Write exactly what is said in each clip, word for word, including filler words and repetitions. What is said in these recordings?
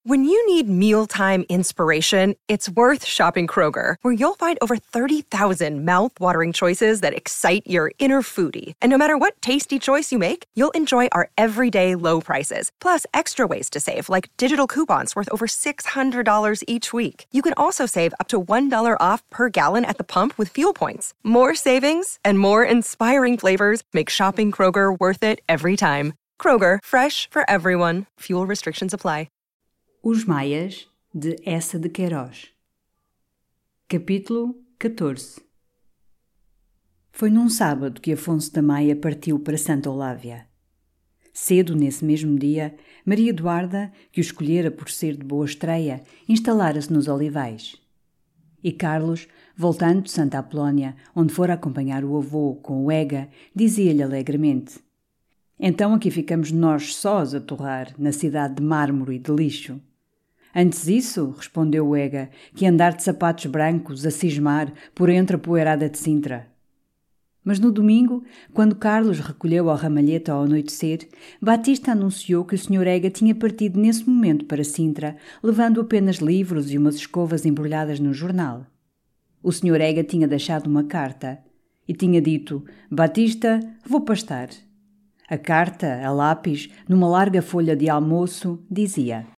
When you need mealtime inspiration, it's worth shopping Kroger, where you'll find over thirty thousand mouth-watering choices that excite your inner foodie. And no matter what tasty choice you make, you'll enjoy our everyday low prices, plus extra ways to save, like digital coupons worth over six hundred dollars each week. You can also save up to one dollar off per gallon at the pump with fuel points. More savings and more inspiring flavors make shopping Kroger worth it every time. Kroger, fresh for everyone. Fuel restrictions apply. Os Maias, de Essa de Queiroz. Capítulo catorze. Foi num sábado que Afonso da Maia partiu para Santa Olávia. Cedo nesse mesmo dia, Maria Eduarda, que o escolhera por ser de boa estreia, instalara-se nos Olivais. E Carlos, voltando de Santa Apolónia, onde fora acompanhar o avô com o Ega, dizia-lhe alegremente: então aqui ficamos nós sós a torrar, na cidade de mármore e de lixo. Antes isso, respondeu o Ega, que andar de sapatos brancos a cismar por entre a poeirada de Sintra. Mas no domingo, quando Carlos recolheu ao ramalhete ao anoitecer, Batista anunciou que o senhor Ega tinha partido nesse momento para Sintra, levando apenas livros e umas escovas embrulhadas no jornal. O senhor Ega tinha deixado uma carta e tinha dito: Batista, vou pastar. A carta, a lápis, numa larga folha de almoço, dizia: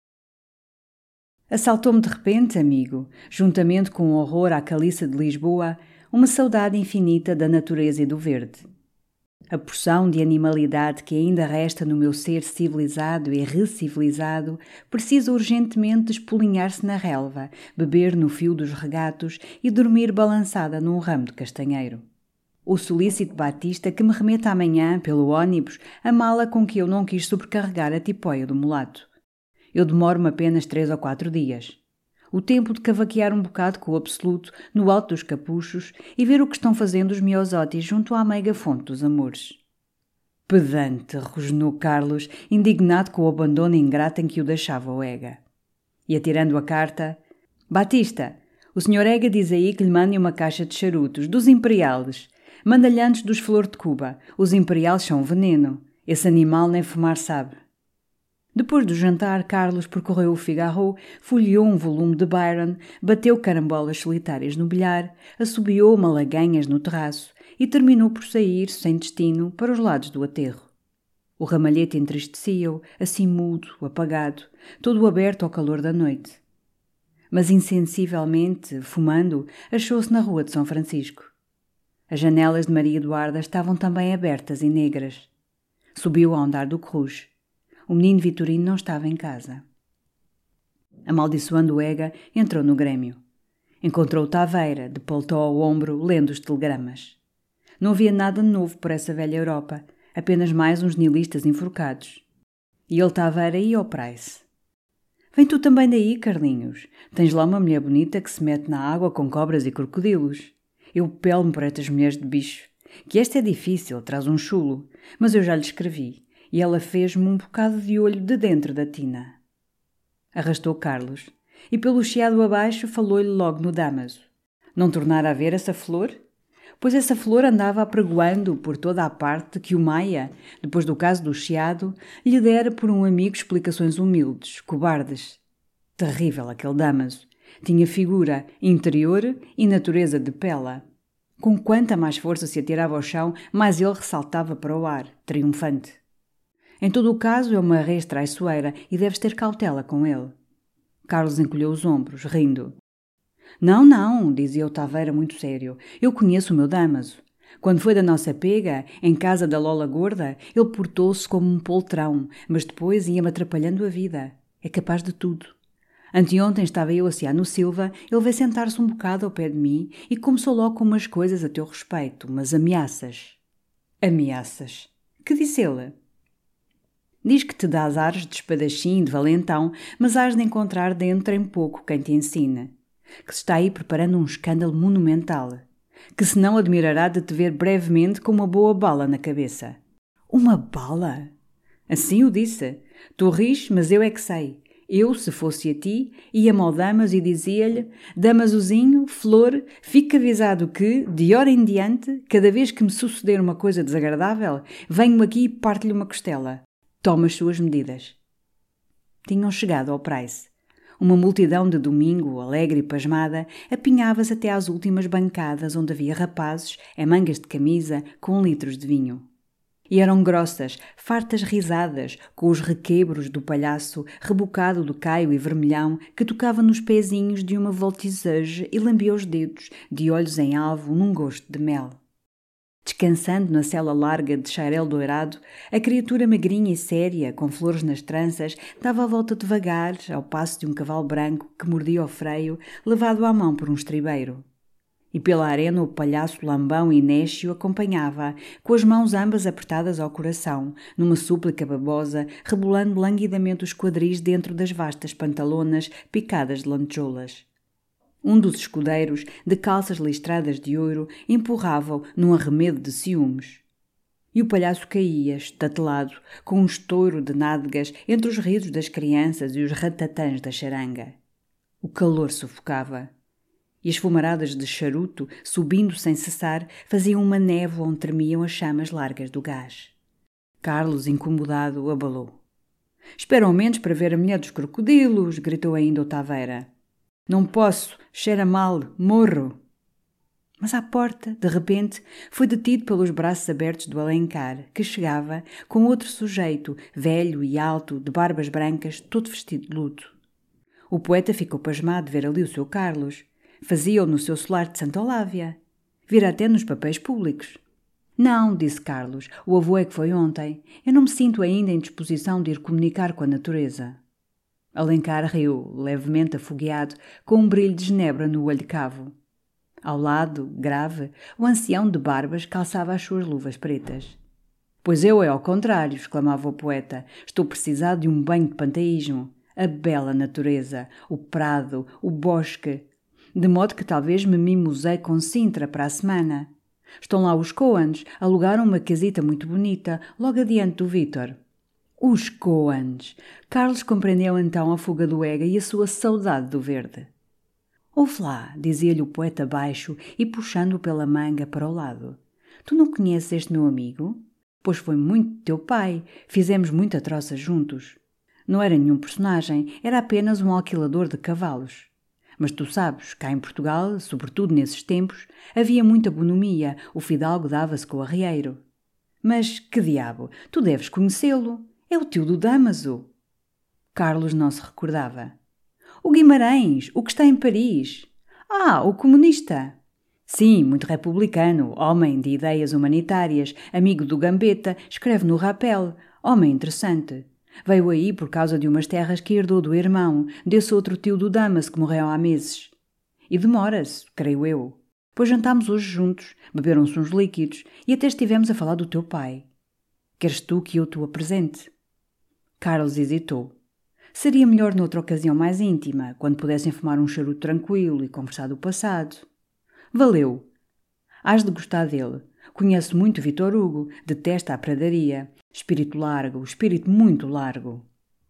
assaltou-me de repente, amigo, juntamente com o horror à caliça de Lisboa, uma saudade infinita da natureza e do verde. A porção de animalidade que ainda resta no meu ser civilizado e recivilizado precisa urgentemente espolinhar-se na relva, beber no fio dos regatos e dormir balançada num ramo de castanheiro. O solícito Batista que me remeta amanhã, pelo ônibus, a mala com que eu não quis sobrecarregar a tipóia do mulato. Eu demoro-me apenas três ou quatro dias. O tempo de cavaquear um bocado com o absoluto no alto dos capuchos e ver o que estão fazendo os miosótis junto à meiga fonte dos amores. Pedante, rosnou Carlos, indignado com o abandono ingrato em que o deixava o Ega. E atirando a carta: Batista, o senhor Ega diz aí que lhe mandem uma caixa de charutos, dos imperiales. Manda-lhe antes dos flor de Cuba. Os imperiales são veneno. Esse animal nem fumar sabe. Depois do jantar, Carlos percorreu o Figaro, folheou um volume de Byron, bateu carambolas solitárias no bilhar, assobiou malaguenhas no terraço e terminou por sair, sem destino, para os lados do aterro. O ramalhete entristecia-o, assim mudo, apagado, todo aberto ao calor da noite. Mas insensivelmente, fumando, achou-se na rua de São Francisco. As janelas de Maria Eduarda estavam também abertas e negras. Subiu ao andar do Cruz. O menino Vitorino não estava em casa. Amaldiçoando o Ega, entrou no Grêmio. Encontrou Taveira, de paletó ao ombro, lendo os telegramas. Não havia nada novo por essa velha Europa, apenas mais uns nihilistas enforcados. E ele, Taveira, ia ao Price. Vem tu também daí, Carlinhos. Tens lá uma mulher bonita que se mete na água com cobras e crocodilos. Eu pelo-me por estas mulheres de bicho. Que esta é difícil, traz um chulo, mas eu já lhe escrevi. E ela fez-me um bocado de olho de dentro da tina. Arrastou Carlos, e pelo chiado abaixo falou-lhe logo no Dámaso. Não tornara a ver essa flor? Pois essa flor andava apregoando por toda a parte que o Maia, depois do caso do chiado, lhe dera por um amigo explicações humildes, cobardes. Terrível aquele Dámaso. Tinha figura interior e natureza de pela. Com quanta mais força se atirava ao chão, mais ele ressaltava para o ar, triunfante. Em todo o caso, é uma res traiçoeira e deves ter cautela com ele. Carlos encolheu os ombros, rindo. Não, não, dizia o Taveira muito sério. Eu conheço o meu Dámaso. Quando foi da nossa pega, em casa da Lola Gorda, ele portou-se como um poltrão, mas depois ia-me atrapalhando a vida. É capaz de tudo. Anteontem estava eu a cear no Silva, ele veio sentar-se um bocado ao pé de mim e começou logo com umas coisas a teu respeito, umas ameaças. Ameaças? Que disse ele? Diz que te dás ares de espadachim e de valentão, mas has de encontrar dentro em pouco quem te ensina. Que se está aí preparando um escândalo monumental. Que se não admirará de te ver brevemente com uma boa bala na cabeça. Uma bala? Assim o disse. Tu ris, mas eu é que sei. Eu, se fosse a ti, ia-me ao Dámaso e dizia-lhe: Damasozinho, flor, fica avisado que, de hora em diante, cada vez que me suceder uma coisa desagradável, venho aqui e parto-lhe uma costela. Toma as suas medidas. Tinham chegado ao Price. Uma multidão de domingo, alegre e pasmada, apinhava-se até às últimas bancadas onde havia rapazes, em mangas de camisa, com litros de vinho. E eram grossas, fartas risadas, com os requebros do palhaço, rebocado de caio e vermelhão, que tocava nos pezinhos de uma voltiseuse e lambia os dedos, de olhos em alvo, num gosto de mel. Descansando na cela larga de xarel dourado, a criatura magrinha e séria, com flores nas tranças, dava a volta devagar, ao passo de um cavalo branco que mordia o freio, levado à mão por um estribeiro. E pela arena o palhaço lambão e néscio acompanhava, com as mãos ambas apertadas ao coração, numa súplica babosa, rebolando languidamente os quadris dentro das vastas pantalonas picadas de lantejoulas. Um dos escudeiros, de calças listradas de ouro, empurrava-o num arremedo de ciúmes. E o palhaço caía, estatelado, com um estouro de nádegas entre os risos das crianças e os ratatãs da charanga. O calor sufocava. E as fumaradas de charuto, subindo sem cessar, faziam uma névoa onde tremiam as chamas largas do gás. Carlos, incomodado, abalou. «Espera ao menos para ver a mulher dos crocodilos!» gritou ainda o Taveira. «Não posso, cheira mal, morro!» Mas à porta, de repente, foi detido pelos braços abertos do Alencar, que chegava com outro sujeito, velho e alto, de barbas brancas, todo vestido de luto. O poeta ficou pasmado de ver ali o seu Carlos. Fazia-o no seu solar de Santa Olávia. Vira até nos papéis públicos. «Não», disse Carlos, «o avô é que foi ontem. Eu não me sinto ainda em disposição de ir comunicar com a natureza.» Alencar riu, levemente afogueado, com um brilho de genebra no olho cavo. Ao lado, grave, o ancião de barbas calçava as suas luvas pretas. «Pois eu é ao contrário», exclamava o poeta, «estou precisado de um banho de panteísmo. A bela natureza, o prado, o bosque, de modo que talvez me mimosei com Sintra para a semana. Estão lá os Coans, alugaram uma casita muito bonita, logo adiante do Vítor.» Os Coans! Carlos compreendeu então a fuga do Ega e a sua saudade do verde. «Ouve lá», dizia-lhe o poeta baixo e puxando-o pela manga para o lado. «Tu não conheces este meu amigo? Pois foi muito teu pai, fizemos muita troça juntos. Não era nenhum personagem, era apenas um alquilador de cavalos. Mas tu sabes, cá em Portugal, sobretudo nesses tempos, havia muita bonomia, o fidalgo dava-se com o arrieiro. Mas, que diabo, tu deves conhecê-lo. É o tio do Damaso.» Carlos não se recordava. «O Guimarães, o que está em Paris. Ah, o comunista.» «Sim, muito republicano, homem de ideias humanitárias, amigo do Gambetta, escreve no Rapel, homem interessante. Veio aí por causa de umas terras que herdou do irmão, desse outro tio do Damas que morreu há meses. E demora-se, creio eu. Pois jantámos hoje juntos, beberam-se uns líquidos e até estivemos a falar do teu pai. Queres tu que eu te o apresente?» Carlos hesitou. Seria melhor noutra ocasião mais íntima, quando pudessem fumar um charuto tranquilo e conversar do passado. «Valeu. Hás de gostar dele. Conhece muito Vitor Hugo, detesta a pradaria. Espírito largo, espírito muito largo.»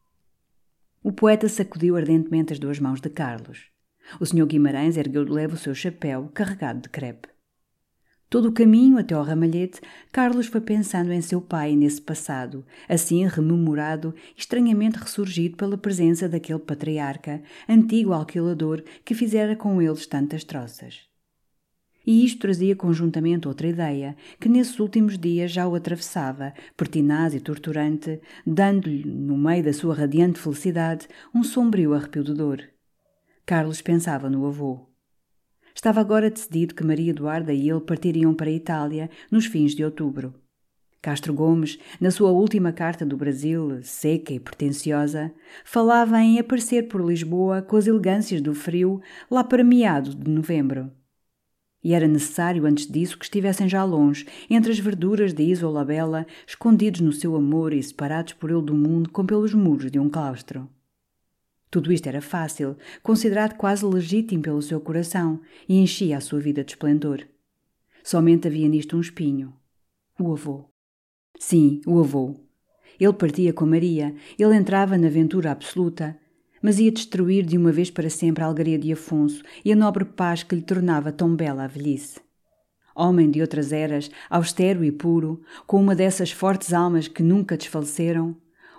O poeta sacudiu ardentemente as duas mãos de Carlos. O senhor Guimarães ergueu de leve o seu chapéu, carregado de crepe. Todo o caminho até ao ramalhete, Carlos foi pensando em seu pai nesse passado, assim rememorado, estranhamente ressurgido pela presença daquele patriarca, antigo alquilador que fizera com eles tantas troças. E isto trazia conjuntamente outra ideia, que nesses últimos dias já o atravessava, pertinaz e torturante, dando-lhe, no meio da sua radiante felicidade, um sombrio arrepio de dor. Carlos pensava no avô. Estava agora decidido que Maria Eduarda e ele partiriam para a Itália nos fins de outubro. Castro Gomes, na sua última carta do Brasil, seca e pretensiosa, falava em aparecer por Lisboa com as elegâncias do frio lá para meados de novembro. E era necessário antes disso que estivessem já longe, entre as verduras de Isola Bela, escondidos no seu amor e separados por ele do mundo como pelos muros de um claustro. Tudo isto era fácil, considerado quase legítimo pelo seu coração, e enchia a sua vida de esplendor. Somente havia nisto um espinho. O avô. Sim, o avô. Ele partia com Maria, ele entrava na aventura absoluta, mas ia destruir de uma vez para sempre a algaria de Afonso e a nobre paz que lhe tornava tão bela a velhice. Homem de outras eras, austero e puro, com uma dessas fortes almas que nunca desfaleceram,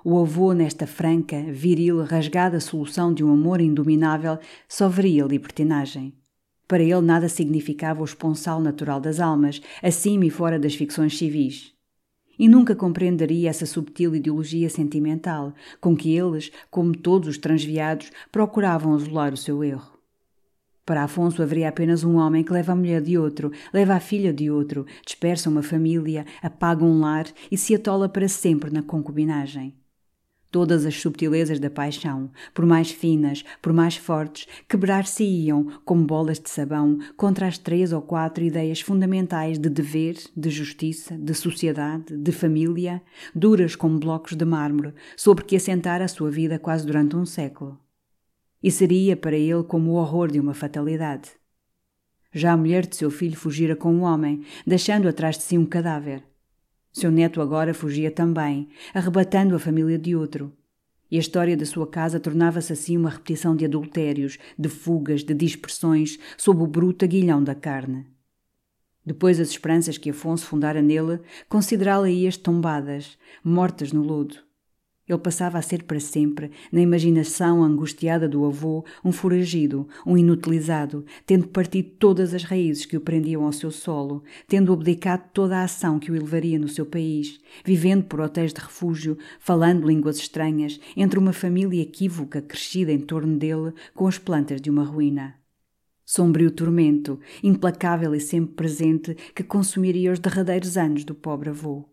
O avô, nesta franca, viril, rasgada solução de um amor indominável, só veria libertinagem. Para ele nada significava o esponsal natural das almas, acima e fora das ficções civis. E nunca compreenderia essa subtil ideologia sentimental com que eles, como todos os transviados, procuravam isolar o seu erro. Para Afonso haveria apenas um homem que leva a mulher de outro, leva a filha de outro, dispersa uma família, apaga um lar e se atola para sempre na concubinagem. Todas as subtilezas da paixão, por mais finas, por mais fortes, quebrar-se-iam, como bolas de sabão, contra as três ou quatro ideias fundamentais de dever, de justiça, de sociedade, de família, duras como blocos de mármore, sobre que assentara a sua vida quase durante um século. E seria para ele como o horror de uma fatalidade. Já a mulher de seu filho fugira com um homem, deixando atrás de si um cadáver. Seu neto agora fugia também, arrebatando a família de outro. E a história da sua casa tornava-se assim uma repetição de adultérios, de fugas, de dispersões, sob o bruto aguilhão da carne. Depois as esperanças que Afonso fundara nele, considerá-las tombadas, mortas no lodo. Ele passava a ser para sempre, na imaginação angustiada do avô, um foragido, um inutilizado, tendo partido todas as raízes que o prendiam ao seu solo, tendo abdicado toda a ação que o elevaria no seu país, vivendo por hotéis de refúgio, falando línguas estranhas, entre uma família equívoca crescida em torno dele com as plantas de uma ruína. Sombrio tormento, implacável e sempre presente, que consumiria os derradeiros anos do pobre avô.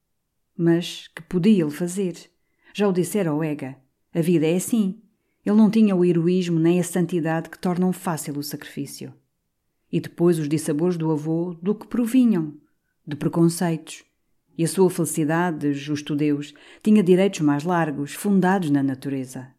Mas que podia ele fazer? Já o dissera o Ega. A vida é assim. Ele não tinha o heroísmo nem a santidade que tornam fácil o sacrifício. E depois os dissabores do avô do que provinham? De preconceitos. E a sua felicidade, justo Deus, tinha direitos mais largos, fundados na natureza.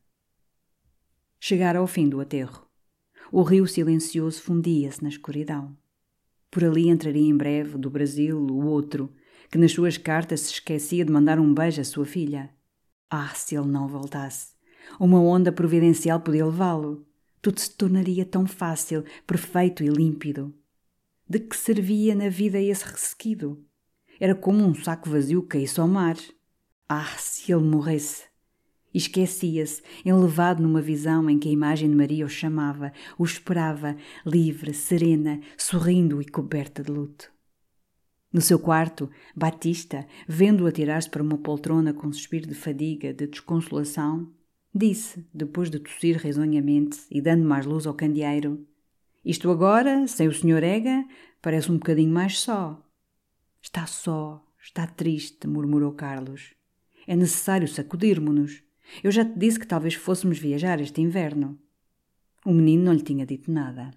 Chegara ao fim do aterro. O rio silencioso fundia-se na escuridão. Por ali entraria em breve, do Brasil, o outro, que nas suas cartas se esquecia de mandar um beijo à sua filha. Ah, se ele não voltasse! Uma onda providencial podia levá-lo. Tudo se tornaria tão fácil, perfeito e límpido. De que servia na vida esse ressequido? Era como um saco vazio que caísse ao mar. Ah, se ele morresse! E esquecia-se, enlevado numa visão em que a imagem de Maria o chamava, o esperava, livre, serena, sorrindo e coberta de luto. No seu quarto, Batista, vendo-o atirar-se para uma poltrona com um suspiro de fadiga, de desconsolação, disse, depois de tossir risonhamente e dando mais luz ao candeeiro: "Isto agora, sem o senhor Ega, parece um bocadinho mais só." "Está só, está triste", murmurou Carlos. "É necessário sacudirmo-nos. Eu já te disse que talvez fôssemos viajar este inverno." O menino não lhe tinha dito nada.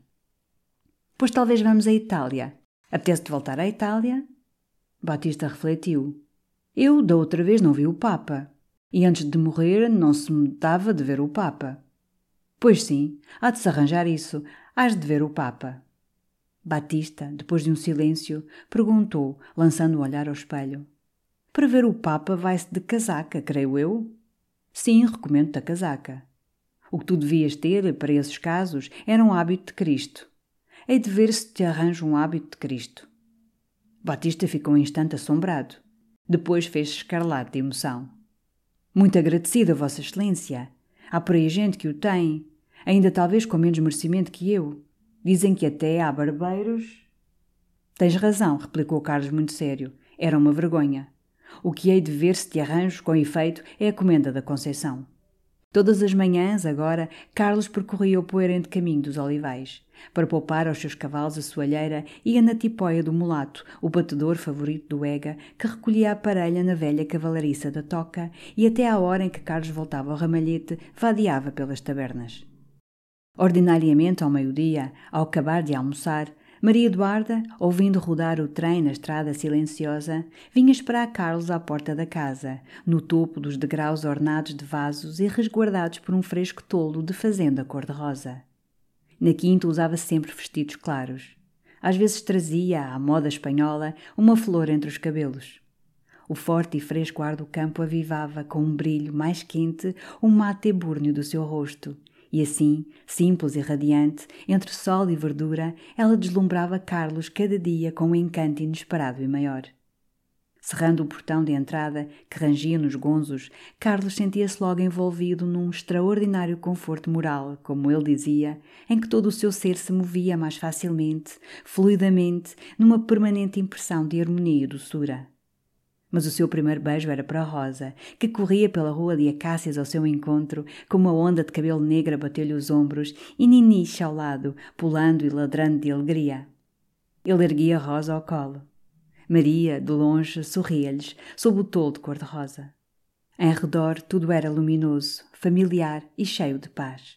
"Pois talvez vamos à Itália. Apetece-te voltar à Itália?" Batista refletiu. "Eu, da outra vez, não vi o Papa. E antes de morrer, não se me dava de ver o Papa." "Pois sim, há de se arranjar isso. Hás de ver o Papa." Batista, depois de um silêncio, perguntou, lançando um olhar ao espelho: "Para ver o Papa vai-se de casaca, creio eu?" "Sim, recomendo-te a casaca. O que tu devias ter, para esses casos, era um hábito de Cristo. Hei de ver se te arranjo um hábito de Cristo." Batista ficou um instante assombrado. Depois fez-se escarlate de emoção. "Muito agradecida, Vossa Excelência. Há por aí gente que o tem, ainda talvez com menos merecimento que eu. Dizem que até há barbeiros." "Tens razão", replicou Carlos muito sério. "Era uma vergonha. O que hei de ver se te arranjo, com efeito, é a comenda da Conceição." Todas as manhãs, agora, Carlos percorria o poeirente caminho dos olivais. Para poupar aos seus cavalos a soalheira, ia na tipóia do mulato, o batedor favorito do Ega, que recolhia a parelha na velha cavalariça da toca, e até à hora em que Carlos voltava ao ramalhete, vadeava pelas tabernas. Ordinariamente, ao meio-dia, ao acabar de almoçar, Maria Eduarda, ouvindo rodar o trem na estrada silenciosa, vinha esperar Carlos à porta da casa, no topo dos degraus ornados de vasos e resguardados por um fresco toldo de fazenda cor-de-rosa. Na quinta usava sempre vestidos claros. Às vezes trazia, à moda espanhola, uma flor entre os cabelos. O forte e fresco ar do campo avivava, com um brilho mais quente, o mate ebúrneo do seu rosto. E assim, simples e radiante, entre sol e verdura, ela deslumbrava Carlos cada dia com um encanto inesperado e maior. Cerrando o portão de entrada, que rangia nos gonzos, Carlos sentia-se logo envolvido num extraordinário conforto moral, como ele dizia, em que todo o seu ser se movia mais facilmente, fluidamente, numa permanente impressão de harmonia e doçura. Mas o seu primeiro beijo era para Rosa, que corria pela rua de acácias ao seu encontro, com uma onda de cabelo negro bateu-lhe os ombros e Niniche ao lado, pulando e ladrando de alegria. Ele erguia Rosa ao colo. Maria, de longe, sorria-lhes, sob o tolo de cor-de-rosa. Em redor tudo era luminoso, familiar e cheio de paz.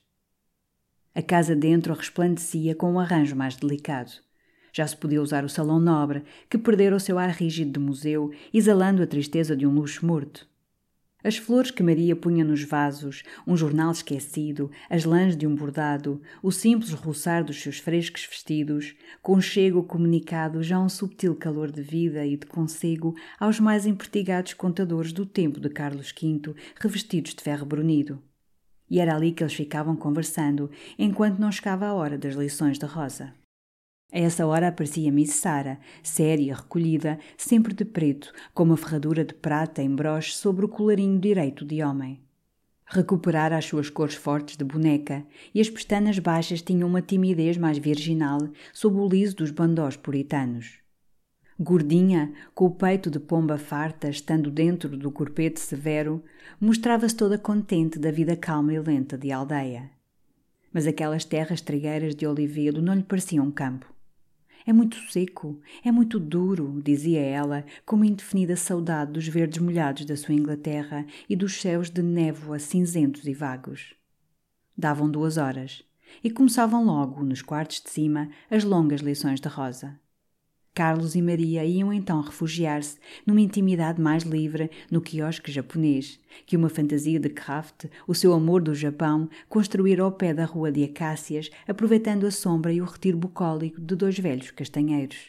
A casa dentro resplandecia com um arranjo mais delicado. Já se podia usar o salão nobre, que perdera o seu ar rígido de museu, exalando a tristeza de um luxo morto. As flores que Maria punha nos vasos, um jornal esquecido, as lãs de um bordado, o simples roçar dos seus frescos vestidos, conchego comunicado já um subtil calor de vida e de consigo aos mais empertigados contadores do tempo de Carlos quinto, revestidos de ferro brunido. E era ali que eles ficavam conversando, enquanto não chegava a hora das lições de Rosa. A essa hora aparecia Miss Sarah, séria, recolhida, sempre de preto, com uma ferradura de prata em broche sobre o colarinho direito de homem. Recuperara as suas cores fortes de boneca e as pestanas baixas tinham uma timidez mais virginal sob o liso dos bandós puritanos. Gordinha, com o peito de pomba farta, estando dentro do corpete severo, mostrava-se toda contente da vida calma e lenta de aldeia. Mas aquelas terras trigueiras de Olivedo não lhe pareciam um campo. É muito seco, é muito duro, dizia ela, com uma indefinida saudade dos verdes molhados da sua Inglaterra e dos céus de névoa cinzentos e vagos. Davam duas horas e começavam logo, nos quartos de cima, as longas lições de Rosa. Carlos e Maria iam então refugiar-se numa intimidade mais livre no quiosque japonês, que uma fantasia de Kraft, o seu amor do Japão, construíra ao pé da rua de acácias, aproveitando a sombra e o retiro bucólico de dois velhos castanheiros.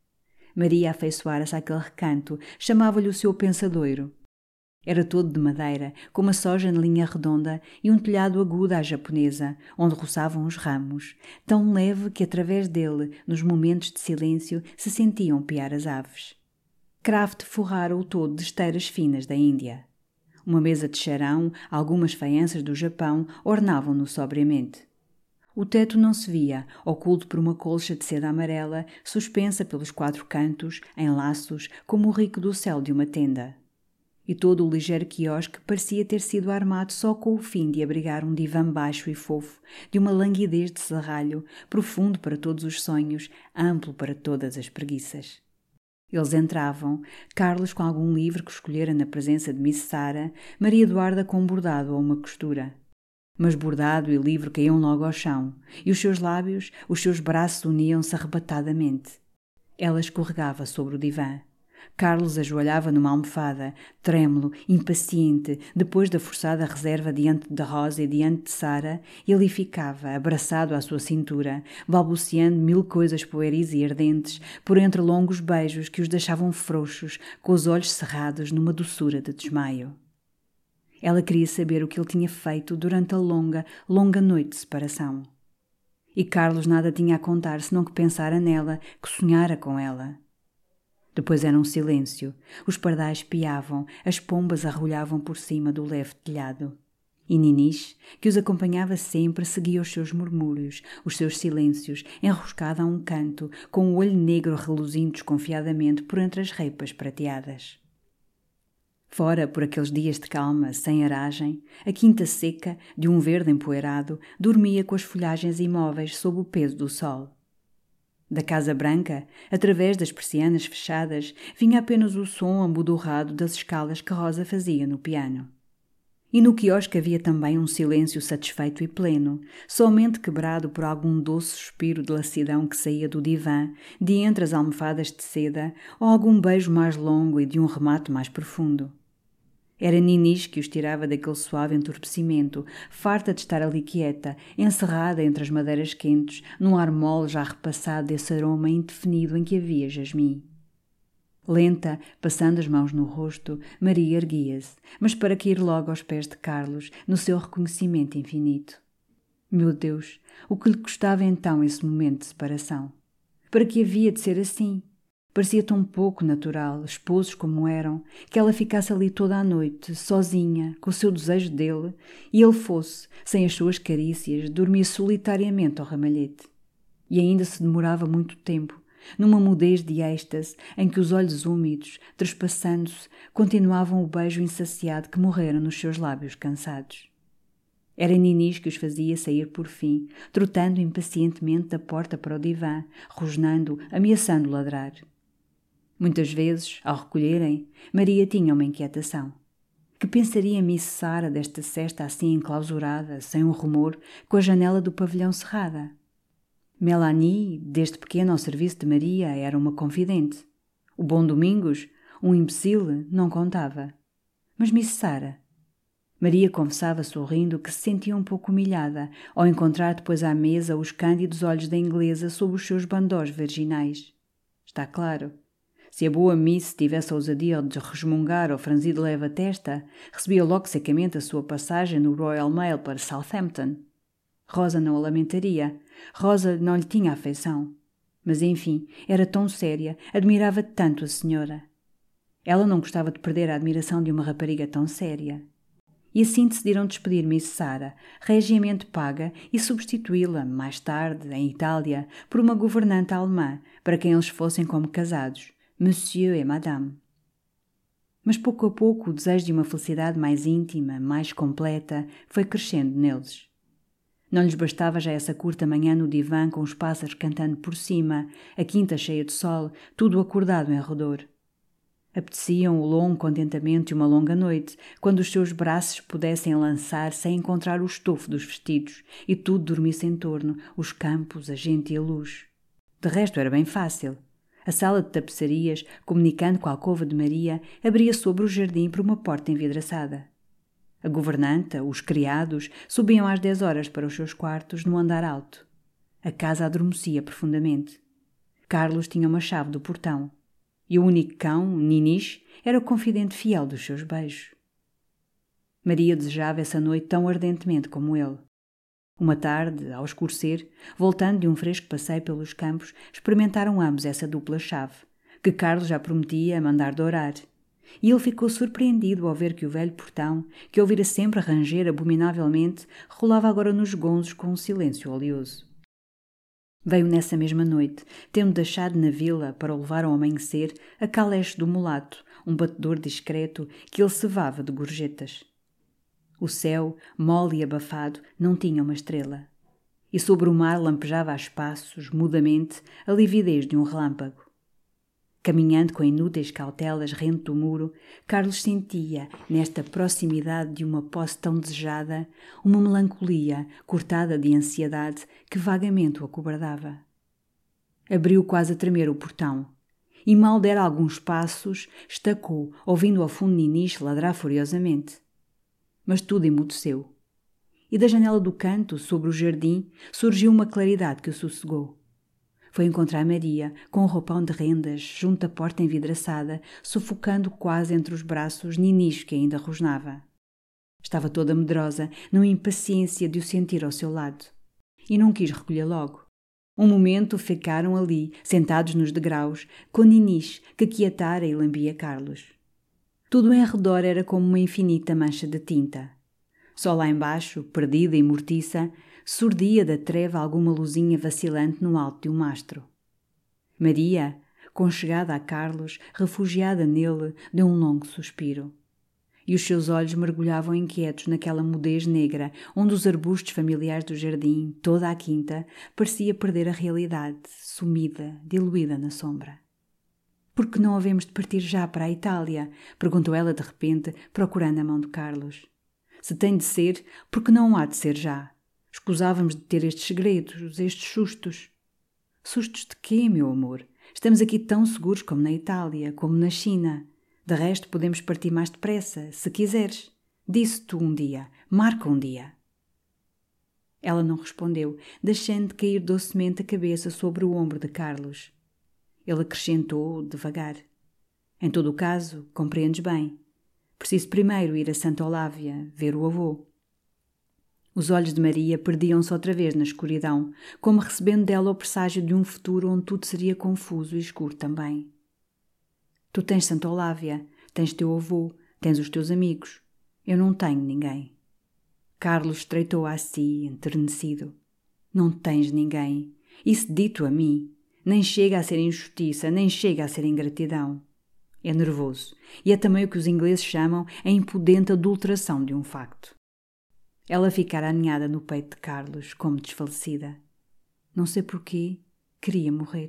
Maria afeiçoara-se àquele recanto, chamava-lhe o seu pensadoiro. Era todo de madeira, com uma soja na linha redonda e um telhado agudo à japonesa, onde roçavam os ramos, tão leve que através dele, nos momentos de silêncio, se sentiam piar as aves. Kraft forrara-o todo de esteiras finas da Índia. Uma mesa de charão, algumas faianças do Japão, ornavam-no sobriamente. O teto não se via, oculto por uma colcha de seda amarela, suspensa pelos quatro cantos, em laços, como o rico do céu de uma tenda. E todo o ligeiro quiosque parecia ter sido armado só com o fim de abrigar um divã baixo e fofo, de uma languidez de serralho, profundo para todos os sonhos, amplo para todas as preguiças. Eles entravam, Carlos com algum livro que escolhera na presença de Miss Sarah, Maria Eduarda com um bordado ou uma costura. Mas bordado e livro caíam logo ao chão, e os seus lábios, os seus braços uniam-se arrebatadamente. Ela escorregava sobre o divã. Carlos ajoelhava numa almofada, trêmulo, impaciente, depois da forçada reserva diante de Rosa e diante de Sara, e ali ficava, abraçado à sua cintura, balbuciando mil coisas pueris e ardentes, por entre longos beijos que os deixavam frouxos, com os olhos cerrados numa doçura de desmaio. Ela queria saber o que ele tinha feito durante a longa, longa noite de separação. E Carlos nada tinha a contar senão que pensara nela, que sonhara com ela. Depois era um silêncio. Os pardais piavam, as pombas arrulhavam por cima do leve telhado. E Niniche, que os acompanhava sempre, seguia os seus murmúrios, os seus silêncios, enroscada a um canto, com o olho negro reluzindo desconfiadamente por entre as reipas prateadas. Fora, por aqueles dias de calma, sem aragem, a quinta seca, de um verde empoeirado, dormia com as folhagens imóveis sob o peso do sol. Da Casa Branca, através das persianas fechadas, vinha apenas o som embudurrado das escalas que Rosa fazia no piano. E no quiosque havia também um silêncio satisfeito e pleno, somente quebrado por algum doce suspiro de lassidão que saía do divã, de entre as almofadas de seda, ou algum beijo mais longo e de um remate mais profundo. Era Niniche que os tirava daquele suave entorpecimento, farta de estar ali quieta, encerrada entre as madeiras quentes, num ar mole já repassado desse aroma indefinido em que havia jasmim. Lenta, passando as mãos no rosto, Maria erguia-se, mas para cair logo aos pés de Carlos, no seu reconhecimento infinito. Meu Deus, o que lhe custava então esse momento de separação? Para que havia de ser assim? Parecia tão pouco natural, esposos como eram, que ela ficasse ali toda a noite, sozinha, com o seu desejo dele, e ele fosse, sem as suas carícias, dormir solitariamente ao ramalhete. E ainda se demorava muito tempo, numa mudez de êxtase em que os olhos úmidos, trespassando-se, continuavam o beijo insaciado que morrera nos seus lábios cansados. Era Ninis que os fazia sair por fim, trotando impacientemente da porta para o divã, rosnando, ameaçando ladrar. Muitas vezes, ao recolherem, Maria tinha uma inquietação. Que pensaria Miss Sarah desta cesta assim enclausurada, sem um rumor, com a janela do pavilhão cerrada? Melanie, desde pequena ao serviço de Maria, era uma confidente. O bom Domingos, um imbecil, não contava. Mas Miss Sarah? Maria confessava sorrindo que se sentia um pouco humilhada ao encontrar depois à mesa os cândidos olhos da inglesa sob os seus bandós virginais. Está claro. Se a boa Miss tivesse a ousadia de resmungar ou franzir de leve a testa, recebia logo secamente a sua passagem no Royal Mail para Southampton. Rosa não a lamentaria. Rosa não lhe tinha afeição. Mas, enfim, era tão séria, admirava tanto a senhora. Ela não gostava de perder a admiração de uma rapariga tão séria. E assim decidiram despedir Miss Sarah, regiamente paga, e substituí-la, mais tarde, em Itália, por uma governanta alemã, para quem eles fossem como casados, Monsieur e Madame. Mas pouco a pouco o desejo de uma felicidade mais íntima, mais completa, foi crescendo neles. Não lhes bastava já essa curta manhã no divã com os pássaros cantando por cima, a quinta cheia de sol, tudo acordado em redor. Apeteciam o longo contentamento de uma longa noite, quando os seus braços pudessem lançar sem encontrar o estofo dos vestidos e tudo dormisse em torno, os campos, a gente e a luz. De resto era bem fácil. A sala de tapeçarias, comunicando com a alcova de Maria, abria sobre o jardim por uma porta envidraçada. A governanta, os criados, subiam às dez horas para os seus quartos no andar alto. A casa adormecia profundamente. Carlos tinha uma chave do portão. E o único cão, Ninis, era o confidente fiel dos seus beijos. Maria desejava essa noite tão ardentemente como ele. Uma tarde, ao escurecer, voltando de um fresco passeio pelos campos, experimentaram ambos essa dupla chave, que Carlos já prometia mandar dourar. E ele ficou surpreendido ao ver que o velho portão, que ouvira sempre ranger abominavelmente, rolava agora nos gonzos com um silêncio oleoso. Veio nessa mesma noite, tendo deixado na vila, para o levar ao amanhecer, a caleche do mulato, um batedor discreto que ele cevava de gorjetas. O céu, mole e abafado, não tinha uma estrela. E sobre o mar lampejava a espaços, mudamente, a lividez de um relâmpago. Caminhando com inúteis cautelas rente do muro, Carlos sentia, nesta proximidade de uma posse tão desejada, uma melancolia cortada de ansiedade que vagamente o acobardava. Abriu quase a tremer o portão, e mal dera alguns passos, estacou, ouvindo ao fundo Ninis ladrar furiosamente. Mas tudo emudeceu. E da janela do canto, sobre o jardim, surgiu uma claridade que o sossegou. Foi encontrar Maria, com o roupão de rendas, junto à porta envidraçada, sufocando quase entre os braços Ninis, que ainda rosnava. Estava toda medrosa, numa impaciência de o sentir ao seu lado. E não quis recolher logo. Um momento ficaram ali, sentados nos degraus, com Ninis, que quietara e lambia Carlos. Tudo em redor era como uma infinita mancha de tinta. Só lá embaixo, perdida e mortiça, surdia da treva alguma luzinha vacilante no alto de um mastro. Maria, conchegada a Carlos, refugiada nele, deu um longo suspiro. E os seus olhos mergulhavam inquietos naquela mudez negra, onde os arbustos familiares do jardim, toda a quinta, parecia perder a realidade, sumida, diluída na sombra. «Por que não havemos de partir já para a Itália?» perguntou ela de repente, procurando a mão de Carlos. «Se tem de ser, por que não há de ser já? Escusávamos de ter estes segredos, estes sustos.» «Sustos de quê, meu amor? Estamos aqui tão seguros como na Itália, como na China. De resto, podemos partir mais depressa, se quiseres. Disse tu um dia, marca um dia.» Ela não respondeu, deixando cair docemente a cabeça sobre o ombro de Carlos. Ele acrescentou, devagar: «Em todo o caso, compreendes bem. Preciso primeiro ir a Santa Olávia, ver o avô.» Os olhos de Maria perdiam-se outra vez na escuridão, como recebendo dela o presságio de um futuro onde tudo seria confuso e escuro também. Tu tens Santa Olávia, tens teu avô, tens os teus amigos. Eu não tenho ninguém. Carlos estreitou-a a si, enternecido. Não tens ninguém. Isso dito a mim. Nem chega a ser injustiça, nem chega a ser ingratidão. É nervoso, e é também o que os ingleses chamam a impudente adulteração de um facto. Ela ficara aninhada no peito de Carlos, como desfalecida. Não sei porquê, queria morrer.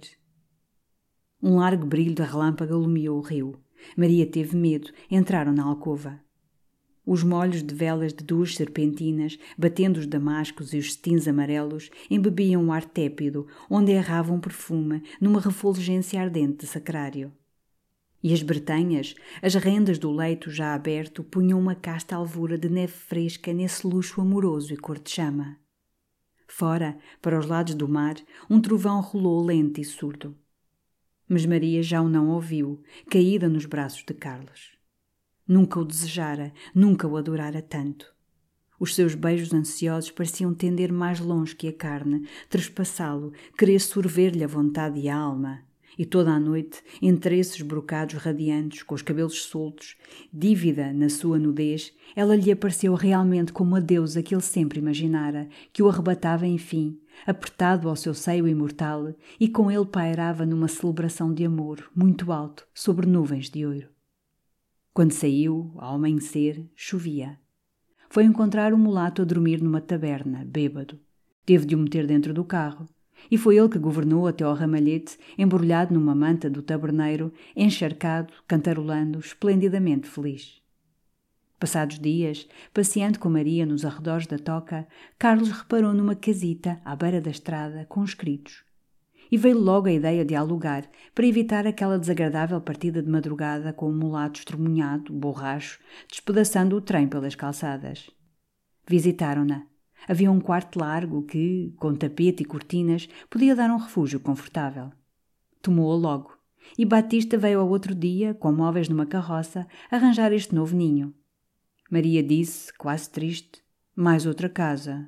Um largo brilho de relâmpago iluminou o rio. Maria teve medo, entraram na alcova. Os molhos de velas de duas serpentinas, batendo os damascos e os cetins amarelos, embebiam o ar tépido, onde errava um perfume, numa refulgência ardente de sacrário. E as bretanhas, as rendas do leito já aberto, punham uma casta alvura de neve fresca nesse luxo amoroso e cor de chama. Fora, para os lados do mar, um trovão rolou lento e surdo. Mas Maria já o não ouviu, caída nos braços de Carlos. Nunca o desejara, nunca o adorara tanto. Os seus beijos ansiosos pareciam tender mais longe que a carne, trespassá-lo, querer sorver-lhe a vontade e a alma. E toda a noite, entre esses brocados radiantes, com os cabelos soltos, dívida na sua nudez, ela lhe apareceu realmente como a deusa que ele sempre imaginara, que o arrebatava enfim, apertado ao seu seio imortal, e com ele pairava numa celebração de amor, muito alto, sobre nuvens de ouro. Quando saiu, ao amanhecer, chovia. Foi encontrar um mulato a dormir numa taberna, bêbado. Teve de o meter dentro do carro. E foi ele que governou até ao ramalhete, embrulhado numa manta do taberneiro, encharcado, cantarolando, esplendidamente feliz. Passados dias, passeando com Maria nos arredores da toca, Carlos reparou numa casita, à beira da estrada, com escritos. E veio logo a ideia de alugar, para evitar aquela desagradável partida de madrugada com o mulato estremunhado, borracho, despedaçando o trem pelas calçadas. Visitaram-na. Havia um quarto largo que, com tapete e cortinas, podia dar um refúgio confortável. Tomou-o logo, e Batista veio ao outro dia, com móveis numa carroça, arranjar este novo ninho. Maria disse, quase triste, mais outra casa.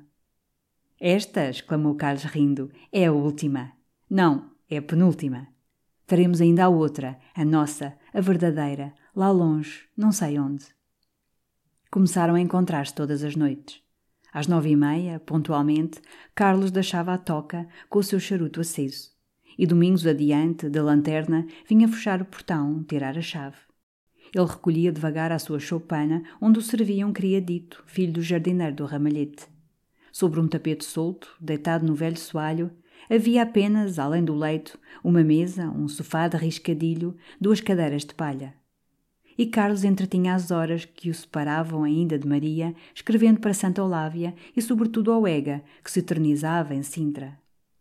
Esta, exclamou Carlos rindo, é a última. Não, é a penúltima. Teremos ainda a outra, a nossa, a verdadeira, lá longe, não sei onde. Começaram a encontrar-se todas as noites. Às nove e meia, pontualmente, Carlos deixava a toca com o seu charuto aceso. E domingos adiante, da lanterna, vinha fechar o portão, tirar a chave. Ele recolhia devagar a sua choupana, onde o servia um criadito, filho do jardineiro do ramalhete. Sobre um tapete solto, deitado no velho soalho, havia apenas, além do leito, uma mesa, um sofá de riscadilho, duas cadeiras de palha. E Carlos entretinha as horas que o separavam ainda de Maria, escrevendo para Santa Olávia e sobretudo ao Ega, que se eternizava em Sintra.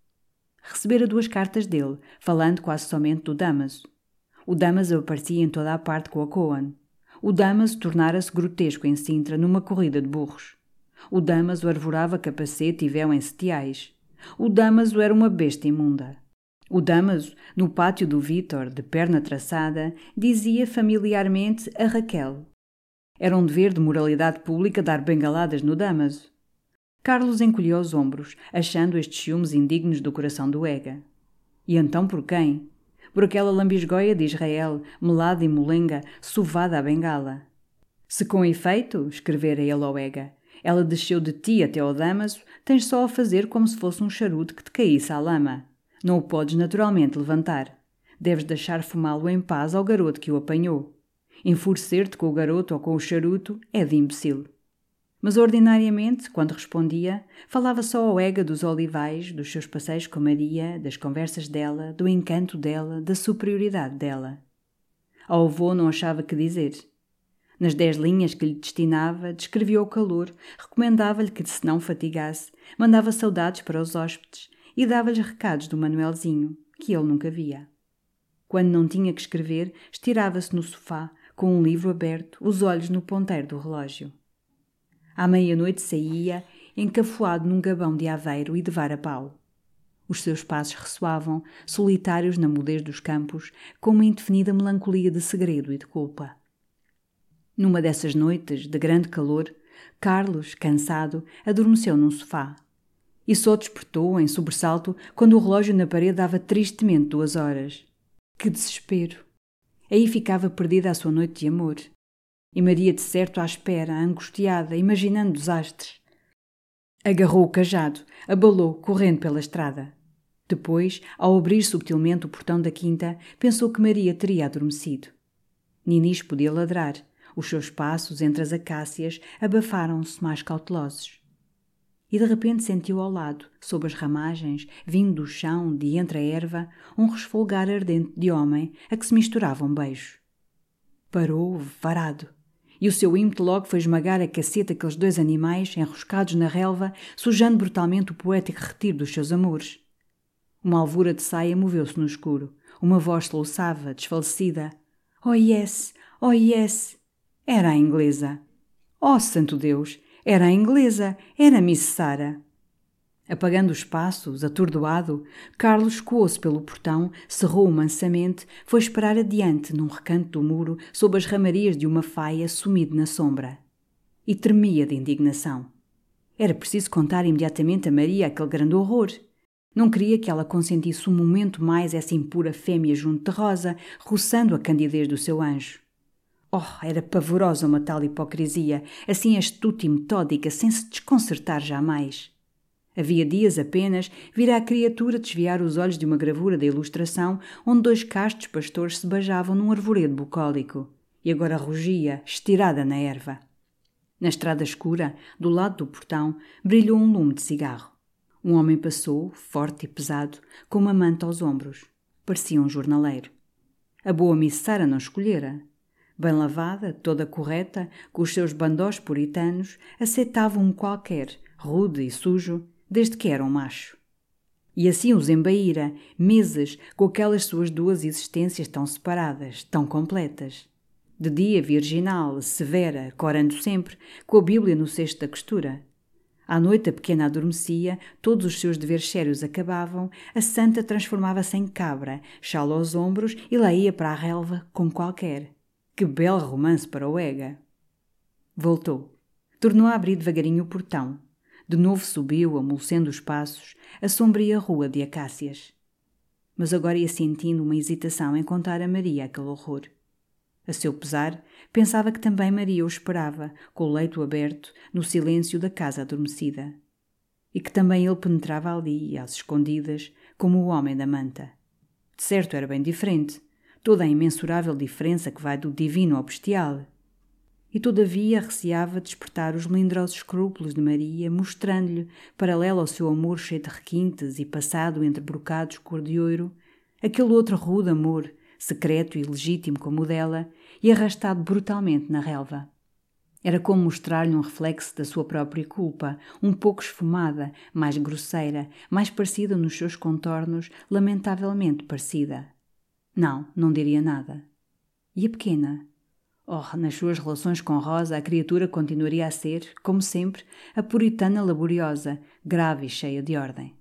Recebera duas cartas dele, falando quase somente do Damaso. O Damaso aparecia em toda a parte com a Coan. O Damaso tornara-se grotesco em Sintra numa corrida de burros. O Damaso arvorava capacete e véu em setiais. O Damaso era uma besta imunda. O Damaso, no pátio do Vítor, de perna traçada, dizia familiarmente a Raquel. Era um dever de moralidade pública dar bengaladas no Damaso. Carlos encolheu os ombros, achando estes ciúmes indignos do coração do Ega. E então por quem? Por aquela lambisgoia de Israel, melada e molenga, sovada à bengala. Se com efeito, escrevera ele ao Ega, ela desceu de ti até ao Damaso, tens só a fazer como se fosse um charuto que te caísse à lama. Não o podes naturalmente levantar. Deves deixar fumá-lo em paz ao garoto que o apanhou. Enfurecer-te com o garoto ou com o charuto é de imbecil. Mas ordinariamente, quando respondia, falava só ao Ega dos olivais, dos seus passeios com Maria, das conversas dela, do encanto dela, da superioridade dela. Ao avô não achava que dizer. Nas dez linhas que lhe destinava, descrevia o calor, recomendava-lhe que se não fatigasse, mandava saudades para os hóspedes e dava-lhes recados do Manuelzinho, que ele nunca via. Quando não tinha que escrever, estirava-se no sofá, com um livro aberto, os olhos no ponteiro do relógio. À meia-noite saía, encafuado num gabão de aveiro e de vara-pau. Os seus passos ressoavam, solitários na mudez dos campos, com uma indefinida melancolia de segredo e de culpa. Numa dessas noites, de grande calor, Carlos, cansado, adormeceu num sofá. E só despertou, em sobressalto, quando o relógio na parede dava tristemente duas horas. Que desespero! Aí ficava perdida a sua noite de amor. E Maria de certo à espera, angustiada, imaginando desastres. Agarrou o cajado, abalou, correndo pela estrada. Depois, ao abrir subtilmente o portão da quinta, pensou que Maria teria adormecido. Ninis podia ladrar. Os seus passos entre as acácias abafaram-se mais cautelosos. E de repente sentiu ao lado, sob as ramagens, vindo do chão, de entre a erva, um resfolgar ardente de homem a que se misturava um beijo. Parou, varado, e o seu ímpeto logo foi esmagar a cacete daqueles dois animais enroscados na relva, sujando brutalmente o poético retiro dos seus amores. Uma alvura de saia moveu-se no escuro. Uma voz soluçava, desfalecida. Oh yes, oh yes! Era a inglesa. Oh santo Deus! Era a inglesa! Era Miss Sarah! Apagando os passos, atordoado, Carlos coou-se pelo portão, cerrou-o mansamente, foi esperar adiante num recanto do muro, sob as ramarias de uma faia, sumido na sombra. E tremia de indignação. Era preciso contar imediatamente a Maria aquele grande horror. Não queria que ela consentisse um momento mais essa impura fêmea junto de Rosa, roçando a candidez do seu anjo. Oh, era pavorosa uma tal hipocrisia, assim astuta e metódica, sem se desconcertar jamais. Havia dias apenas vira a criatura desviar os olhos de uma gravura da ilustração onde dois castos pastores se beijavam num arvoredo bucólico, e agora rugia, estirada na erva. Na estrada escura, do lado do portão, brilhou um lume de cigarro. Um homem passou, forte e pesado, com uma manta aos ombros. Parecia um jornaleiro. A boa Miss Sarah não escolhera. Bem lavada, toda correta, com os seus bandós puritanos, aceitava um qualquer, rude e sujo, desde que era um macho. E assim os embaíra, meses, com aquelas suas duas existências tão separadas, tão completas. De dia virginal, severa, corando sempre, com a Bíblia no cesto da costura. À noite a pequena adormecia, todos os seus deveres sérios acabavam, a santa transformava-se em cabra, chala aos ombros e lá ia para a relva como qualquer. Que belo romance para o Ega! Voltou. Tornou a abrir devagarinho o portão. De novo subiu, amolecendo os passos, a sombria rua de acácias. Mas agora ia sentindo uma hesitação em contar a Maria aquele horror. A seu pesar, pensava que também Maria o esperava, com o leito aberto, no silêncio da casa adormecida. E que também ele penetrava ali, às escondidas, como o homem da manta. De certo era bem diferente, toda a imensurável diferença que vai do divino ao bestial. E todavia receava despertar os melindrosos escrúpulos de Maria, mostrando-lhe, paralelo ao seu amor cheio de requintes e passado entre brocados cor de ouro, aquele outro rude amor, secreto e legítimo como o dela, e arrastado brutalmente na relva. Era como mostrar-lhe um reflexo da sua própria culpa, um pouco esfumada, mais grosseira, mais parecida nos seus contornos, lamentavelmente parecida. Não, não diria nada. E a pequena? Oh, nas suas relações com Rosa, a criatura continuaria a ser, como sempre, a puritana laboriosa, grave e cheia de ordem.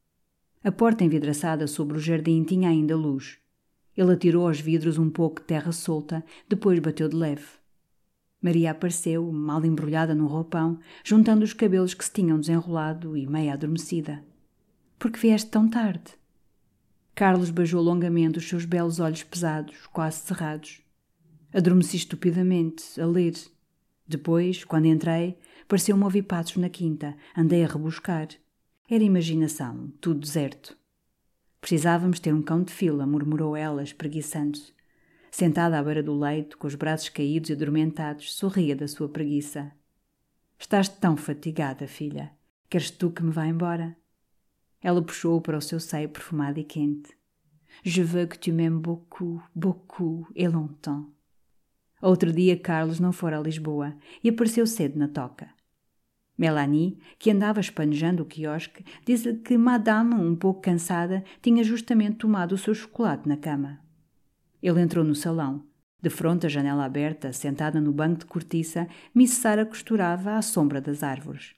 A porta envidraçada sobre o jardim tinha ainda luz. Ele atirou aos vidros um pouco de terra solta, depois bateu de leve. Maria apareceu, mal embrulhada num roupão, juntando os cabelos que se tinham desenrolado e meia adormecida. — Por que vieste tão tarde? Carlos beijou longamente os seus belos olhos pesados, quase cerrados. Adormeci estupidamente, a ler. Depois, quando entrei, pareceu-me ouvir passos na quinta. Andei a rebuscar. Era imaginação, tudo deserto. Precisávamos ter um cão de fila, murmurou ela, espreguiçando-se. Sentada à beira do leito, com os braços caídos e adormentados, sorria da sua preguiça. Estás tão fatigada, filha. Queres tu que me vá embora? Ela puxou-o para o seu seio perfumado e quente. Je veux que tu m'aimes beaucoup, beaucoup et longtemps. Outro dia Carlos não fora a Lisboa e apareceu cedo na toca. Melanie, que andava espanejando o quiosque, disse-lhe que Madame, um pouco cansada, tinha justamente tomado o seu chocolate na cama. Ele entrou no salão. De fronte à janela aberta, sentada no banco de cortiça, Miss Sarah costurava à sombra das árvores.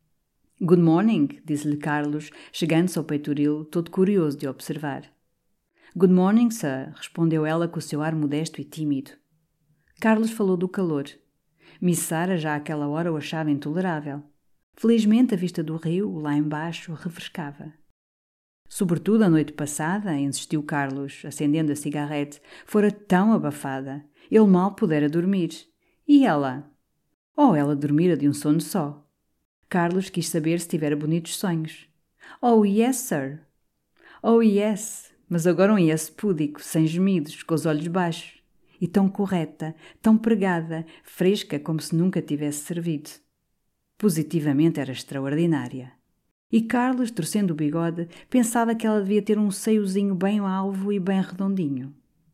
— Good morning, disse-lhe Carlos, chegando-se ao peitoril, todo curioso de observar. — Good morning, sir, respondeu ela com o seu ar modesto e tímido. Carlos falou do calor. Miss Sarah já àquela hora o achava intolerável. Felizmente a vista do rio, lá embaixo, refrescava. Sobretudo a noite passada, insistiu Carlos, acendendo a cigarrete, fora tão abafada. Ele mal pudera dormir. E ela? Oh, ela dormira de um sono só. Carlos quis saber se tivera bonitos sonhos. Oh, yes, sir. Oh, yes. Mas agora um yes púdico, sem gemidos, com os olhos baixos. E tão correta, tão pregada, fresca como se nunca tivesse servido. Positivamente era extraordinária. E Carlos, torcendo o bigode, pensava que ela devia ter um seiozinho bem alvo e bem redondinho.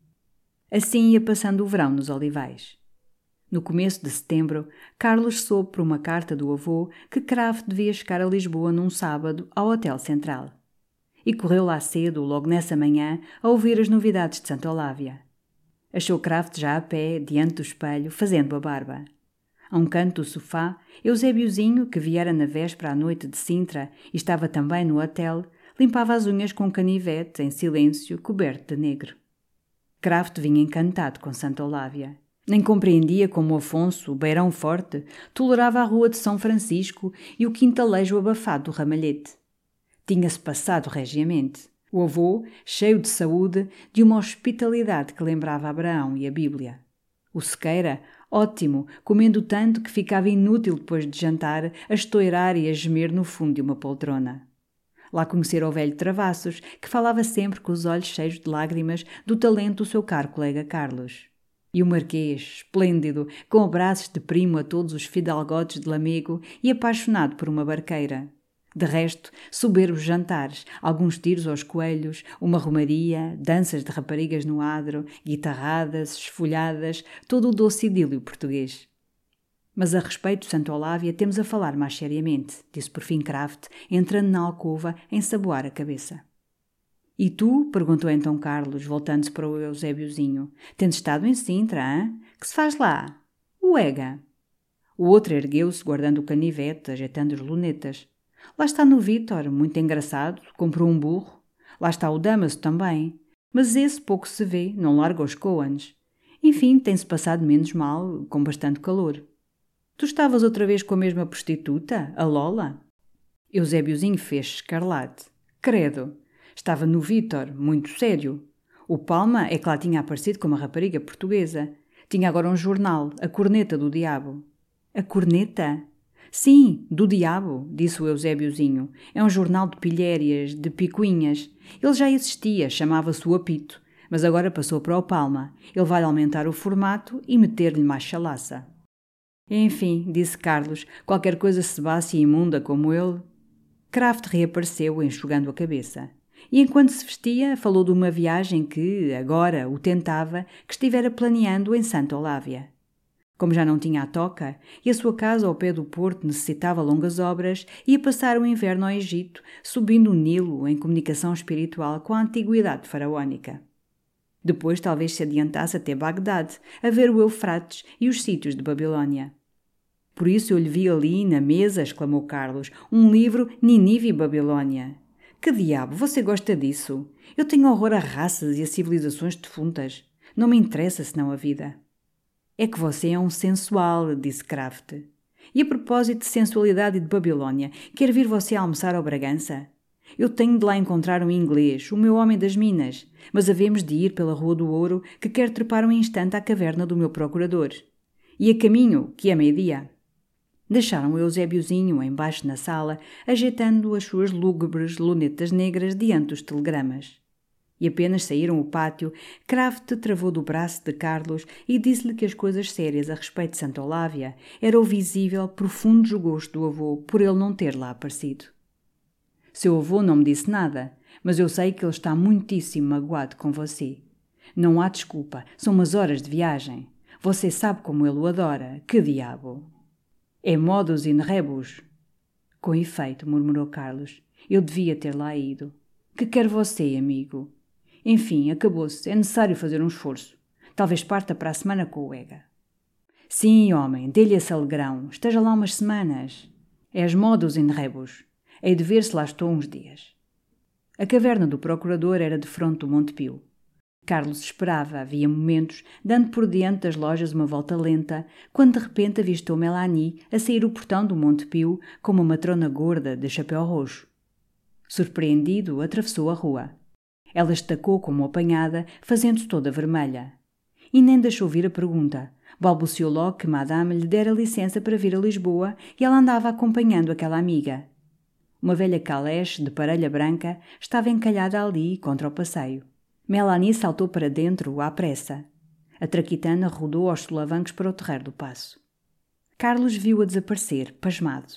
Assim ia passando o verão nos Olivais. No começo de setembro, Carlos soube por uma carta do avô que Kraft devia chegar a Lisboa num sábado ao Hotel Central. E correu lá cedo, logo nessa manhã, a ouvir as novidades de Santa Olávia. Achou Kraft já a pé, diante do espelho, fazendo a barba. A um canto do sofá, Eusébiozinho, que viera na véspera à noite de Sintra e estava também no hotel, limpava as unhas com um canivete, em silêncio, coberto de negro. Kraft vinha encantado com Santa Olávia. Nem compreendia como Afonso, o beirão forte, tolerava a rua de São Francisco e o quintalejo abafado do ramalhete. Tinha-se passado regiamente. O avô, cheio de saúde, de uma hospitalidade que lembrava Abraão e a Bíblia. O Sequeira, ótimo, comendo tanto que ficava inútil depois de jantar a estoirar e a gemer no fundo de uma poltrona. Lá conhecera o velho Travassos, que falava sempre com os olhos cheios de lágrimas do talento do seu caro colega Carlos. E o Marquês, esplêndido, com abraços de primo a todos os fidalgotes de Lamego e apaixonado por uma barqueira. De resto, soberbos jantares, alguns tiros aos coelhos, uma romaria, danças de raparigas no adro, guitarradas, esfolhadas, todo o doce idílio português. Mas a respeito de Santa Olávia temos a falar mais seriamente, disse por fim Kraft, entrando na alcova a ensaboar a cabeça. E tu? Perguntou então Carlos, voltando-se para o Eusébiozinho. Tens estado em Sintra, hã? Que se faz lá? O Ega. O outro ergueu-se, guardando o canivete, ajeitando as lunetas. Lá está no Vítor, muito engraçado, comprou um burro. Lá está o Damaso também. Mas esse pouco se vê, não larga os Coans. Enfim, tem-se passado menos mal, com bastante calor. Tu estavas outra vez com a mesma prostituta, a Lola? Eusébiozinho fez escarlate. Credo. Estava no Vítor, muito sério. O Palma é que lá tinha aparecido com uma rapariga portuguesa. Tinha agora um jornal, A Corneta do Diabo. A Corneta? Sim, do Diabo, disse o Eusébiozinho. É um jornal de pilhérias, de picuinhas. Ele já existia, chamava-se o Apito, mas agora passou para o Palma. Ele vai aumentar o formato e meter-lhe mais chalaça. Enfim, disse Carlos, qualquer coisa sebácea e imunda como ele. Kraft reapareceu, enxugando a cabeça. E enquanto se vestia, falou de uma viagem que, agora, o tentava, que estivera planeando em Santa Olávia. Como já não tinha a toca, e a sua casa ao pé do porto necessitava longas obras, ia passar o inverno ao Egito, subindo o Nilo em comunicação espiritual com a antiguidade faraónica. Depois talvez se adiantasse até Bagdade, a ver o Eufrates e os sítios de Babilônia. Por isso eu lhe vi ali, na mesa, exclamou Carlos, um livro Ninive e Babilônia. Que diabo, você gosta disso? Eu tenho horror a raças e a civilizações defuntas. Não me interessa senão a vida. É que você é um sensual, disse Kraft. E a propósito de sensualidade e de Babilônia, quer vir você almoçar ao Bragança? Eu tenho de lá encontrar um inglês, o meu homem das minas, mas havemos de ir pela Rua do Ouro, que quer trepar um instante à caverna do meu procurador. E a caminho, que é meio-dia. Deixaram o Eusébiozinho embaixo na sala, ajeitando as suas lúgubres lunetas negras diante dos telegramas. E apenas saíram o pátio, Kraft travou do braço de Carlos e disse-lhe que as coisas sérias a respeito de Santa Olávia era o visível, profundo desgosto do avô por ele não ter lá aparecido. Seu avô não me disse nada, mas eu sei que ele está muitíssimo magoado com você. Não há desculpa, são umas horas de viagem. Você sabe como ele o adora, que diabo! É modus in rebus. Com efeito, murmurou Carlos, eu devia ter lá ido. Que quer você, amigo? Enfim, acabou-se, é necessário fazer um esforço. Talvez parta para a semana com o Ega. Sim, homem, dê-lhe esse alegrão, esteja lá umas semanas. É as modus in rebus. Hei de ver se lá estou uns dias. A caverna do procurador era de fronte do Monte Pio. Carlos esperava, havia momentos, dando por diante das lojas uma volta lenta, quando de repente avistou Melanie a sair o portão do Monte Pio com uma matrona gorda de chapéu roxo. Surpreendido, atravessou a rua. Ela estacou como apanhada, fazendo-se toda vermelha. E nem deixou vir a pergunta. Balbuciou logo que Madame lhe dera licença para vir a Lisboa e ela andava acompanhando aquela amiga. Uma velha caleche de parelha branca estava encalhada ali contra o passeio. Melanie saltou para dentro à pressa. A traquitana rodou aos solavancos para o terreiro do paço. Carlos viu-a desaparecer, pasmado.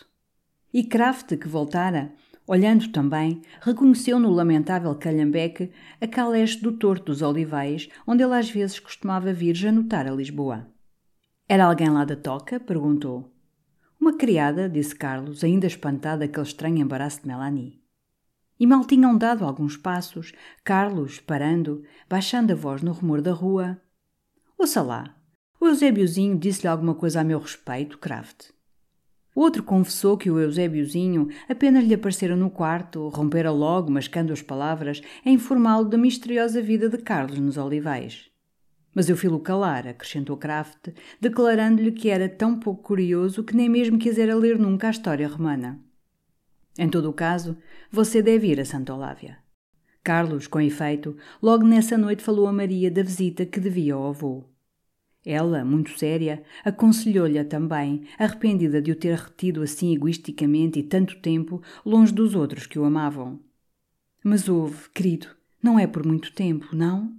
E Kraft, que voltara, olhando também, reconheceu no lamentável calhambeque a caleche do Torto dos Olivais, onde ele às vezes costumava vir janotar a Lisboa. Era alguém lá da toca? Perguntou. Uma criada, disse Carlos, ainda espantado daquele estranho embaraço de Melanie. E mal tinham dado alguns passos, Carlos, parando, baixando a voz no rumor da rua. Ouça lá, o Eusébiozinho disse-lhe alguma coisa a meu respeito, Kraft. O outro confessou que o Eusébiozinho apenas lhe aparecera no quarto, rompera logo, mascando as palavras, a informá-lo da misteriosa vida de Carlos nos Olivais. Mas eu fui-lo calar, acrescentou Kraft, declarando-lhe que era tão pouco curioso que nem mesmo quisera ler nunca a história romana. Em todo o caso, você deve ir a Santa Olávia. Carlos, com efeito, logo nessa noite falou a Maria da visita que devia ao avô. Ela, muito séria, aconselhou-lhe também, arrependida de o ter retido assim egoisticamente e tanto tempo longe dos outros que o amavam. Mas houve, querido, não é por muito tempo, não?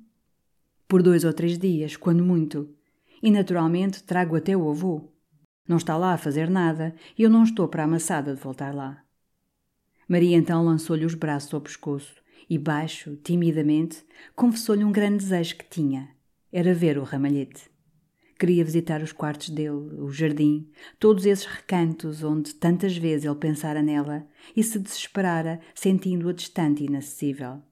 Por dois ou três dias, quando muito. E naturalmente trago até o avô. Não está lá a fazer nada e eu não estou para a amassada de voltar lá. Maria então lançou-lhe os braços ao pescoço e, baixo, timidamente, confessou-lhe um grande desejo que tinha. Era ver o ramalhete. Queria visitar os quartos dele, o jardim, todos esses recantos onde tantas vezes ele pensara nela e se desesperara, sentindo-a distante e inacessível.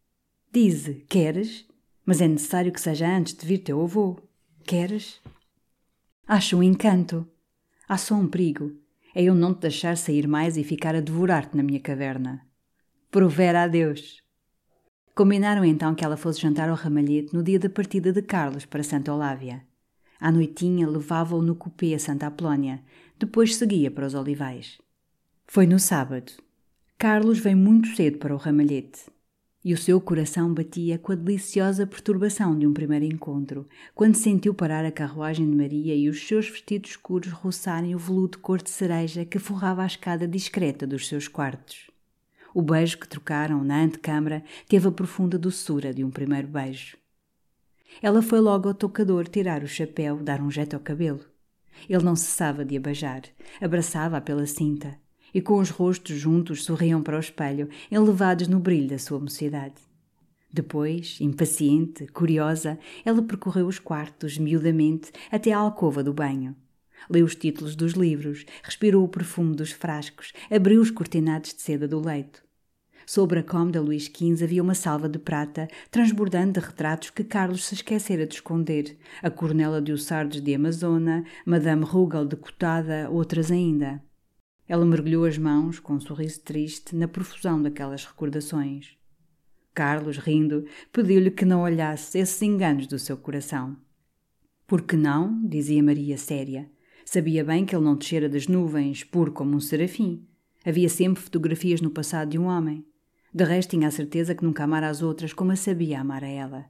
Dize, queres? Mas é necessário que seja antes de vir teu avô. Queres? Acho um encanto. Há só um perigo. É eu não te deixar sair mais e ficar a devorar-te na minha caverna. Provera a Deus. Combinaram então que ela fosse jantar ao ramalhete no dia da partida de Carlos para Santa Olávia. À noitinha levava-o no cupê a Santa Apolónia, depois seguia para os Olivais. Foi no sábado. Carlos veio muito cedo para o ramalhete. E o seu coração batia com a deliciosa perturbação de um primeiro encontro, quando sentiu parar a carruagem de Maria e os seus vestidos escuros roçarem o veludo cor de cereja que forrava a escada discreta dos seus quartos. O beijo que trocaram na antecâmara teve a profunda doçura de um primeiro beijo. Ela foi logo ao toucador tirar o chapéu, dar um jeito ao cabelo. Ele não cessava de a beijar, abraçava-a pela cinta, e com os rostos juntos sorriam para o espelho, elevados no brilho da sua mocidade. Depois, impaciente, curiosa, ela percorreu os quartos, miudamente, até à alcova do banho. Leu os títulos dos livros, respirou o perfume dos frascos, abriu os cortinados de seda do leito. Sobre a cômoda Luís quinze havia uma salva de prata, transbordando de retratos que Carlos se esquecera de esconder. A Coronela de Ossardes de Amazona, Madame Rugal de Cotada, outras ainda. Ela mergulhou as mãos, com um sorriso triste, na profusão daquelas recordações. Carlos, rindo, pediu-lhe que não olhasse esses enganos do seu coração. Por que não? Dizia Maria séria. Sabia bem que ele não descera das nuvens, puro como um serafim. Havia sempre fotografias no passado de um homem. De resto, tinha a certeza que nunca amara as outras como a sabia amar a ela.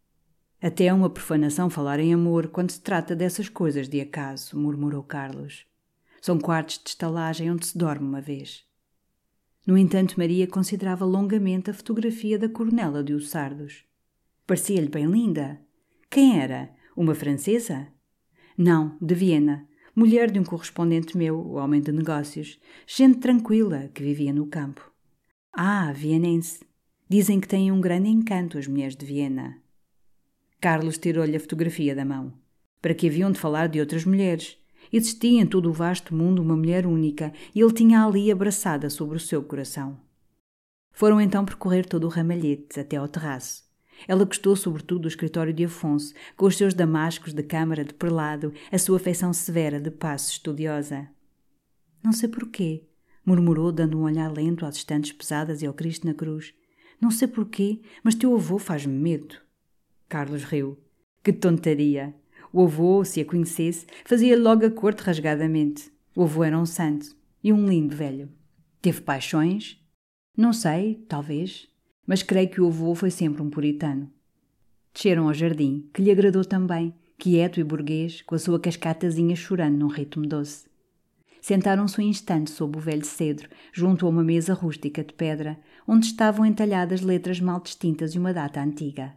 Até é uma profanação falar em amor quando se trata dessas coisas de acaso, murmurou Carlos. São quartos de estalagem onde se dorme uma vez. No entanto, Maria considerava longamente a fotografia da Coronela de Ossardes. Parecia-lhe bem linda. Quem era? Uma francesa? Não, de Viena. Mulher de um correspondente meu, homem de negócios. Gente tranquila, que vivia no campo. Ah, vienense. Dizem que têm um grande encanto as mulheres de Viena. Carlos tirou-lhe a fotografia da mão. Para que haviam de falar de outras mulheres? Existia em todo o vasto mundo uma mulher única e ele tinha ali abraçada sobre o seu coração. Foram então percorrer todo o ramalhete até ao terraço. Ela gostou sobretudo do escritório de Afonso, com os seus damascos de câmara de perlado, a sua feição severa de passo estudiosa. Não sei porquê, murmurou, dando um olhar lento às estantes pesadas e ao Cristo na cruz. Não sei porquê, mas teu avô faz-me medo. Carlos riu. Que tontaria! O avô, se a conhecesse, fazia-lhe logo a corte rasgadamente. O avô era um santo e um lindo velho. Teve paixões? Não sei, talvez, mas creio que o avô foi sempre um puritano. Desceram ao jardim, que lhe agradou também, quieto e burguês, com a sua cascatazinha chorando num ritmo doce. Sentaram-se um instante sob o velho cedro, junto a uma mesa rústica de pedra, onde estavam entalhadas letras mal distintas e uma data antiga.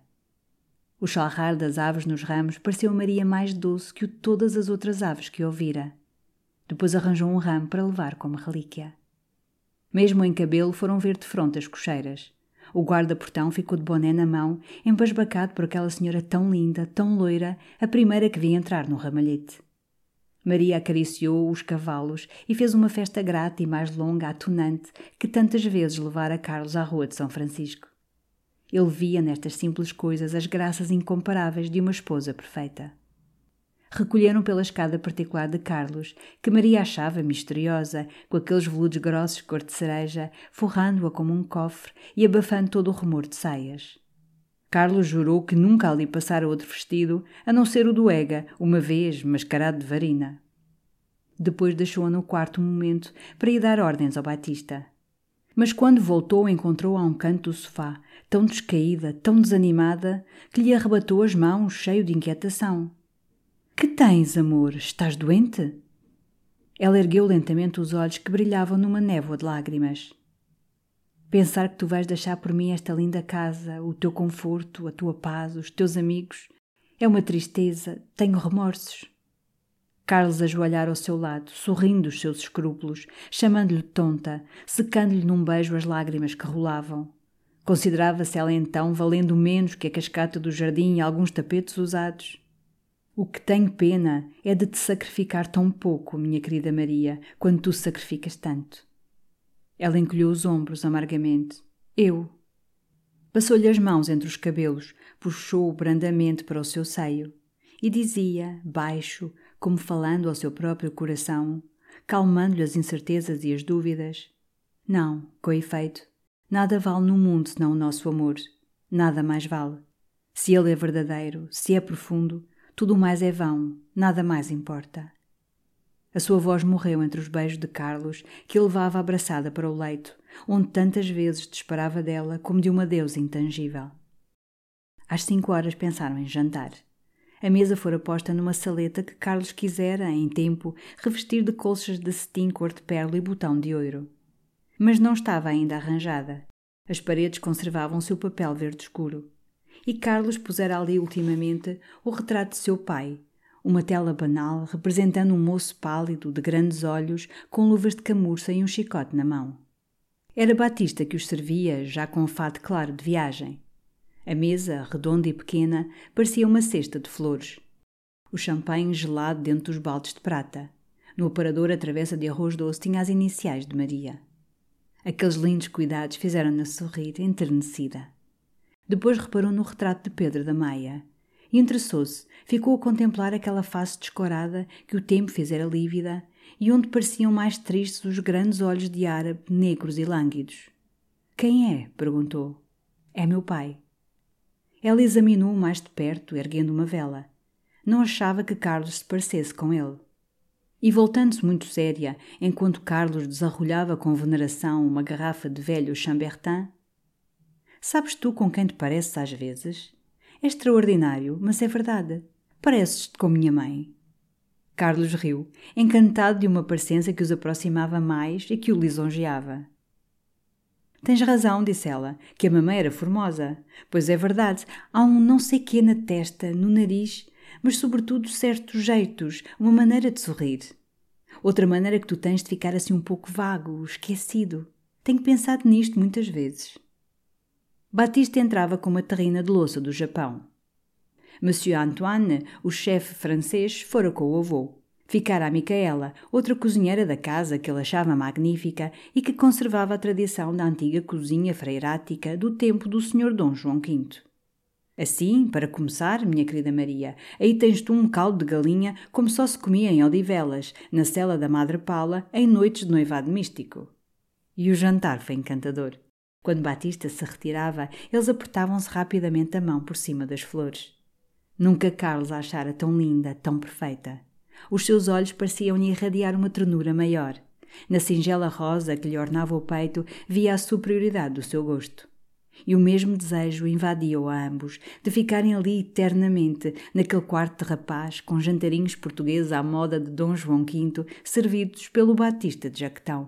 O chalrar das aves nos ramos pareceu a Maria mais doce que o de todas as outras aves que ouvira. Depois arranjou um ramo para levar como relíquia. Mesmo em cabelo foram ver de fronte as cocheiras. O guarda-portão ficou de boné na mão, embasbacado por aquela senhora tão linda, tão loira, a primeira que via entrar no ramalhete. Maria acariciou os cavalos e fez uma festa grata e mais longa à tunante que tantas vezes levara Carlos à rua de São Francisco. Ele via nestas simples coisas as graças incomparáveis de uma esposa perfeita. Recolheram pela escada particular de Carlos, que Maria achava misteriosa, com aqueles veludos grossos cor de cereja, forrando-a como um cofre e abafando todo o rumor de saias. Carlos jurou que nunca ali passara outro vestido, a não ser o do Ega, uma vez mascarado de varina. Depois deixou-a no quarto um momento para ir dar ordens ao Batista. Mas quando voltou encontrou-a a um canto do sofá, tão descaída, tão desanimada, que lhe arrebatou as mãos, cheio de inquietação. — Que tens, amor? Estás doente? Ela ergueu lentamente os olhos que brilhavam numa névoa de lágrimas. — Pensar que tu vais deixar por mim esta linda casa, o teu conforto, a tua paz, os teus amigos, é uma tristeza, tenho remorsos. Carlos ajoelhara ao seu lado, sorrindo os seus escrúpulos, chamando-lhe tonta, secando-lhe num beijo as lágrimas que rolavam. Considerava-se ela então valendo menos que a cascata do jardim e alguns tapetes usados. O que tenho pena é de te sacrificar tão pouco, minha querida Maria, quando tu sacrificas tanto. Ela encolheu os ombros amargamente. Eu. Passou-lhe as mãos entre os cabelos, puxou-o brandamente para o seu seio e dizia, baixo, como falando ao seu próprio coração, calmando-lhe as incertezas e as dúvidas: não, com efeito, nada vale no mundo senão o nosso amor. Nada mais vale. Se ele é verdadeiro, se é profundo, tudo mais é vão, nada mais importa. A sua voz morreu entre os beijos de Carlos, que a levava abraçada para o leito, onde tantas vezes disparava dela como de uma deusa intangível. Às cinco horas pensaram em jantar. A mesa fora posta numa saleta que Carlos quisera, em tempo, revestir de colchas de cetim cor de pérola e botão de ouro. Mas não estava ainda arranjada. As paredes conservavam seu papel verde escuro. E Carlos pusera ali ultimamente o retrato de seu pai, uma tela banal representando um moço pálido, de grandes olhos, com luvas de camurça e um chicote na mão. Era Batista que os servia, já com o fato claro de viagem. A mesa, redonda e pequena, parecia uma cesta de flores. O champanhe gelado dentro dos baldes de prata. No aparador a travessa de arroz doce tinha as iniciais de Maria. Aqueles lindos cuidados fizeram-na sorrir, enternecida. Depois reparou no retrato de Pedro da Maia e interessou-se, ficou a contemplar aquela face descorada que o tempo fizera lívida e onde pareciam mais tristes os grandes olhos de árabe, negros e lânguidos. — Quem é? — perguntou. — É meu pai. Ela examinou-o mais de perto, erguendo uma vela. Não achava que Carlos se parecesse com ele. E voltando-se muito séria, enquanto Carlos desarrolhava com veneração uma garrafa de velho Chambertin: — Sabes tu com quem te pareces às vezes? É extraordinário, mas é verdade. Pareces-te com minha mãe. Carlos riu, encantado de uma parecença que os aproximava mais e que o lisonjeava. — Tens razão, disse ela, que a mamãe era formosa. Pois é verdade, há um não sei quê na testa, no nariz, mas sobretudo certos jeitos, uma maneira de sorrir. Outra maneira que tu tens de ficar assim um pouco vago, esquecido. Tenho pensado nisto muitas vezes. Batista entrava com uma terrina de louça do Japão. Monsieur Antoine, o chefe francês, fora com o avô. Ficara a Micaela, outra cozinheira da casa que ele achava magnífica e que conservava a tradição da antiga cozinha freirática do tempo do senhor Dom João Quinto. Assim, para começar, minha querida Maria, aí tens tu um caldo de galinha como só se comia em Odivelas, na cela da Madre Paula, em noites de noivado místico. E o jantar foi encantador. Quando Batista se retirava, eles apertavam-se rapidamente a mão por cima das flores. Nunca Carlos a achara tão linda, tão perfeita. Os seus olhos pareciam-lhe irradiar uma ternura maior. Na singela rosa que lhe ornava o peito via a superioridade do seu gosto. E o mesmo desejo invadia-o a ambos, de ficarem ali eternamente, naquele quarto de rapaz, com jantarinhos portugueses à moda de Dom João quinto, servidos pelo Batista de Jaquetão.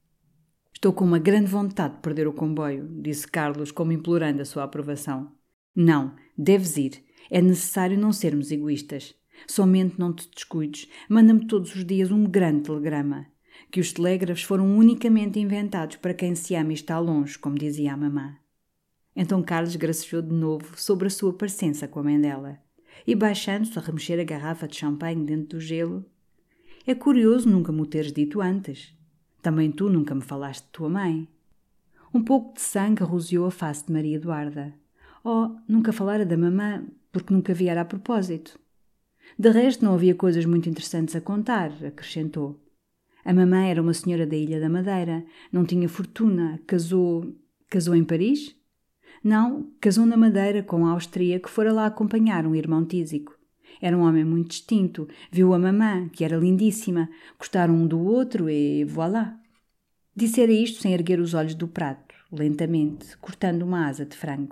Estou com uma grande vontade de perder o comboio, disse Carlos, como implorando a sua aprovação. Não, deves ir. É necessário não sermos egoístas. Somente não te descuides. Manda-me todos os dias um grande telegrama. Que os telégrafos foram unicamente inventados para quem se ama e está longe, como dizia a mamã. Então Carlos gracejou de novo sobre a sua parecença com a mãe dela. E baixando-se a remexer a garrafa de champanhe dentro do gelo. É curioso nunca me o teres dito antes. Também tu nunca me falaste de tua mãe. Um pouco de sangue roseou a face de Maria Eduarda. Oh, nunca falara da mamã, porque nunca viera a propósito. De resto não havia coisas muito interessantes a contar, acrescentou. A mamã era uma senhora da Ilha da Madeira, não tinha fortuna, casou... Casou em Paris? Não, casou na Madeira com a Áustria que fora lá acompanhar um irmão tísico. Era um homem muito distinto, viu a mamã, que era lindíssima, gostaram um do outro e voilà. Dissera isto sem erguer os olhos do prato, lentamente, cortando uma asa de frango.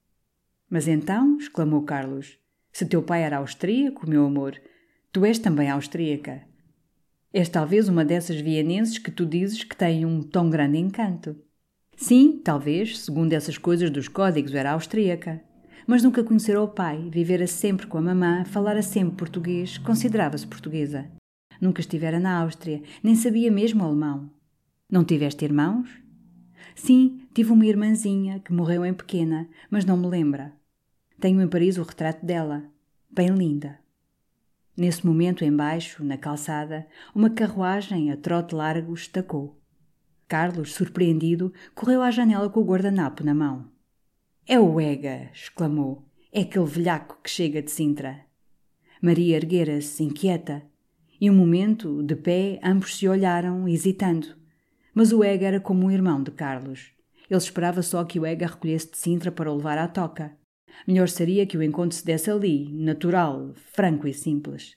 Mas então, exclamou Carlos, se teu pai era austríaco, meu amor, tu és também austríaca. És talvez uma dessas vienenses que tu dizes que têm um tão grande encanto. Sim, talvez, segundo essas coisas dos códigos, era austríaca. Mas nunca conhecera o pai, vivera sempre com a mamã, falara sempre português, considerava-se portuguesa. Nunca estivera na Áustria, nem sabia mesmo alemão. Não tiveste irmãos? Sim, tive uma irmãzinha que morreu em pequena, mas não me lembra. Tenho em Paris o retrato dela, bem linda. Nesse momento, embaixo, na calçada, uma carruagem a trote largo estacou. Carlos, surpreendido, correu à janela com o guardanapo na mão. É o Ega, exclamou. É aquele velhaco que chega de Sintra. Maria erguera-se, inquieta, e um momento, de pé, ambos se olharam, hesitando. Mas o Ega era como um irmão de Carlos. Ele esperava só que o Ega recolhesse de Sintra para o levar à toca. Melhor seria que o encontro se desse ali, natural, franco e simples.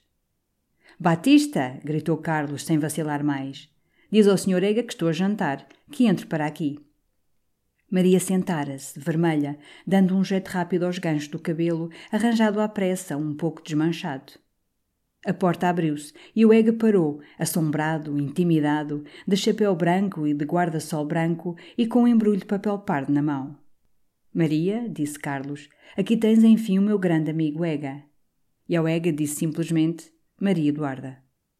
Batista! Gritou Carlos, sem vacilar mais. Diz ao senhor Ega que estou a jantar, que entre para aqui. Maria sentara-se, vermelha, dando um jeito rápido aos ganchos do cabelo, arranjado à pressa, um pouco desmanchado. A porta abriu-se e o Ega parou, assombrado, intimidado, de chapéu branco e de guarda-sol branco e com um embrulho de papel pardo na mão. Maria, disse Carlos, aqui tens enfim o meu grande amigo Ega. E ao Ega disse simplesmente Maria Eduarda.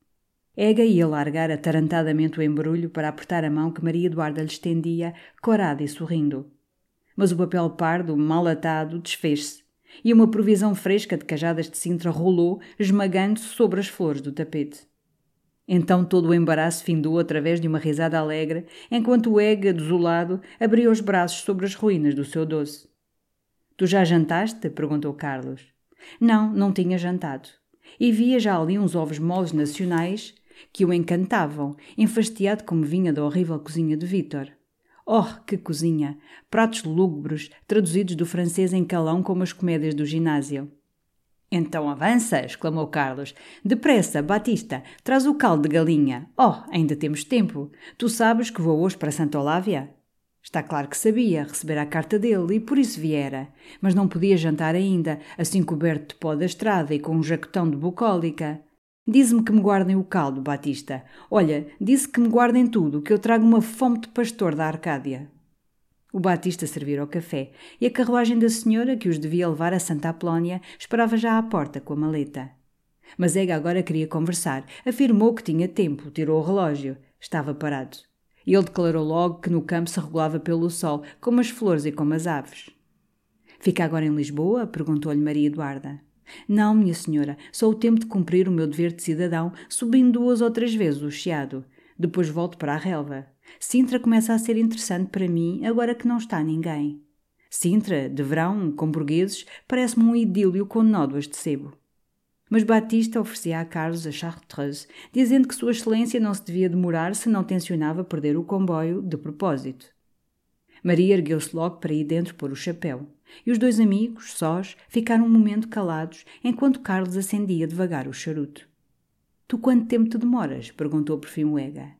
Ega ia largar atarantadamente o embrulho para apertar a mão que Maria Eduarda lhe estendia, corada e sorrindo. Mas o papel pardo, mal atado, desfez-se, e uma provisão fresca de cajadas de Sintra rolou, esmagando-se sobre as flores do tapete. Então todo o embaraço findou através de uma risada alegre, enquanto o Ega, desolado, abria os braços sobre as ruínas do seu doce. — Tu já jantaste? — perguntou Carlos. — Não, não tinha jantado. E via já ali uns ovos moles nacionais que o encantavam, enfastiado como vinha da horrível cozinha de Vítor. Oh, que cozinha! Pratos lúgubres, traduzidos do francês em calão como as comédias do ginásio. Então avança, exclamou Carlos. Depressa, Batista, traz o caldo de galinha. Oh, ainda temos tempo. Tu sabes que vou hoje para Santa Olávia? Está claro que sabia, recebera a carta dele e por isso viera. Mas não podia jantar ainda, assim coberto de pó da estrada e com um jacotão de bucólica. Diz-me que me guardem o caldo, Batista. Olha, disse que me guardem tudo, que eu trago uma fome de pastor da Arcádia. O Batista servira o café e a carruagem da senhora, que os devia levar a Santa Apolónia, esperava já à porta com a maleta. Mas Ega agora queria conversar. Afirmou que tinha tempo, tirou o relógio. Estava parado. E ele declarou logo que no campo se regulava pelo sol, como as flores e como as aves. Fica agora em Lisboa? Perguntou-lhe Maria Eduarda. Não, minha senhora, só o tempo de cumprir o meu dever de cidadão, subindo duas ou três vezes o Chiado. Depois volto para a relva. Sintra começa a ser interessante para mim, agora que não está ninguém. Sintra, de verão, com burgueses, parece-me um idílio com nódoas de sebo. Mas Batista oferecia a Carlos a Chartreuse, dizendo que Sua Excelência não se devia demorar se não tencionava perder o comboio de propósito. Maria ergueu-se logo para ir dentro pôr o chapéu, e os dois amigos, sós, ficaram um momento calados, enquanto Carlos acendia devagar o charuto. — Tu quanto tempo te demoras? — perguntou por fim o Ega.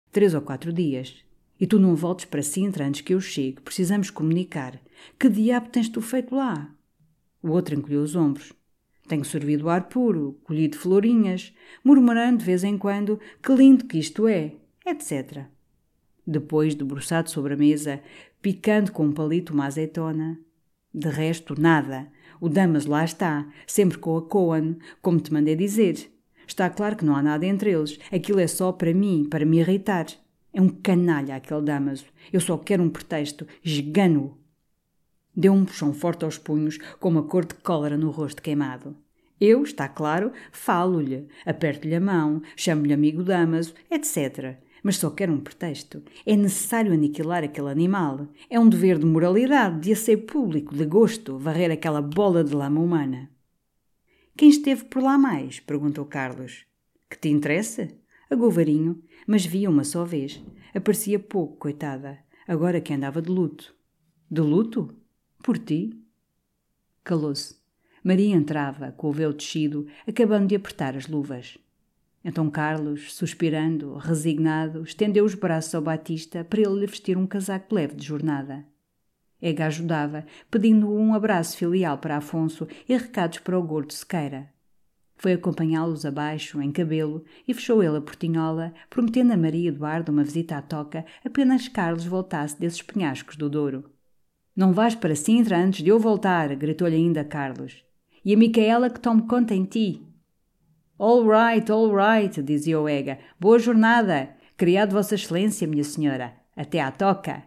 Três ou quatro dias. E tu não voltes para Sintra antes que eu chegue. Precisamos comunicar. Que diabo tens tu feito lá? O outro encolheu os ombros. Tenho sorvido ar puro, colhido florinhas, murmurando de vez em quando que lindo que isto é, etcétera. Depois, debruçado sobre a mesa, picando com um palito uma azeitona. De resto, nada. O Damaso lá está, sempre com a Coan, como te mandei dizer. Está claro que não há nada entre eles. Aquilo é só para mim, para me irritar. É um canalha aquele Damaso. Eu só quero um pretexto. Esgano-o. Deu um puxão forte aos punhos, com uma cor de cólera no rosto queimado. Eu, está claro, falo-lhe, aperto-lhe a mão, chamo-lhe amigo Damaso, etcétera. Mas só quero um pretexto. É necessário aniquilar aquele animal. É um dever de moralidade, de asseio público, de gosto, varrer aquela bola de lama humana. Quem esteve por lá mais? Perguntou Carlos. Que te interessa? Agou Varinho, mas via uma só vez. Aparecia pouco, coitada, agora que andava de luto. De luto? Por ti? Calou-se. Maria entrava, com o véu descido, acabando de apertar as luvas. Então Carlos, suspirando, resignado, estendeu os braços ao Batista para ele lhe vestir um casaco leve de jornada. Ega ajudava, pedindo um abraço filial para Afonso e recados para o gordo Sequeira. Foi acompanhá-los abaixo, em cabelo, e fechou ele a portinhola, prometendo a Maria Eduardo uma visita à toca apenas Carlos voltasse desses penhascos do Douro. Não vais para Sintra antes de eu voltar, gritou-lhe ainda Carlos. E a Micaela que tome conta em ti. All right, all right, dizia o Ega. Boa jornada. Criado Vossa Excelência, minha senhora. Até à toca.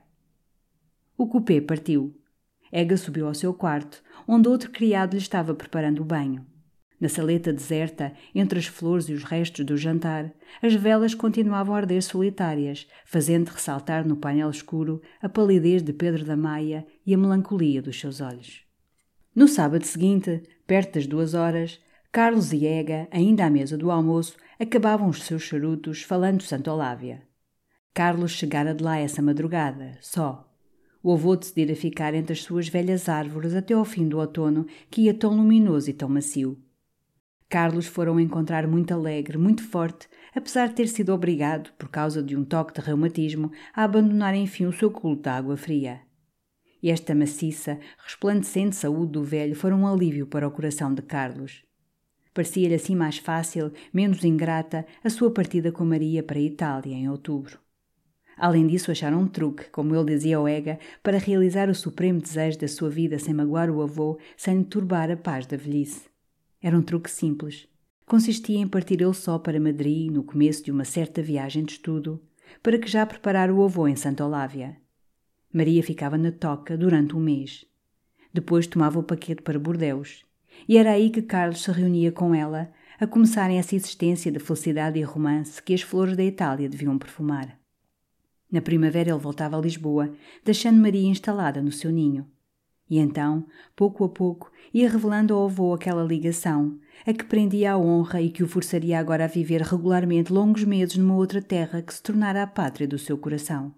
O cupê partiu. Ega subiu ao seu quarto, onde outro criado lhe estava preparando o banho. Na saleta deserta, entre as flores e os restos do jantar, as velas continuavam a arder solitárias, fazendo ressaltar no painel escuro a palidez de Pedro da Maia e a melancolia dos seus olhos. No sábado seguinte, perto das duas horas, Carlos e Ega, ainda à mesa do almoço, acabavam os seus charutos falando de Santa Olávia. Carlos chegara de lá essa madrugada, só. O avô decidira ficar entre as suas velhas árvores até ao fim do outono, que ia tão luminoso e tão macio. Carlos fora encontrar muito alegre, muito forte, apesar de ter sido obrigado, por causa de um toque de reumatismo, a abandonar enfim o seu culto à água fria. E esta maciça, resplandecente saúde do velho fora um alívio para o coração de Carlos. Parecia-lhe assim mais fácil, menos ingrata, a sua partida com Maria para a Itália, em outubro. Além disso, acharam um truque, como ele dizia ao Ega, para realizar o supremo desejo da sua vida sem magoar o avô, sem lhe turbar a paz da velhice. Era um truque simples. Consistia em partir ele só para Madrid, no começo de uma certa viagem de estudo, para que já preparara o avô em Santa Olávia. Maria ficava na toca durante um mês. Depois tomava o paquete para Bordeus. E era aí que Carlos se reunia com ela, a começarem essa existência de felicidade e romance que as flores da Itália deviam perfumar. Na primavera ele voltava a Lisboa, deixando Maria instalada no seu ninho. E então, pouco a pouco, ia revelando ao avô aquela ligação, a que prendia a honra e que o forçaria agora a viver regularmente longos meses numa outra terra que se tornara a pátria do seu coração.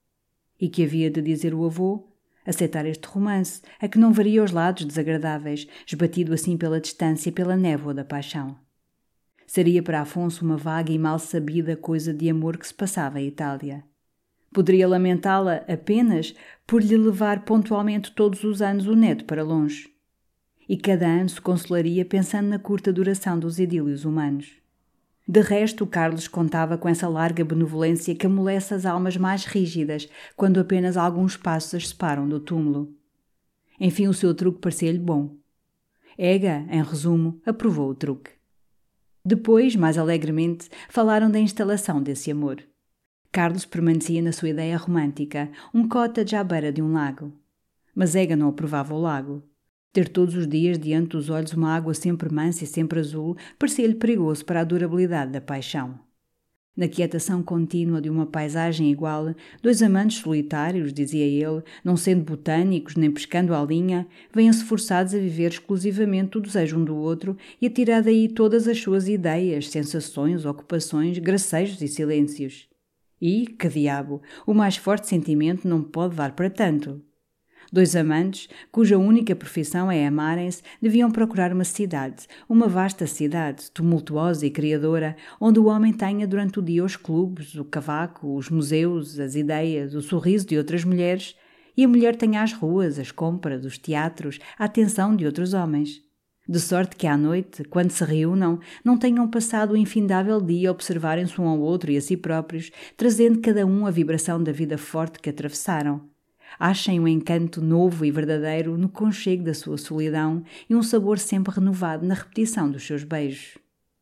E que havia de dizer o avô? Aceitar este romance, a que não varia os lados desagradáveis, esbatido assim pela distância e pela névoa da paixão. Seria para Afonso uma vaga e mal sabida coisa de amor que se passava em Itália. Poderia lamentá-la apenas por lhe levar pontualmente todos os anos o neto para longe. E cada ano se consolaria pensando na curta duração dos idílios humanos. De resto, Carlos contava com essa larga benevolência que amolece as almas mais rígidas quando apenas alguns passos as separam do túmulo. Enfim, o seu truque parecia-lhe bom. Ega, em resumo, aprovou o truque. Depois, mais alegremente, falaram da instalação desse amor. Carlos permanecia na sua ideia romântica, um cottage à beira de um lago. Mas Ega não aprovava o lago. Ter todos os dias diante dos olhos uma água sempre mansa e sempre azul parecia-lhe perigoso para a durabilidade da paixão. Na quietação contínua de uma paisagem igual, dois amantes solitários, dizia ele, não sendo botânicos nem pescando à linha, vêm-se forçados a viver exclusivamente o desejo um do outro e a tirar daí todas as suas ideias, sensações, ocupações, gracejos e silêncios. E, que diabo, o mais forte sentimento não pode dar para tanto. Dois amantes, cuja única profissão é amarem-se, deviam procurar uma cidade, uma vasta cidade, tumultuosa e criadora, onde o homem tenha durante o dia os clubes, o cavaco, os museus, as ideias, o sorriso de outras mulheres, e a mulher tenha as ruas, as compras, os teatros, a atenção de outros homens. De sorte que à noite, quando se reúnam, não tenham passado o infindável dia a observarem-se um ao outro e a si próprios, trazendo cada um a vibração da vida forte que atravessaram. Achem um encanto novo e verdadeiro no conchego da sua solidão e um sabor sempre renovado na repetição dos seus beijos.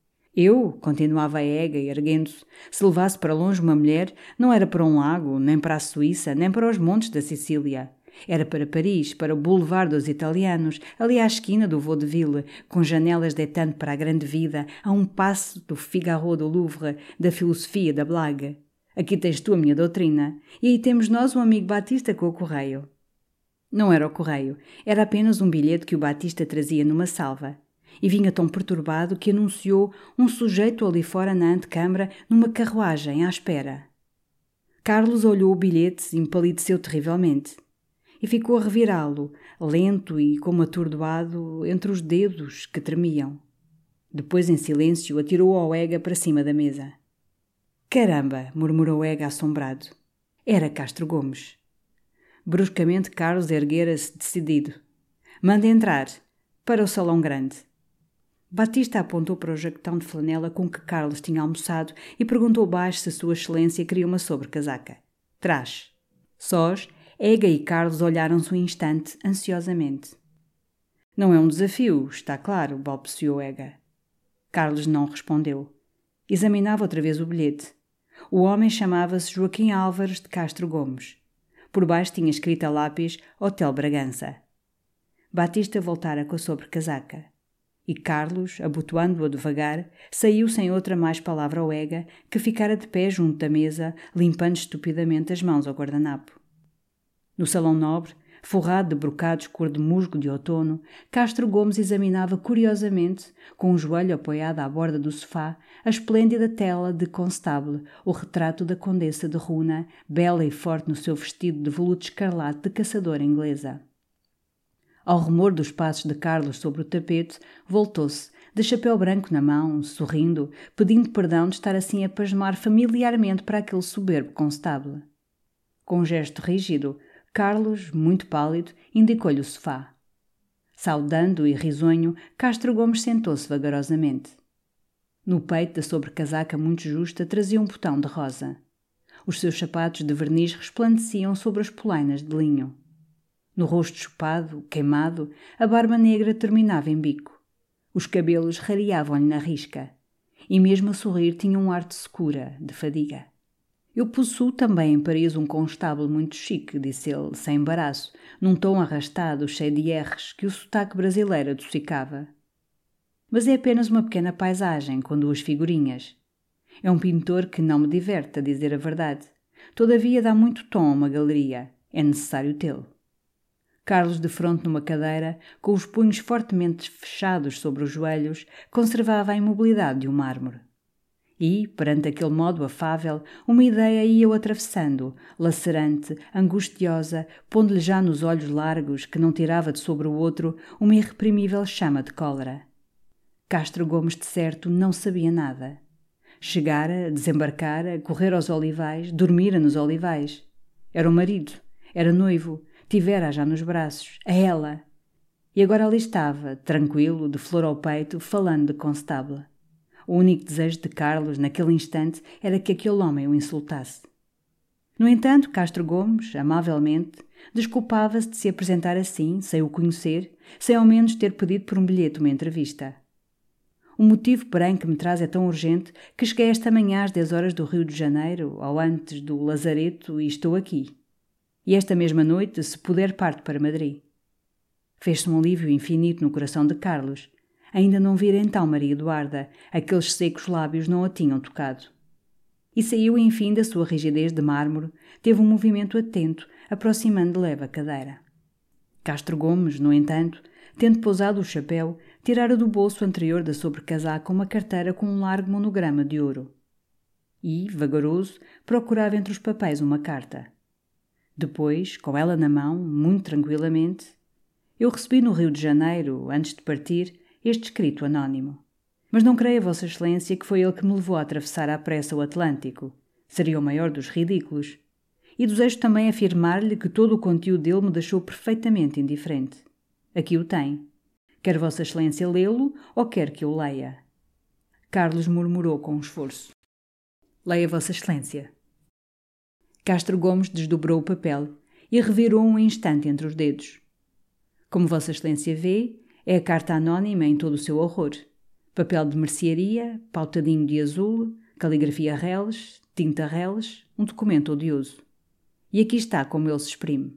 Eu, continuava a Ega, erguendo-se, se levasse para longe uma mulher, não era para um lago, nem para a Suíça, nem para os montes da Sicília. Era para Paris, para o Boulevard dos Italianos, ali à esquina do Vaudeville, com janelas deitando para a grande vida, a um passo do Figaro do Louvre, da filosofia da blague. Aqui tens tu a minha doutrina, e aí temos nós um amigo Batista com o correio. Não era o correio, era apenas um bilhete que o Batista trazia numa salva. E vinha tão perturbado que anunciou um sujeito ali fora na antecâmara numa carruagem à espera. Carlos olhou o bilhete e empalideceu terrivelmente. E ficou a revirá-lo, lento e como atordoado, entre os dedos que tremiam. Depois, em silêncio, atirou ao Ega para cima da mesa. «Caramba!» murmurou Ega assombrado. Era Castro Gomes. Bruscamente Carlos erguera-se decidido. «Manda entrar, para o salão grande». Batista apontou para o jaquetão de flanela com que Carlos tinha almoçado e perguntou baixo se Sua Excelência queria uma sobrecasaca. «Traz». Sós, Ega e Carlos olharam-se um instante, ansiosamente. «Não é um desafio, está claro», balbuciou Ega. Carlos não respondeu. Examinava outra vez o bilhete. O homem chamava-se Joaquim Álvares de Castro Gomes. Por baixo tinha escrito a lápis Hotel Bragança. Batista voltara com a sobrecasaca. E Carlos, abotoando-a devagar, saiu sem outra mais palavra ao Ega, que ficara de pé junto da mesa, limpando estupidamente as mãos ao guardanapo. No salão nobre, forrado de brocados cor de musgo de outono, Castro Gomes examinava curiosamente, com o joelho apoiado à borda do sofá, a esplêndida tela de Constable, o retrato da Condessa de Runa, bela e forte no seu vestido de veludo escarlate de caçadora inglesa. Ao rumor dos passos de Carlos sobre o tapete, voltou-se, de chapéu branco na mão, sorrindo, pedindo perdão de estar assim a pasmar familiarmente para aquele soberbo Constable. Com um gesto rígido, Carlos, muito pálido, indicou-lhe o sofá. Saudando e risonho, Castro Gomes sentou-se vagarosamente. No peito da sobrecasaca muito justa trazia um botão de rosa. Os seus sapatos de verniz resplandeciam sobre as polainas de linho. No rosto chupado, queimado, a barba negra terminava em bico. Os cabelos rareavam-lhe na risca. E mesmo a sorrir tinha um ar de secura, de fadiga. «Eu possuo também em Paris um constábulo muito chique», disse ele, sem embaraço, num tom arrastado, cheio de erres, que o sotaque brasileiro adocicava. «Mas é apenas uma pequena paisagem, com duas figurinhas. É um pintor que não me diverte, a dizer a verdade. Todavia dá muito tom a uma galeria. É necessário tê-lo». Carlos, de fronte numa cadeira, com os punhos fortemente fechados sobre os joelhos, conservava a imobilidade de um mármore. E, perante aquele modo afável, uma ideia ia-o atravessando, lacerante, angustiosa, pondo-lhe já nos olhos largos, que não tirava de sobre o outro, uma irreprimível chama de cólera. Castro Gomes, de certo, não sabia nada. Chegara, desembarcara, correra aos olivais, dormira nos olivais. Era o marido, era noivo, tivera já nos braços, a ela. E agora ali estava, tranquilo, de flor ao peito, falando de Constable. O único desejo de Carlos, naquele instante, era que aquele homem o insultasse. No entanto, Castro Gomes, amavelmente, desculpava-se de se apresentar assim, sem o conhecer, sem ao menos ter pedido por um bilhete uma entrevista. O motivo, porém, que me traz é tão urgente que cheguei esta manhã às dez horas do Rio de Janeiro, ao antes do Lazareto, e estou aqui. E esta mesma noite, se puder, parto para Madrid. Fez-se um alívio infinito no coração de Carlos. Ainda não vira então Maria Eduarda, aqueles secos lábios não a tinham tocado. E saiu, enfim, da sua rigidez de mármore, teve um movimento atento, aproximando de leve a cadeira. Castro Gomes, no entanto, tendo pousado o chapéu, tirara do bolso anterior da sobrecasaca uma carteira com um largo monograma de ouro. E, vagaroso, procurava entre os papéis uma carta. Depois, com ela na mão, muito tranquilamente, eu recebi no Rio de Janeiro, antes de partir, este escrito anónimo. Mas não creia, Vossa Excelência, que foi ele que me levou a atravessar à pressa o Atlântico. Seria o maior dos ridículos. E desejo também afirmar-lhe que todo o conteúdo dele me deixou perfeitamente indiferente. Aqui o tem. Quer Vossa Excelência lê-lo ou quer que eu leia? Carlos murmurou com esforço. Leia, Vossa Excelência. Castro Gomes desdobrou o papel e revirou um instante entre os dedos. Como Vossa Excelência vê, é a carta anónima em todo o seu horror. Papel de mercearia, pautadinho de azul, caligrafia reles, tinta reles, um documento odioso. E aqui está como ele se exprime.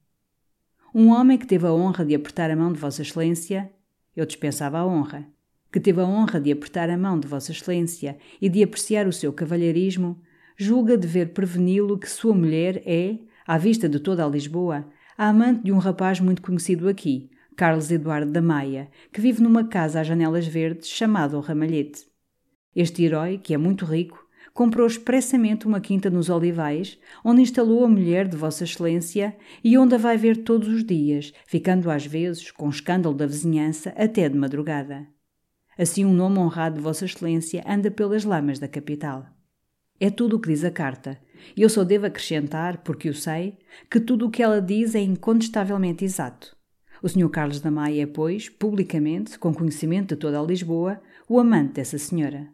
Um homem que teve a honra de apertar a mão de Vossa Excelência, eu dispensava a honra, que teve a honra de apertar a mão de Vossa Excelência e de apreciar o seu cavalheirismo, julga dever preveni-lo que sua mulher é, à vista de toda a Lisboa, a amante de um rapaz muito conhecido aqui, Carlos Eduardo da Maia, que vive numa casa às janelas verdes chamado o Ramalhete. Este herói, que é muito rico, comprou expressamente uma quinta nos Olivais, onde instalou a mulher de Vossa Excelência e onde a vai ver todos os dias, ficando às vezes, com escândalo da vizinhança, até de madrugada. Assim um nome honrado de Vossa Excelência anda pelas lamas da capital. É tudo o que diz a carta, e eu só devo acrescentar, porque o sei, que tudo o que ela diz é incontestavelmente exato. O senhor Carlos da Maia é, pois, publicamente, com conhecimento de toda a Lisboa, o amante dessa senhora.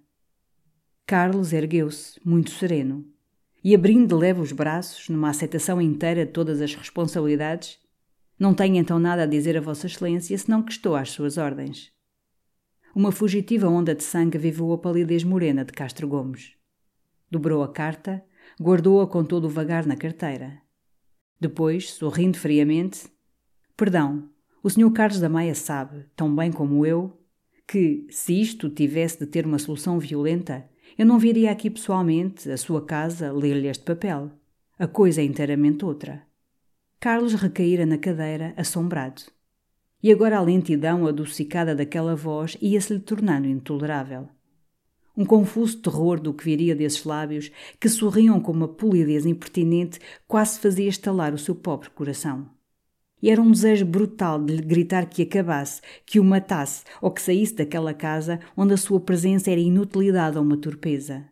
Carlos ergueu-se, muito sereno, e abrindo de leve os braços, numa aceitação inteira de todas as responsabilidades, não tenho então nada a dizer a Vossa Excelência, senão que estou às suas ordens. Uma fugitiva onda de sangue avivou a palidez morena de Castro Gomes. Dobrou a carta, guardou-a com todo o vagar na carteira. Depois, sorrindo friamente, perdão, o senhor Carlos da Maia sabe, tão bem como eu, que, se isto tivesse de ter uma solução violenta, eu não viria aqui pessoalmente, à sua casa, ler-lhe este papel. A coisa é inteiramente outra. Carlos recaíra na cadeira, assombrado. E agora a lentidão adocicada daquela voz ia-se-lhe tornando intolerável. Um confuso terror do que viria desses lábios, que sorriam com uma polidez impertinente, quase fazia estalar o seu pobre coração. E era um desejo brutal de lhe gritar que acabasse, que o matasse ou que saísse daquela casa onde a sua presença era inutilidade ou uma torpeza.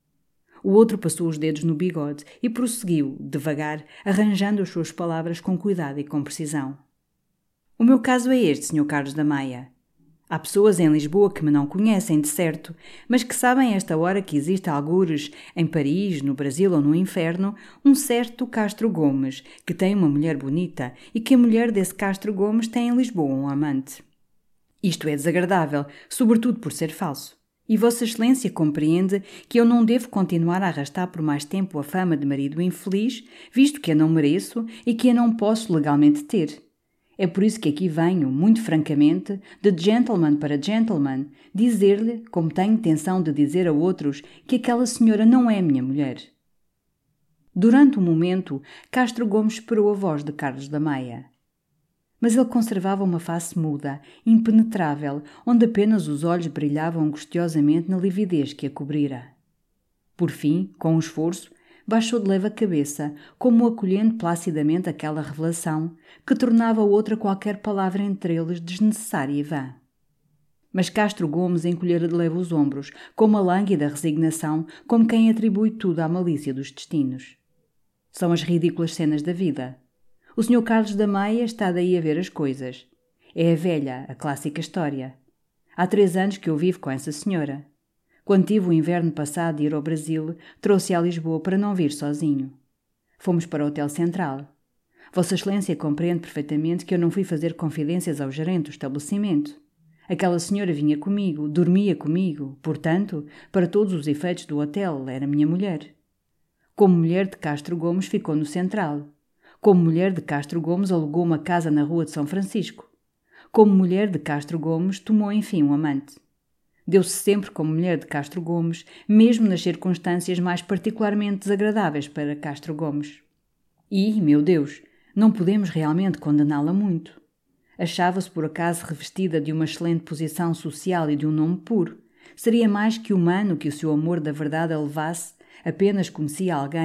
O outro passou os dedos no bigode e prosseguiu, devagar, arranjando as suas palavras com cuidado e com precisão. O meu caso é este, senhor Carlos da Maia. Há pessoas em Lisboa que me não conhecem, de certo, mas que sabem a esta hora que existe algures, em Paris, no Brasil ou no inferno, um certo Castro Gomes, que tem uma mulher bonita e que a mulher desse Castro Gomes tem em Lisboa um amante. Isto é desagradável, sobretudo por ser falso. E Vossa Excelência compreende que eu não devo continuar a arrastar por mais tempo a fama de marido infeliz, visto que a não mereço e que a não posso legalmente ter. É por isso que aqui venho, muito francamente, de gentleman para gentleman, dizer-lhe, como tenho intenção de dizer a outros, que aquela senhora não é minha mulher. Durante um momento, Castro Gomes esperou a voz de Carlos da Maia. Mas ele conservava uma face muda, impenetrável, onde apenas os olhos brilhavam angustiosamente na lividez que a cobrira. Por fim, com um esforço, baixou de leve a cabeça, como acolhendo placidamente aquela revelação que tornava outra qualquer palavra entre eles desnecessária e vã. Mas Castro Gomes encolhera de leve os ombros, com uma lânguida resignação, como quem atribui tudo à malícia dos destinos. São as ridículas cenas da vida. O senhor Carlos da Maia está daí a ver as coisas. É a velha, a clássica história. Há três anos que eu vivo com essa senhora. Quando tive o inverno passado de ir ao Brasil, trouxe-a a Lisboa para não vir sozinho. Fomos para o Hotel Central. Vossa Excelência compreende perfeitamente que eu não fui fazer confidências ao gerente do estabelecimento. Aquela senhora vinha comigo, dormia comigo, portanto, para todos os efeitos do hotel, era minha mulher. Como mulher de Castro Gomes ficou no Central. Como mulher de Castro Gomes alugou uma casa na Rua de São Francisco. Como mulher de Castro Gomes tomou enfim um amante. Deu-se sempre como mulher de Castro Gomes, mesmo nas circunstâncias mais particularmente desagradáveis para Castro Gomes. E, meu Deus, não podemos realmente condená-la muito. Achava-se por acaso revestida de uma excelente posição social e de um nome puro. Seria mais que humano que o seu amor da verdade a levasse, apenas conhecia alguém,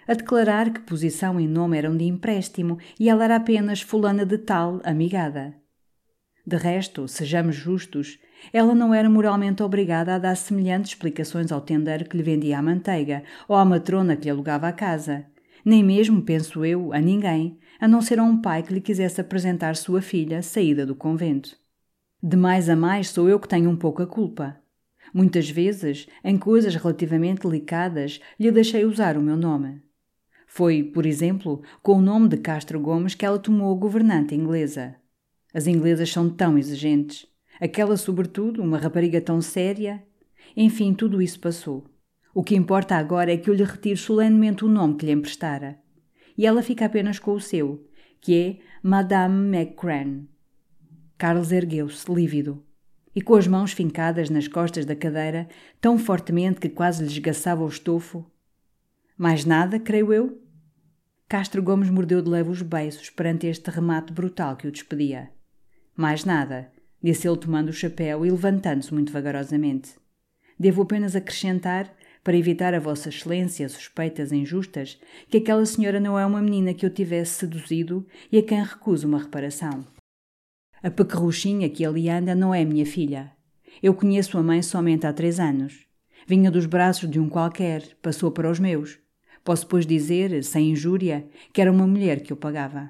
a declarar que posição e nome eram de empréstimo e ela era apenas fulana de tal, amigada. De resto, sejamos justos, ela não era moralmente obrigada a dar semelhantes explicações ao tendeiro que lhe vendia a manteiga ou à matrona que lhe alugava a casa, nem mesmo, penso eu, a ninguém, a não ser a um pai que lhe quisesse apresentar sua filha saída do convento. De mais a mais sou eu que tenho um pouco a culpa. Muitas vezes, em coisas relativamente delicadas, lhe deixei usar o meu nome. Foi, por exemplo, com o nome de Castro Gomes que ela tomou a governanta inglesa. As inglesas são tão exigentes. Aquela, sobretudo, uma rapariga tão séria. Enfim, tudo isso passou. O que importa agora é que eu lhe retiro solenemente o nome que lhe emprestara. E ela fica apenas com o seu, que é Madame MacCran. Carlos ergueu-se, lívido, e com as mãos fincadas nas costas da cadeira, tão fortemente que quase lhe esgaçava o estofo. Mais nada, creio eu? Castro Gomes mordeu de leve os beiços perante este remate brutal que o despedia. Mais nada, disse ele tomando o chapéu e levantando-se muito vagarosamente. Devo apenas acrescentar, para evitar a Vossa Excelência suspeitas injustas, que aquela senhora não é uma menina que eu tivesse seduzido e a quem recuso uma reparação. A pequerruchinha que ali anda não é minha filha. Eu conheço a mãe somente há três anos. Vinha dos braços de um qualquer, passou para os meus. Posso, pois, dizer, sem injúria, que era uma mulher que eu pagava.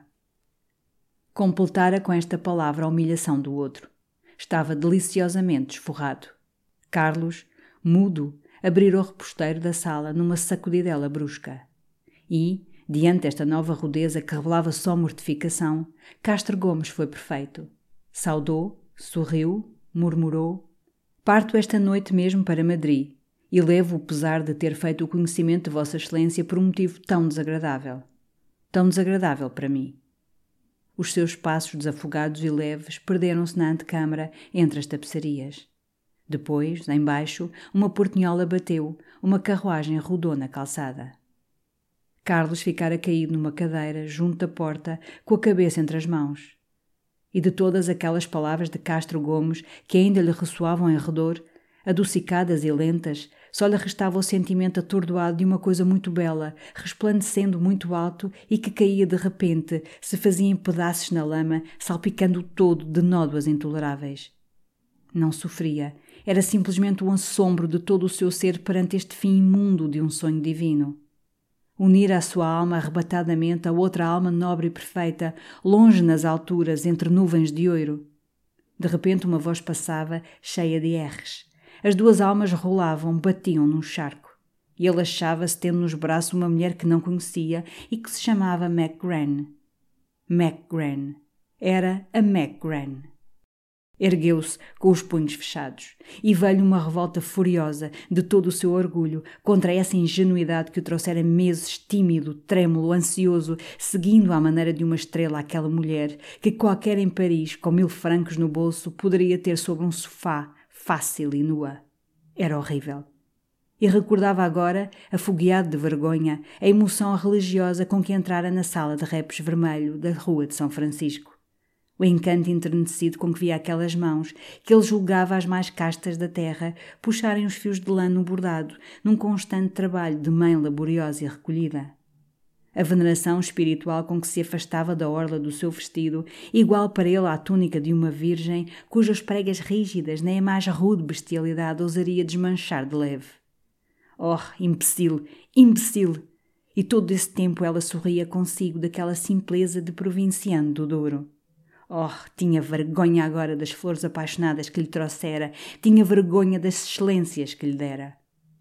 Completara com esta palavra a humilhação do outro. Estava deliciosamente esforrado. Carlos, mudo, abrira o reposteiro da sala numa sacudidela brusca. E, diante desta nova rudeza que revelava só mortificação, Castro Gomes foi perfeito. Saudou, sorriu, murmurou: parto esta noite mesmo para Madrid e levo o pesar de ter feito o conhecimento de Vossa Excelência por um motivo tão desagradável. Tão desagradável para mim. Os seus passos desafogados e leves perderam-se na antecâmara entre as tapeçarias. Depois, embaixo, uma portinhola bateu, uma carruagem rodou na calçada. Carlos ficara caído numa cadeira, junto da porta, com a cabeça entre as mãos. E de todas aquelas palavras de Castro Gomes que ainda lhe ressoavam em redor, adocicadas e lentas, só lhe restava o sentimento atordoado de uma coisa muito bela, resplandecendo muito alto e que caía de repente, se fazia em pedaços na lama, salpicando-o todo de nódoas intoleráveis. Não sofria, era simplesmente o assombro de todo o seu ser perante este fim imundo de um sonho divino. Unir à sua alma arrebatadamente a outra alma nobre e perfeita, longe nas alturas, entre nuvens de ouro. De repente uma voz passava, cheia de erres. As duas almas rolavam, batiam num charco. E ele achava-se tendo nos braços uma mulher que não conhecia e que se chamava MacCran. MacCran. Era a MacCran. Ergueu-se com os punhos fechados e veio-lhe uma revolta furiosa de todo o seu orgulho contra essa ingenuidade que o trouxera meses tímido, trêmulo, ansioso, seguindo à maneira de uma estrela aquela mulher que qualquer em Paris, com mil francos no bolso, poderia ter sobre um sofá, fácil e nua. Era horrível. E recordava agora, afogueado de vergonha, a emoção religiosa com que entrara na sala de repes vermelho da Rua de São Francisco. O encanto enternecido com que via aquelas mãos, que ele julgava as mais castas da terra, puxarem os fios de lã no bordado, num constante trabalho de mãe laboriosa e recolhida. A veneração espiritual com que se afastava da orla do seu vestido, igual para ele à túnica de uma virgem, cujas pregas rígidas nem a mais rude bestialidade ousaria desmanchar de leve. Oh, imbecil, imbecil! E todo esse tempo ela sorria consigo daquela simpleza de provinciano do Douro. Oh, tinha vergonha agora das flores apaixonadas que lhe trouxera, tinha vergonha das excelências que lhe dera.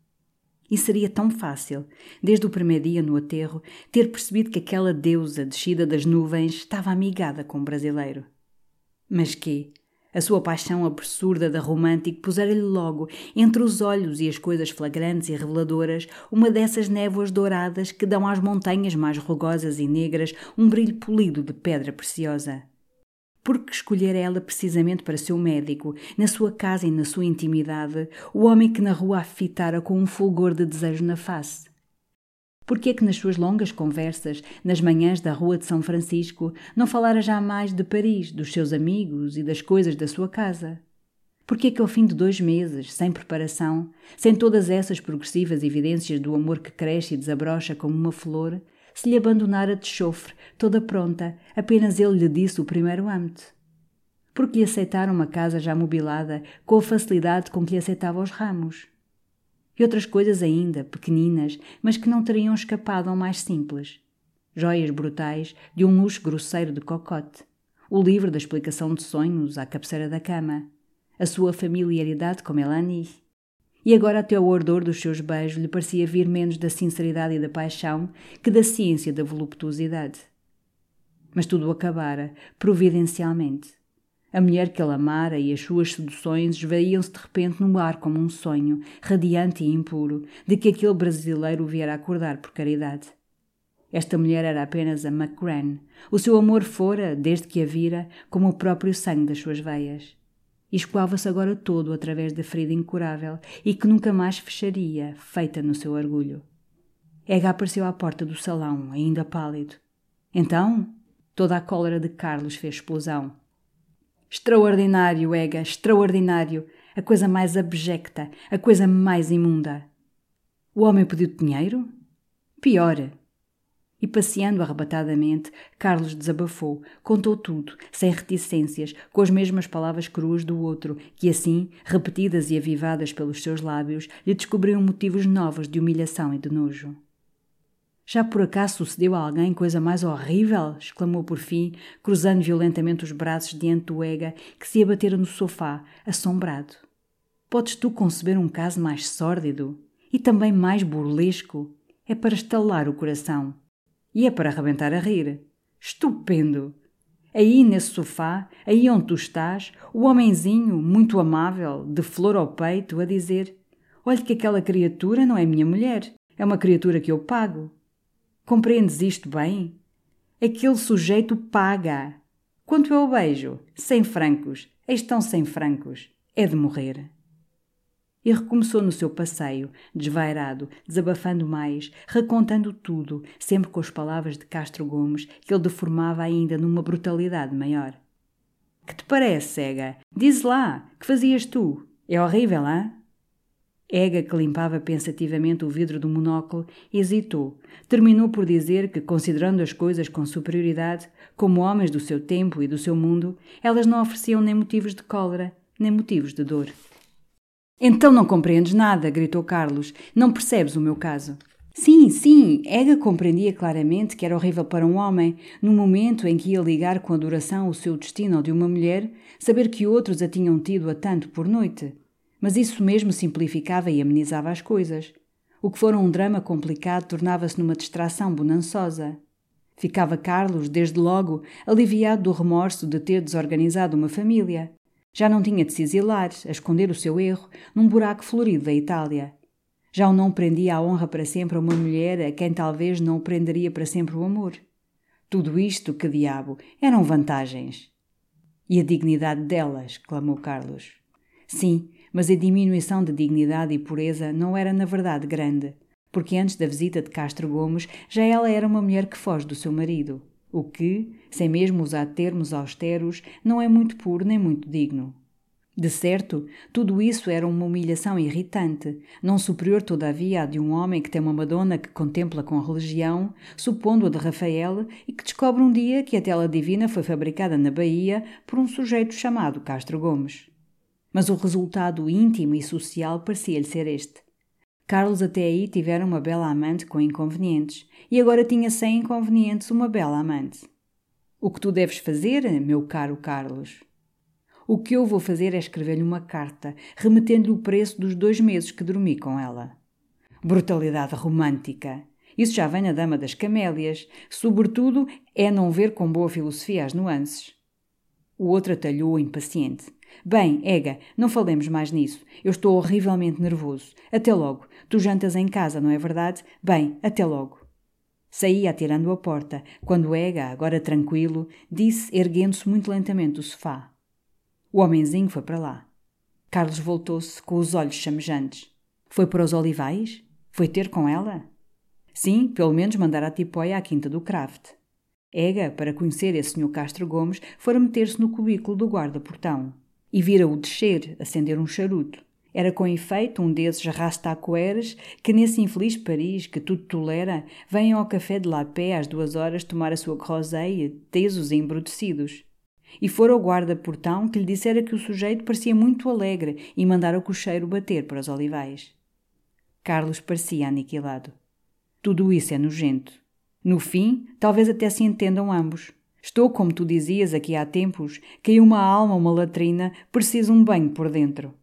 E seria tão fácil, desde o primeiro dia no aterro, ter percebido que aquela deusa descida das nuvens estava amigada com o brasileiro. Mas que? A sua paixão absurda da romântico pusera-lhe logo, entre os olhos e as coisas flagrantes e reveladoras, uma dessas névoas douradas que dão às montanhas mais rugosas e negras um brilho polido de pedra preciosa. Porque escolhera ela precisamente para seu médico, na sua casa e na sua intimidade, o homem que na rua a fitara com um fulgor de desejo na face? Porque é que nas suas longas conversas, nas manhãs da Rua de São Francisco, não falara jamais de Paris, dos seus amigos e das coisas da sua casa? Porque é que ao fim de dois meses, sem preparação, sem todas essas progressivas evidências do amor que cresce e desabrocha como uma flor, se lhe abandonara de chofre, toda pronta, apenas ele lhe disse o primeiro amo-te? Porque lhe aceitaram uma casa já mobilada, com a facilidade com que lhe aceitava os ramos? E outras coisas ainda, pequeninas, mas que não teriam escapado ao mais simples. Joias brutais de um luxo grosseiro de cocote, o livro da explicação de sonhos à cabeceira da cama, a sua familiaridade com Melanie. E agora até o ardor dos seus beijos lhe parecia vir menos da sinceridade e da paixão que da ciência e da voluptuosidade. Mas tudo acabara, providencialmente. A mulher que ele amara e as suas seduções esvaíam-se de repente no ar como um sonho, radiante e impuro, de que aquele brasileiro o viera acordar por caridade. Esta mulher era apenas a MacGran. O seu amor fora, desde que a vira, como o próprio sangue das suas veias. E escoava-se agora todo através da ferida incurável e que nunca mais fecharia, feita no seu orgulho. Ega apareceu à porta do salão, ainda pálido. Então, toda a cólera de Carlos fez explosão. Extraordinário, Ega, extraordinário! A coisa mais abjecta, a coisa mais imunda. O homem pediu dinheiro? Pior. E passeando arrebatadamente, Carlos desabafou, contou tudo, sem reticências, com as mesmas palavras cruas do outro, que assim, repetidas e avivadas pelos seus lábios, lhe descobriam motivos novos de humilhação e de nojo. Já por acaso sucedeu a alguém coisa mais horrível? Exclamou por fim, cruzando violentamente os braços diante do Ega, que se abatera no sofá, assombrado. Podes tu conceber um caso mais sórdido? E também mais burlesco? É para estalar o coração. E é para arrebentar a rir. Estupendo! Aí nesse sofá, aí onde tu estás, o homenzinho, muito amável, de flor ao peito, a dizer: olhe que aquela criatura não é minha mulher, é uma criatura que eu pago. Compreendes isto bem? Aquele sujeito paga. Quanto eu o beijo? Cem francos. Estão cem francos. É de morrer. E recomeçou no seu passeio, desvairado, desabafando mais, recontando tudo, sempre com as palavras de Castro Gomes, que ele deformava ainda numa brutalidade maior. Que te parece, Ega? Diz lá, que fazias tu? É horrível, hã? Ega, que limpava pensativamente o vidro do monóculo, hesitou. Terminou por dizer que, considerando as coisas com superioridade, como homens do seu tempo e do seu mundo, elas não ofereciam nem motivos de cólera, nem motivos de dor. Então não compreendes nada, gritou Carlos. Não percebes o meu caso. Sim, sim, Ega compreendia claramente que era horrível para um homem, no momento em que ia ligar com adoração o seu destino ao de uma mulher, saber que outros a tinham tido a tanto por noite. Mas isso mesmo simplificava e amenizava as coisas. O que fora um drama complicado tornava-se numa distração bonançosa. Ficava Carlos, desde logo, aliviado do remorso de ter desorganizado uma família. Já não tinha de se exilar, a esconder o seu erro, num buraco florido da Itália. Já o não prendia a honra para sempre a uma mulher a quem talvez não o prenderia para sempre o amor. Tudo isto, que diabo, eram vantagens. E a dignidade delas, clamou Carlos. Sim, mas a diminuição de dignidade e pureza não era na verdade grande, porque antes da visita de Castro Gomes já ela era uma mulher que foge do seu marido, o que, sem mesmo usar termos austeros, não é muito puro nem muito digno. De certo, tudo isso era uma humilhação irritante, não superior todavia à de um homem que tem uma Madonna que contempla com religião, supondo-a de Rafael, e que descobre um dia que a tela divina foi fabricada na Bahia por um sujeito chamado Castro Gomes. Mas o resultado íntimo e social parecia-lhe ser este. Carlos até aí tivera uma bela amante com inconvenientes, e agora tinha sem inconvenientes uma bela amante. O que tu deves fazer, meu caro Carlos? O que eu vou fazer é escrever-lhe uma carta, remetendo-lhe o preço dos dois meses que dormi com ela. Brutalidade romântica! Isso já vem na Dama das Camélias. Sobretudo, é não ver com boa filosofia as nuances. O outro atalhou impaciente. Bem, Ega, não falemos mais nisso. Eu estou horrivelmente nervoso. Até logo. Tu jantas em casa, não é verdade? Bem, até logo. Saía atirando a porta, quando Ega, agora tranquilo, disse, erguendo-se muito lentamente do sofá. O homenzinho foi para lá. Carlos voltou-se com os olhos chamejantes. Foi para os Olivais? Foi ter com ela? Sim, pelo menos mandar a tipóia à quinta do Kraft. Ega, para conhecer esse senhor Castro Gomes, fora meter-se no cubículo do guarda-portão. E vira-o descer, acender um charuto. Era com efeito um desses rastacoeres que nesse infeliz Paris que tudo tolera, vêm ao café de La Paix às duas horas tomar a sua groseille, tesos e embrutecidos. E fora o guarda-portão que lhe dissera que o sujeito parecia muito alegre e mandara o cocheiro bater para os olivais. Carlos parecia aniquilado. Tudo isso é nojento. No fim, talvez até se entendam ambos. Estou, como tu dizias aqui há tempos, que uma alma, uma latrina, precisa um banho por dentro.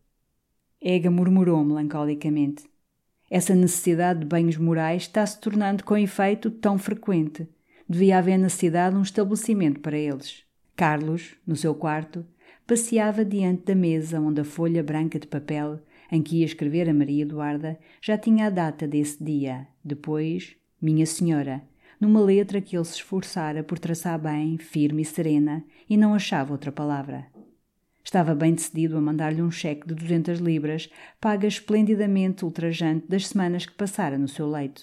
Ega murmurou melancolicamente. Essa necessidade de banhos morais está-se tornando com efeito tão frequente. Devia haver na cidade um estabelecimento para eles. Carlos, no seu quarto, passeava diante da mesa onde a folha branca de papel em que ia escrever a Maria Eduarda já tinha a data desse dia. Depois, Minha Senhora, numa letra que ele se esforçara por traçar bem, firme e serena, e não achava outra palavra. Estava bem decidido a mandar-lhe um cheque de duzentas libras, paga esplendidamente ultrajante das semanas que passara no seu leito.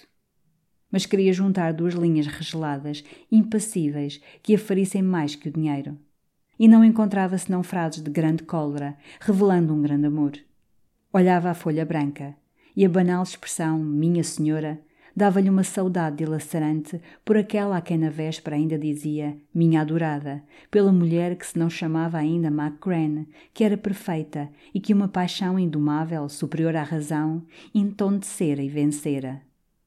Mas queria juntar duas linhas regeladas, impassíveis, que aferissem mais que o dinheiro. E não encontrava senão frases de grande cólera, revelando um grande amor. Olhava a folha branca, e a banal expressão Minha Senhora dava-lhe uma saudade dilacerante por aquela a quem na véspera ainda dizia Minha Adorada, pela mulher que se não chamava ainda Macrane, que era perfeita e que uma paixão indomável, superior à razão, entondecera e vencera.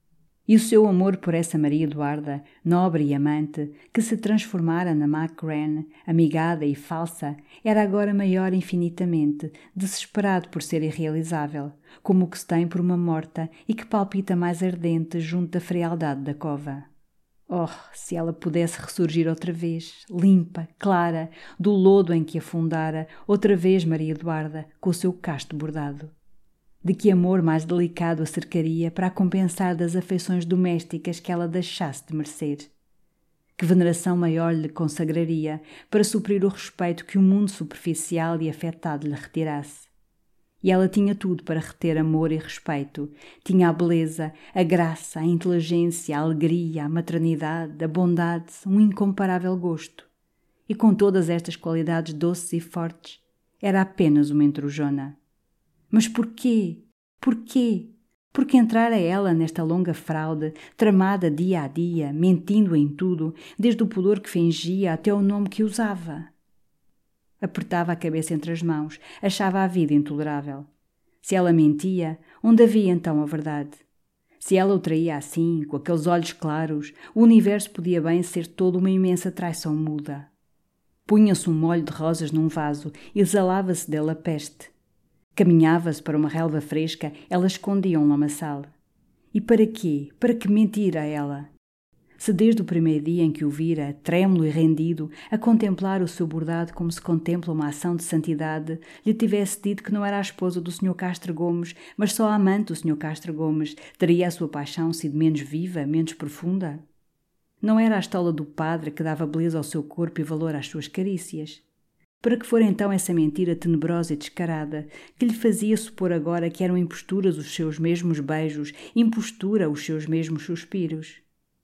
E o seu amor por essa Maria Eduarda, nobre e amante, que se transformara na Macrane, amigada e falsa, era agora maior infinitamente, desesperado por ser irrealizável, como o que se tem por uma morta e que palpita mais ardente junto da frialdade da cova. Oh, se ela pudesse ressurgir outra vez, limpa, clara, do lodo em que afundara, outra vez Maria Eduarda, com o seu casto bordado. De que amor mais delicado a cercaria para a compensar das afeições domésticas que ela deixasse de merecer? Que veneração maior lhe consagraria para suprir o respeito que o mundo superficial e afetado lhe retirasse? E ela tinha tudo para reter amor e respeito. Tinha a beleza, a graça, a inteligência, a alegria, a maternidade, a bondade, um incomparável gosto. E com todas estas qualidades doces e fortes, era apenas uma entrujona. Mas porquê? Porquê? Porque entrara ela nesta longa fraude, tramada dia a dia, mentindo em tudo, desde o pudor que fingia até o nome que usava. Apertava a cabeça entre as mãos, achava a vida intolerável. Se ela mentia, onde havia então a verdade? Se ela o traía assim, com aqueles olhos claros, o universo podia bem ser toda uma imensa traição muda. Punha-se um molho de rosas num vaso e exalava-se dele a peste. Caminhava-se para uma relva fresca, ela escondia um lamaçal. E para quê? Para que mentir a ela? Se desde o primeiro dia em que o vira, trêmulo e rendido, a contemplar o seu bordado como se contempla uma ação de santidade, lhe tivesse dito que não era a esposa do senhor Castro Gomes, mas só a amante do senhor Castro Gomes, teria a sua paixão sido menos viva, menos profunda? Não era a estola do padre que dava beleza ao seu corpo e valor às suas carícias? Para que fora então essa mentira tenebrosa e descarada, que lhe fazia supor agora que eram imposturas os seus mesmos beijos, impostura os seus mesmos suspiros?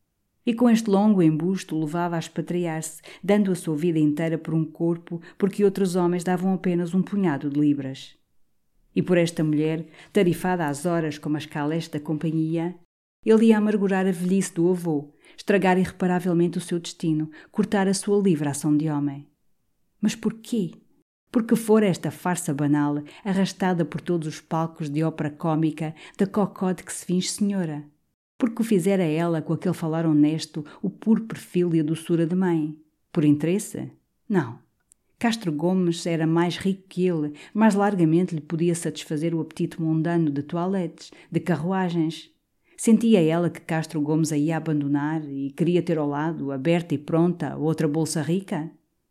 E com este longo embusto levava a expatriar-se, dando a sua vida inteira por um corpo porque outros homens davam apenas um punhado de libras. E por esta mulher, tarifada às horas como a escaleste da companhia, ele ia amargurar a velhice do avô, estragar irreparavelmente o seu destino, cortar a sua livre ação de homem. Mas porquê? Porque fora esta farsa banal, arrastada por todos os palcos de ópera cômica, da cocote que se finge senhora? Porque o fizera ela, com aquele falar honesto, o puro perfil e a doçura de mãe? Por interesse? Não. Castro Gomes era mais rico que ele, mais largamente lhe podia satisfazer o apetite mundano de toaletes, de carruagens. Sentia ela que Castro Gomes a ia abandonar e queria ter ao lado, aberta e pronta, outra bolsa rica?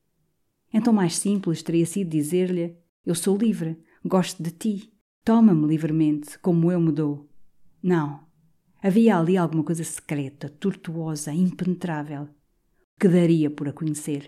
Então mais simples teria sido dizer-lhe: eu sou livre, gosto de ti, toma-me livremente, como eu me dou. Não. Havia ali alguma coisa secreta, tortuosa, impenetrável, que daria por a conhecer.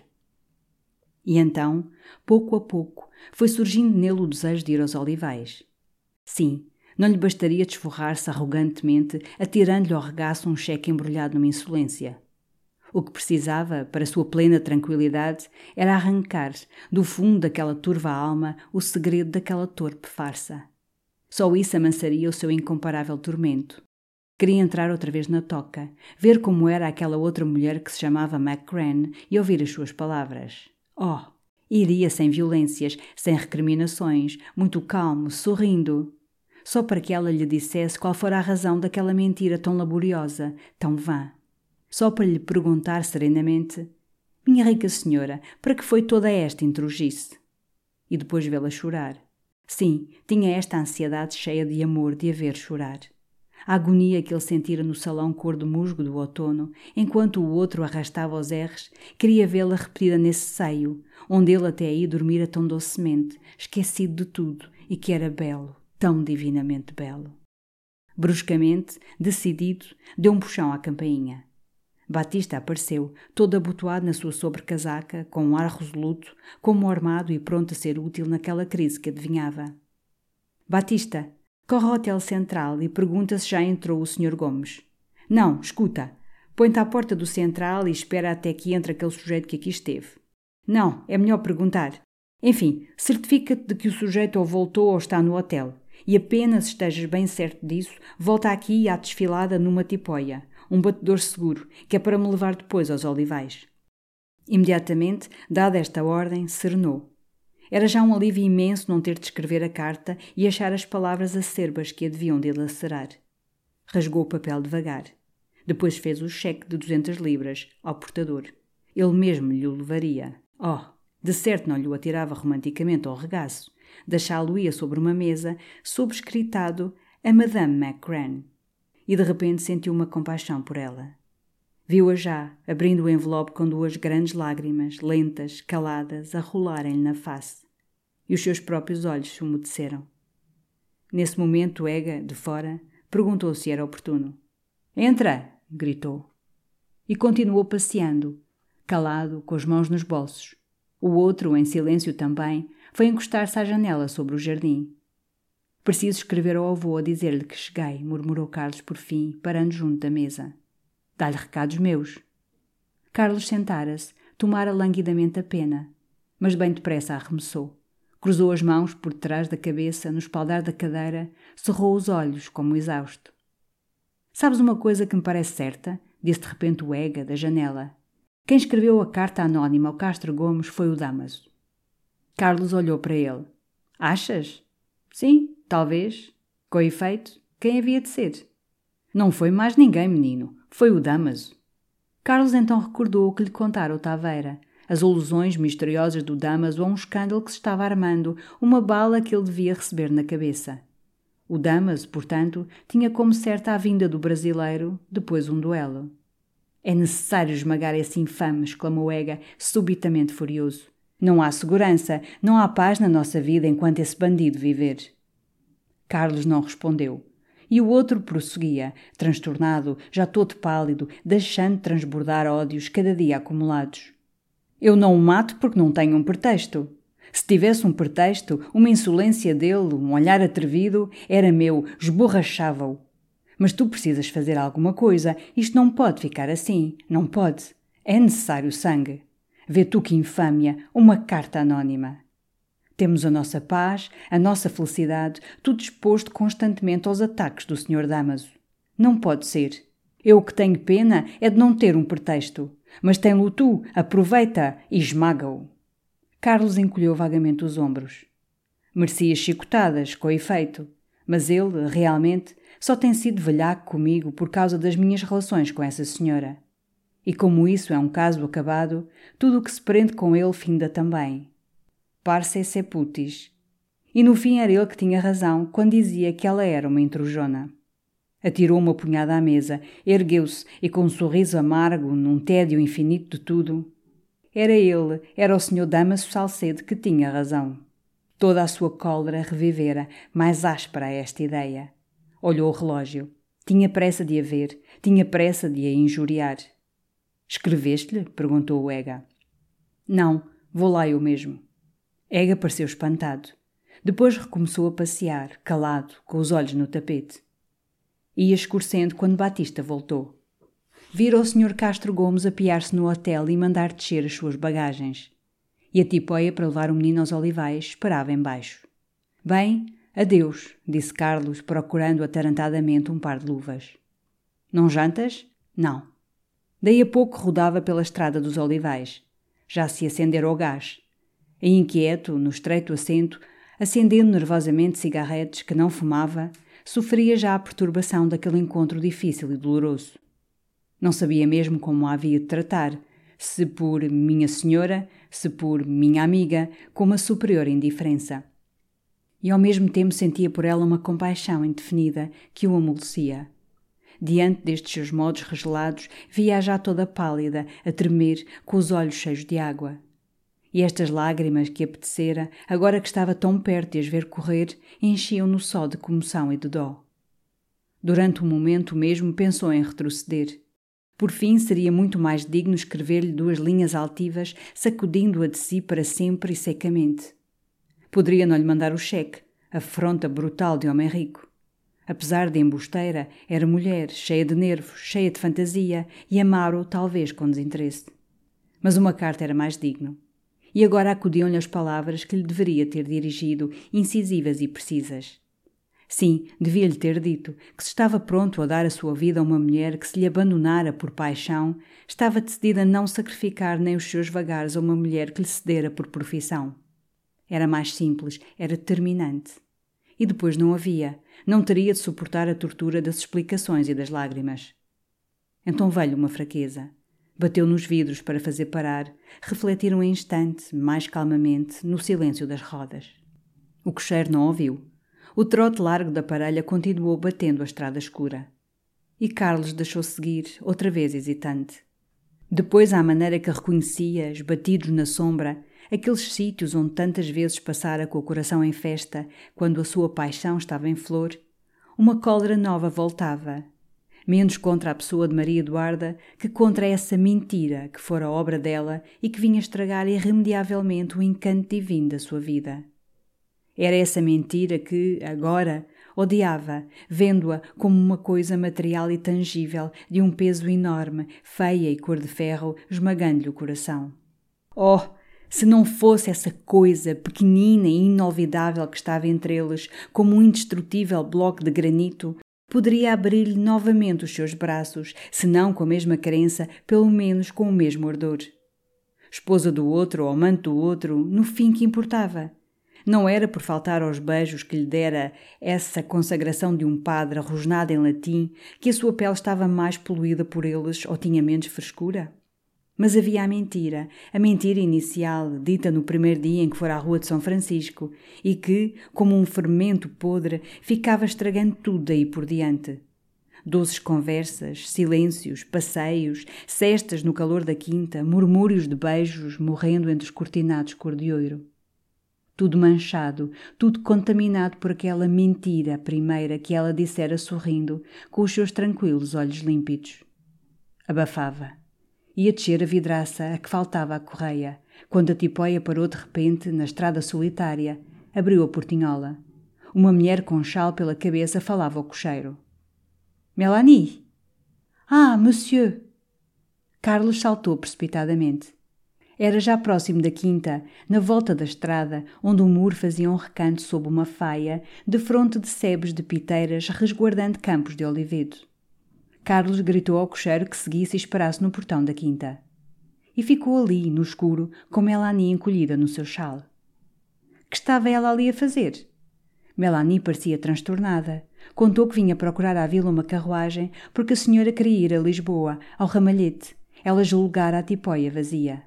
E então, pouco a pouco, foi surgindo nele o desejo de ir aos olivais. Sim, não lhe bastaria desforrar-se arrogantemente, atirando-lhe ao regaço um cheque embrulhado numa insolência. O que precisava, para sua plena tranquilidade, era arrancar, do fundo daquela turva alma, o segredo daquela torpe farsa. Só isso amansaria o seu incomparável tormento. Queria entrar outra vez na toca, ver como era aquela outra mulher que se chamava McCran e ouvir as suas palavras. Oh! Iria sem violências, sem recriminações, muito calmo, sorrindo. Só para que ela lhe dissesse qual fora a razão daquela mentira tão laboriosa, tão vã. Só para lhe perguntar serenamente: minha rica senhora, para que foi toda esta intrugice? E depois vê-la chorar. Sim, tinha esta ansiedade cheia de amor de a ver chorar. A agonia que ele sentira no salão cor de musgo do outono, enquanto o outro arrastava os erres, queria vê-la repetida nesse seio, onde ele até aí dormira tão docemente, esquecido de tudo, e que era belo, tão divinamente belo. Bruscamente, decidido, deu um puxão à campainha. Batista apareceu, todo abotoado na sua sobrecasaca, com um ar resoluto, como armado e pronto a ser útil naquela crise que adivinhava. Batista, corre ao Hotel Central e pergunta se já entrou o senhor Gomes. Não, escuta, põe-te à porta do Central e espera até que entre aquele sujeito que aqui esteve. Não, é melhor perguntar. Enfim, certifica-te de que o sujeito ou voltou ou está no hotel, e apenas estejas bem certo disso, volta aqui à desfilada numa tipóia, um batedor seguro, que é para me levar depois aos Olivais. Imediatamente, dada esta ordem, serenou. Era já um alívio imenso não ter de escrever a carta e achar as palavras acerbas que a deviam dilacerar. Rasgou o papel devagar. Depois fez o cheque de duzentas libras ao portador. Ele mesmo lhe o levaria. Oh, de certo não lhe o atirava romanticamente ao regaço. Deixá-lo-ia sobre uma mesa, sobrescritado a Madame McCran. E de repente sentiu uma compaixão por ela. Viu-a já, abrindo o envelope com duas grandes lágrimas, lentas, caladas, a rolarem-lhe na face. E os seus próprios olhos se umedeceram. Nesse momento, Ega, de fora, perguntou se era oportuno. «Entra!» gritou. E continuou passeando, calado, com as mãos nos bolsos. O outro, em silêncio também, foi encostar-se à janela sobre o jardim. «Preciso escrever ao avô a dizer-lhe que cheguei», murmurou Carlos por fim, parando junto da mesa. «Dá-lhe recados meus». Carlos sentara-se, tomara languidamente a pena, mas bem depressa arremessou. Cruzou as mãos por trás da cabeça, no espaldar da cadeira, cerrou os olhos, como exausto. «Sabes uma coisa que me parece certa?» disse de repente o Ega, da janela. «Quem escreveu a carta anónima ao Castro Gomes foi o Dámaso». Carlos olhou para ele. «Achas?» «Sim, talvez. Com efeito, quem havia de ser?» «Não foi mais ninguém, menino. Foi o Dámaso». Carlos então recordou o que lhe contara o Taveira, as alusões misteriosas do Dámaso a um escândalo que se estava armando, uma bala que ele devia receber na cabeça. O Dámaso, portanto, tinha como certa a vinda do brasileiro, depois um duelo. «É necessário esmagar esse infame», exclamou Ega, subitamente furioso. «Não há segurança, não há paz na nossa vida enquanto esse bandido viver». Carlos não respondeu. E o outro prosseguia, transtornado, já todo pálido, deixando transbordar ódios cada dia acumulados. «Eu não o mato porque não tenho um pretexto. Se tivesse um pretexto, uma insolência dele, um olhar atrevido, era meu, esborrachava-o. Mas tu precisas fazer alguma coisa, isto não pode ficar assim, não pode. É necessário sangue. Vê tu que infâmia, uma carta anónima. Temos a nossa paz, a nossa felicidade, tudo exposto constantemente aos ataques do senhor Dámaso. Não pode ser. Eu o que tenho pena é de não ter um pretexto. Mas tem-lo tu, aproveita e esmaga-o». Carlos encolheu vagamente os ombros. Merecia chicotadas, com efeito, mas ele, realmente, só tem sido velhaco comigo por causa das minhas relações com essa senhora. E como isso é um caso acabado, tudo o que se prende com ele finda também. Parce seputis. E no fim era ele que tinha razão quando dizia que ela era uma intrujona. Atirou uma punhada à mesa, ergueu-se e com um sorriso amargo, num tédio infinito de tudo. Era ele, era o senhor Dámaso Salcedo que tinha razão. Toda a sua cólera revivera, mais áspera a esta ideia. Olhou o relógio. Tinha pressa de a ver, tinha pressa de a injuriar. «Escreveste-lhe?» perguntou o Ega. «Não, vou lá eu mesmo». Ega pareceu espantado. Depois recomeçou a passear, calado, com os olhos no tapete. Ia escurecendo quando Batista voltou. vira o senhor Castro Gomes apiar-se no hotel e mandar descer as suas bagagens. E a tipóia para levar o menino aos Olivais esperava embaixo. Bem, adeus, disse Carlos, procurando atarantadamente um par de luvas. Não jantas? Não. Daí a pouco rodava pela estrada dos Olivais. Já se acendera o gás. E inquieto, no estreito assento, acendendo nervosamente cigarretes que não fumava, sofria já a perturbação daquele encontro difícil e doloroso. Não sabia mesmo como a havia de tratar, se por minha senhora, se por minha amiga, com uma superior indiferença. E ao mesmo tempo sentia por ela uma compaixão indefinida que o amolecia. Diante destes seus modos regelados, via-a já toda pálida, a tremer, com os olhos cheios de água. E estas lágrimas que apetecera, agora que estava tão perto de as ver correr, enchiam-no só de comoção e de dó. Durante um momento mesmo pensou em retroceder. Por fim, seria muito mais digno escrever-lhe duas linhas altivas, sacudindo-a de si para sempre e secamente. Poderia não lhe mandar o cheque, a afronta brutal de homem rico. Apesar de embusteira, era mulher, cheia de nervos, cheia de fantasia, e amar-o talvez com desinteresse. Mas uma carta era mais digno. E agora acudiam-lhe as palavras que lhe deveria ter dirigido, incisivas e precisas. Sim, devia-lhe ter dito que se estava pronto a dar a sua vida a uma mulher que se lhe abandonara por paixão, estava decidida a não sacrificar nem os seus vagares a uma mulher que lhe cedera por profissão. Era mais simples, era determinante. E depois não havia, não teria de suportar a tortura das explicações e das lágrimas. Então veio uma fraqueza. Bateu nos vidros para fazer parar, refletir um instante, mais calmamente, no silêncio das rodas. O cocheiro não ouviu. O trote largo da parelha continuou batendo a estrada escura. E Carlos deixou seguir, outra vez hesitante. Depois, à maneira que reconhecia, esbatidos na sombra, aqueles sítios onde tantas vezes passara com o coração em festa, quando a sua paixão estava em flor, uma cólera nova voltava, menos contra a pessoa de Maria Eduarda que contra essa mentira que fora obra dela e que vinha estragar irremediavelmente o encanto divino da sua vida. Era essa mentira que, agora, odiava, vendo-a como uma coisa material e tangível, de um peso enorme, feia e cor de ferro, esmagando-lhe o coração. Oh! Se não fosse essa coisa pequenina e inolvidável que estava entre eles, como um indestrutível bloco de granito, poderia abrir-lhe novamente os seus braços, se não com a mesma crença, pelo menos com o mesmo ardor. Esposa do outro ou amante do outro, no fim que importava? Não era por faltar aos beijos que lhe dera essa consagração de um padre rosnado em latim que a sua pele estava mais poluída por eles ou tinha menos frescura? Mas havia a mentira, a mentira inicial, dita no primeiro dia em que fora à rua de São Francisco, e que, como um fermento podre, ficava estragando tudo daí por diante. Doces conversas, silêncios, passeios, cestas no calor da quinta, murmúrios de beijos morrendo entre os cortinados cor de ouro. Tudo manchado, tudo contaminado por aquela mentira primeira que ela dissera sorrindo, com os seus tranquilos olhos límpidos. Abafava. Ia descer a vidraça a que faltava a correia, quando a tipóia parou de repente na estrada solitária, abriu a portinhola. Uma mulher com chal pela cabeça falava ao cocheiro. « Mélanie! »« Ah, monsieur! » Carlos saltou precipitadamente. Era já próximo da quinta, na volta da estrada, onde o muro fazia um recanto sob uma faia, defronte de sebes de piteiras resguardando campos de olivedo. Carlos gritou ao cocheiro que seguisse e esperasse no portão da quinta. E ficou ali, no escuro, com Mélanie encolhida no seu chal. Que estava ela ali a fazer? Mélanie parecia transtornada. Contou que vinha procurar à vila uma carruagem porque a senhora queria ir a Lisboa, ao ramalhete. Ela julgara a tipóia vazia.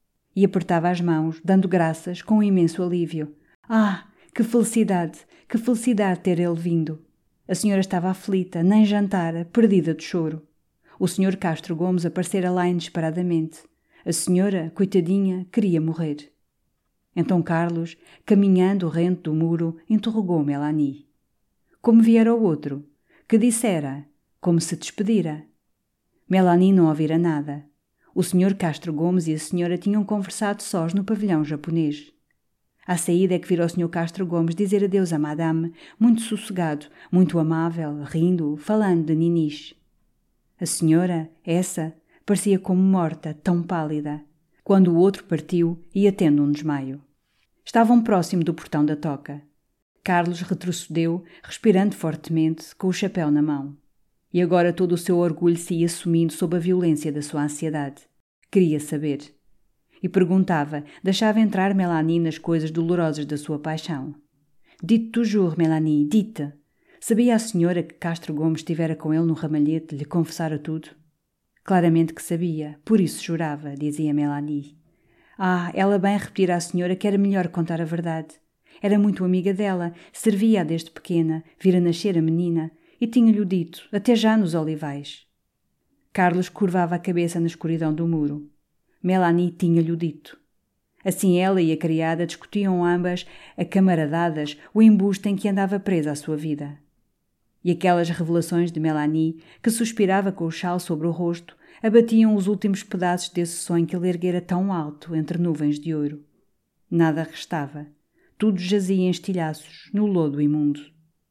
E apertava as mãos, dando graças, com um imenso alívio. Ah, que felicidade, que felicidade ter ele vindo! A senhora estava aflita, nem jantara, perdida de choro. O senhor Castro Gomes aparecera lá inesperadamente. A senhora, coitadinha, queria morrer. Então Carlos, caminhando rente do muro, interrogou Mélanie. Como viera o outro? Que dissera? Como se despedira? Mélanie não ouvira nada. O senhor Castro Gomes e a senhora tinham conversado sós no pavilhão japonês. À saída é que virou o senhor Castro Gomes dizer adeus a madame, muito sossegado, muito amável, rindo, falando de Ninis. A senhora, essa, parecia como morta, tão pálida. Quando o outro partiu, ia tendo um desmaio. Estavam próximo do portão da toca. Carlos retrocedeu, respirando fortemente, com o chapéu na mão. E agora todo o seu orgulho se ia sumindo sob a violência da sua ansiedade. Queria saber. E perguntava, deixava entrar Mélanie nas coisas dolorosas da sua paixão. Dite toujours, Mélanie, dite. Sabia a senhora que Castro Gomes estivera com ele no ramalhete e lhe confessara tudo? Claramente que sabia, por isso chorava, dizia Mélanie. Ah, ela bem repetira à senhora que era melhor contar a verdade. Era muito amiga dela, servia-a desde pequena, vira nascer a menina, e tinha-lhe dito, até já nos olivais. Carlos curvava a cabeça na escuridão do muro. Mélanie tinha-lhe dito. Assim ela e a criada discutiam ambas, acamaradadas, o embuste em que andava presa a sua vida. E aquelas revelações de Mélanie, que suspirava com o chal sobre o rosto, abatiam os últimos pedaços desse sonho que ele erguera tão alto entre nuvens de ouro. Nada restava. Tudo jazia em estilhaços, no lodo imundo.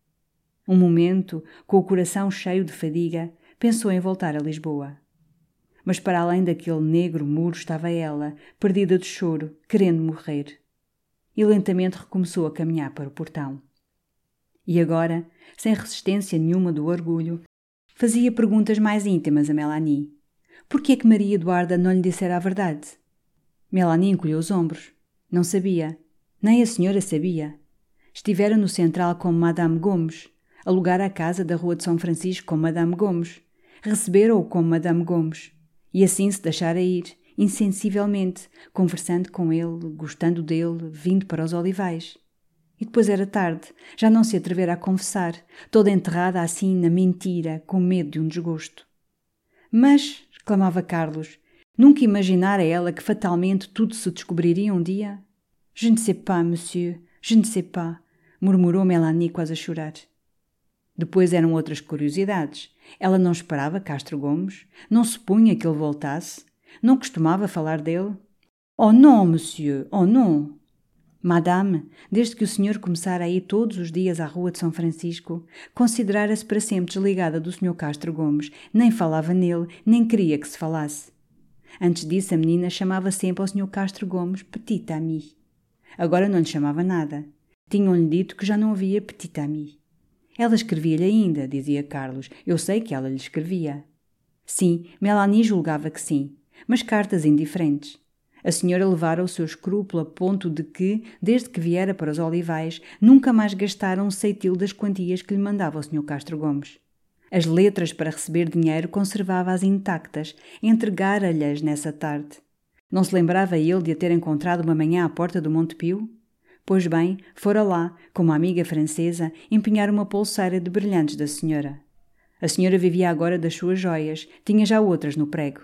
Um momento, com o coração cheio de fadiga, pensou em voltar a Lisboa. Mas para além daquele negro muro estava ela, perdida de choro, querendo morrer. E lentamente recomeçou a caminhar para o portão. E agora, sem resistência nenhuma do orgulho, fazia perguntas mais íntimas a Mélanie. Por que é que Maria Eduarda não lhe dissera a verdade? Mélanie encolheu os ombros. Não sabia. Nem a senhora sabia. Estivera no Central com Madame Gomes, alugara a casa da Rua de São Francisco com Madame Gomes, recebera-o com Madame Gomes, e assim se deixara ir, insensivelmente, conversando com ele, gostando dele, vindo para os olivais. E depois era tarde, já não se atrevera a confessar, toda enterrada assim na mentira, com medo de um desgosto. Mas, exclamava Carlos, nunca imaginara ela que fatalmente tudo se descobriria um dia? Je ne sais pas, monsieur, je ne sais pas, murmurou Mélanie quase a chorar. Depois eram outras curiosidades. Ela não esperava Castro Gomes, não supunha que ele voltasse, não costumava falar dele. Oh non, monsieur, oh non! Madame, desde que o senhor começara a ir todos os dias à Rua de São Francisco, considerara-se para sempre desligada do senhor Castro Gomes, nem falava nele, nem queria que se falasse. Antes disso a menina chamava sempre ao senhor Castro Gomes petit ami. Agora não lhe chamava nada. Tinham-lhe dito que já não havia petit ami. Ela escrevia-lhe ainda, dizia Carlos. Eu sei que ela lhe escrevia. Sim, Mélanie julgava que sim, mas cartas indiferentes. A senhora levara o seu escrúpulo a ponto de que, desde que viera para os olivais, nunca mais gastara um ceitil das quantias que lhe mandava o senhor Castro Gomes. As letras para receber dinheiro conservava-as intactas, entregara-lhes nessa tarde. Não se lembrava ele de a ter encontrado uma manhã à porta do Monte Pio? Pois bem, fora lá, com uma amiga francesa, empenhar uma pulseira de brilhantes da senhora. A senhora vivia agora das suas joias, tinha já outras no prego.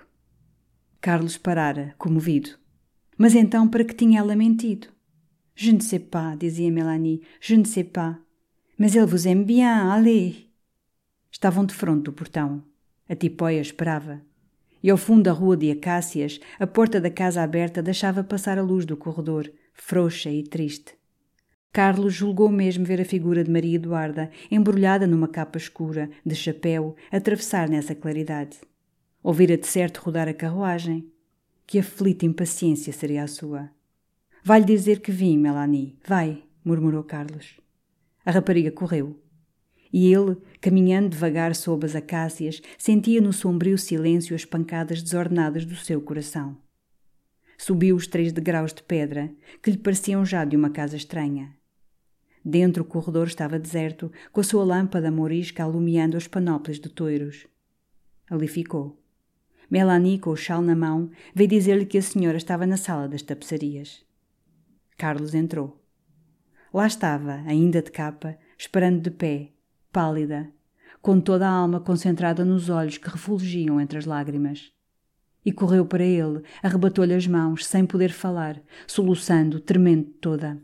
Carlos parara, comovido. Mas então para que tinha ela mentido? Je ne sais pas, dizia Mélanie, je ne sais pas. Mas ele vous aime bien, allez. Estavam defronte do portão. A tipóia esperava. E ao fundo da rua de acácias, a porta da casa aberta deixava passar a luz do corredor, frouxa e triste. Carlos julgou mesmo ver a figura de Maria Eduarda, embrulhada numa capa escura, de chapéu, atravessar nessa claridade. Ouvira de certo rodar a carruagem. Que aflita impaciência seria a sua. Vai-lhe dizer que vim, Mélanie, vai, murmurou Carlos. A rapariga correu. E ele, caminhando devagar sob as acácias, sentia no sombrio silêncio as pancadas desordenadas do seu coração. Subiu os três degraus de pedra, que lhe pareciam já de uma casa estranha. Dentro o corredor estava deserto, com a sua lâmpada morisca alumiando as panóplias de toiros. Ali ficou. Mélanie, com o chal na mão, veio dizer-lhe que a senhora estava na sala das tapeçarias. Carlos entrou. Lá estava, ainda de capa, esperando de pé, pálida, com toda a alma concentrada nos olhos que refulgiam entre as lágrimas. E correu para ele, arrebatou-lhe as mãos, sem poder falar, soluçando, tremendo toda.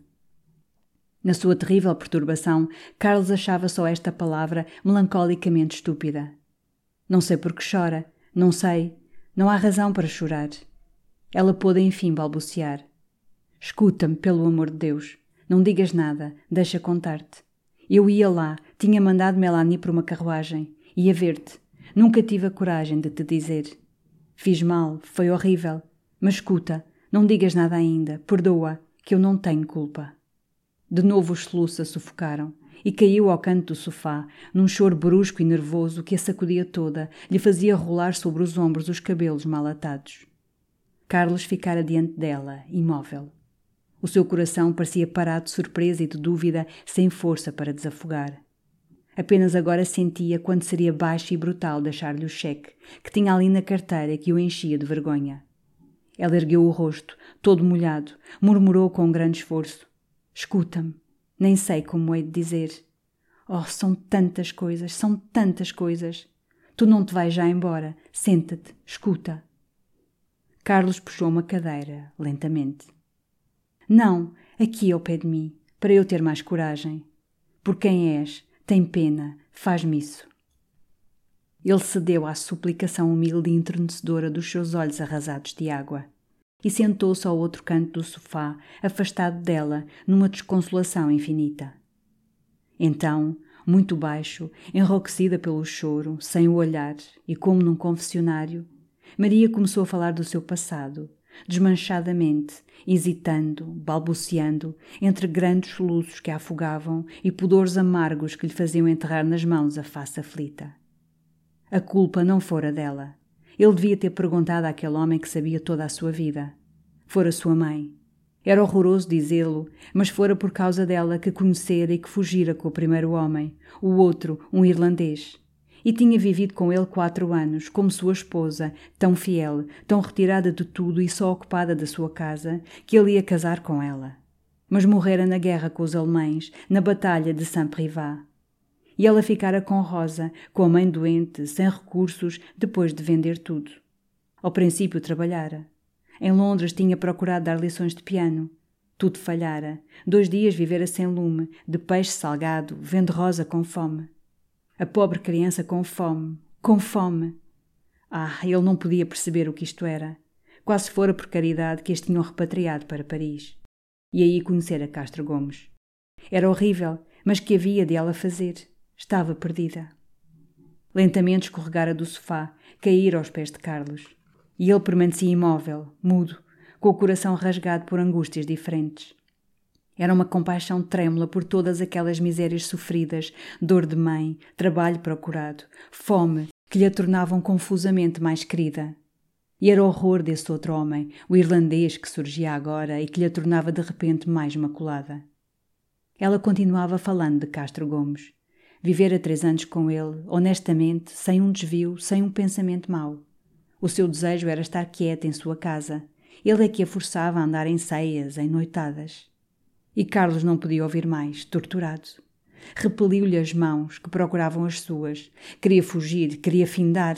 Na sua terrível perturbação, Carlos achava só esta palavra melancolicamente estúpida. Não sei por que chora, não sei, não há razão para chorar. Ela pôde enfim balbuciar. Escuta-me, pelo amor de Deus, não digas nada, deixa contar-te. Eu ia lá, tinha mandado Mélanie por uma carruagem, ia ver-te. Nunca tive a coragem de te dizer. Fiz mal, foi horrível. Mas escuta, não digas nada ainda, perdoa, que eu não tenho culpa. De novo os soluços a sufocaram e caiu ao canto do sofá, num choro brusco e nervoso que a sacudia toda, lhe fazia rolar sobre os ombros os cabelos mal atados. Carlos ficara diante dela, imóvel. O seu coração parecia parado de surpresa e de dúvida, sem força para desafogar. Apenas agora sentia quando seria baixo e brutal deixar-lhe o cheque, que tinha ali na carteira que o enchia de vergonha. Ela ergueu o rosto, todo molhado, murmurou com um grande esforço. Escuta-me, nem sei como hei de dizer. Oh, são tantas coisas, são tantas coisas. Tu não te vais já embora, senta-te, escuta. Carlos puxou uma cadeira, lentamente. Não, aqui ao pé de mim, para eu ter mais coragem. Por quem és, tem pena, faz-me isso. Ele cedeu à suplicação humilde e enternecedora dos seus olhos arrasados de água e sentou-se ao outro canto do sofá, afastado dela, numa desconsolação infinita. Então, muito baixo, enrouquecida pelo choro, sem o olhar e como num confessionário, Maria começou a falar do seu passado, desmanchadamente, hesitando, balbuciando, entre grandes soluços que a afogavam e pudores amargos que lhe faziam enterrar nas mãos a face aflita. A culpa não fora dela. Ele devia ter perguntado àquele homem que sabia toda a sua vida. Fora sua mãe. Era horroroso dizê-lo, mas fora por causa dela que conhecera e que fugira com o primeiro homem, o outro, um irlandês. E tinha vivido com ele quatro anos, como sua esposa, tão fiel, tão retirada de tudo e só ocupada da sua casa, que ele ia casar com ela. Mas morrera na guerra com os alemães, na batalha de Saint-Privat. E ela ficara com Rosa, com a mãe doente, sem recursos, depois de vender tudo. Ao princípio trabalhara. Em Londres tinha procurado dar lições de piano. Tudo falhara. Dois dias vivera sem lume, de peixe salgado, vendo Rosa com fome. A pobre criança com fome, com fome. Ah, ele não podia perceber o que isto era. Quase fora por caridade que as tinham repatriado para Paris. E aí conhecera Castro Gomes. Era horrível, mas que havia de ela fazer? Estava perdida. Lentamente escorregara do sofá, caíra aos pés de Carlos. E ele permanecia imóvel, mudo, com o coração rasgado por angústias diferentes. Era uma compaixão trêmula por todas aquelas misérias sofridas, dor de mãe, trabalho procurado, fome, que lhe a tornavam confusamente mais querida. E era o horror desse outro homem, o irlandês que surgia agora e que lhe a tornava de repente mais maculada. Ela continuava falando de Castro Gomes. Vivera três anos com ele, honestamente, sem um desvio, sem um pensamento mau. O seu desejo era estar quieta em sua casa. Ele é que a forçava a andar em ceias, em noitadas. E Carlos não podia ouvir mais, torturado. Repeliu-lhe as mãos, que procuravam as suas. Queria fugir, queria findar.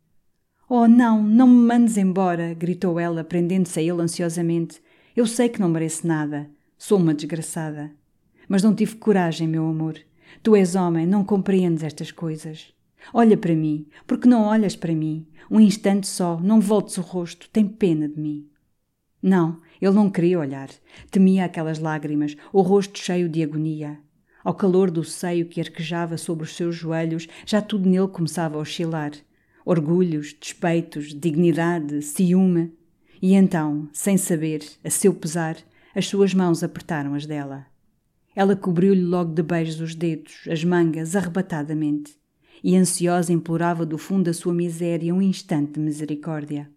«Oh, não, não me mandes embora!» gritou ela, prendendo-se a ele ansiosamente. «Eu sei que não mereço nada. Sou uma desgraçada. Mas não tive coragem, meu amor. Tu és homem, não compreendes estas coisas. Olha para mim, porque não olhas para mim? Um instante só, não voltes o rosto, tem pena de mim.» Não, ele não queria olhar. Temia aquelas lágrimas, o rosto cheio de agonia. Ao calor do seio que arquejava sobre os seus joelhos, já tudo nele começava a oscilar. Orgulhos, despeitos, dignidade, ciúme. E então, sem saber, a seu pesar, as suas mãos apertaram as dela. Ela cobriu-lhe logo de beijos os dedos, as mangas, arrebatadamente. E ansiosa implorava do fundo da sua miséria um instante de misericórdia.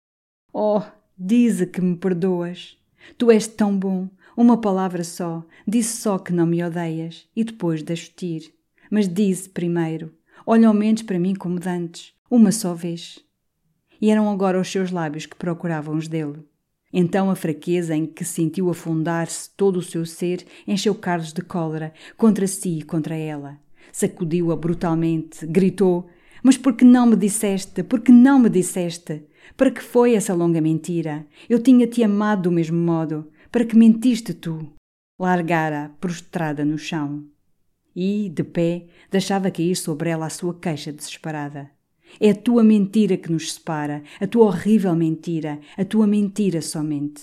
«Oh, dize que me perdoas. Tu és tão bom. Uma palavra só. Dize só que não me odeias. E depois deixo-te ir. Mas dize primeiro. Olha ao menos para mim como dantes. Uma só vez.» E eram agora os seus lábios que procuravam os dele. Então a fraqueza em que sentiu afundar-se todo o seu ser encheu Carlos de cólera, contra si e contra ela. Sacudiu-a brutalmente, gritou: «Mas por que não me disseste? Por que não me disseste? Para que foi essa longa mentira? Eu tinha-te amado do mesmo modo. Para que mentiste tu?» Largara, prostrada no chão. E, de pé, deixava cair sobre ela a sua queixa desesperada. «É a tua mentira que nos separa, a tua horrível mentira, a tua mentira somente.»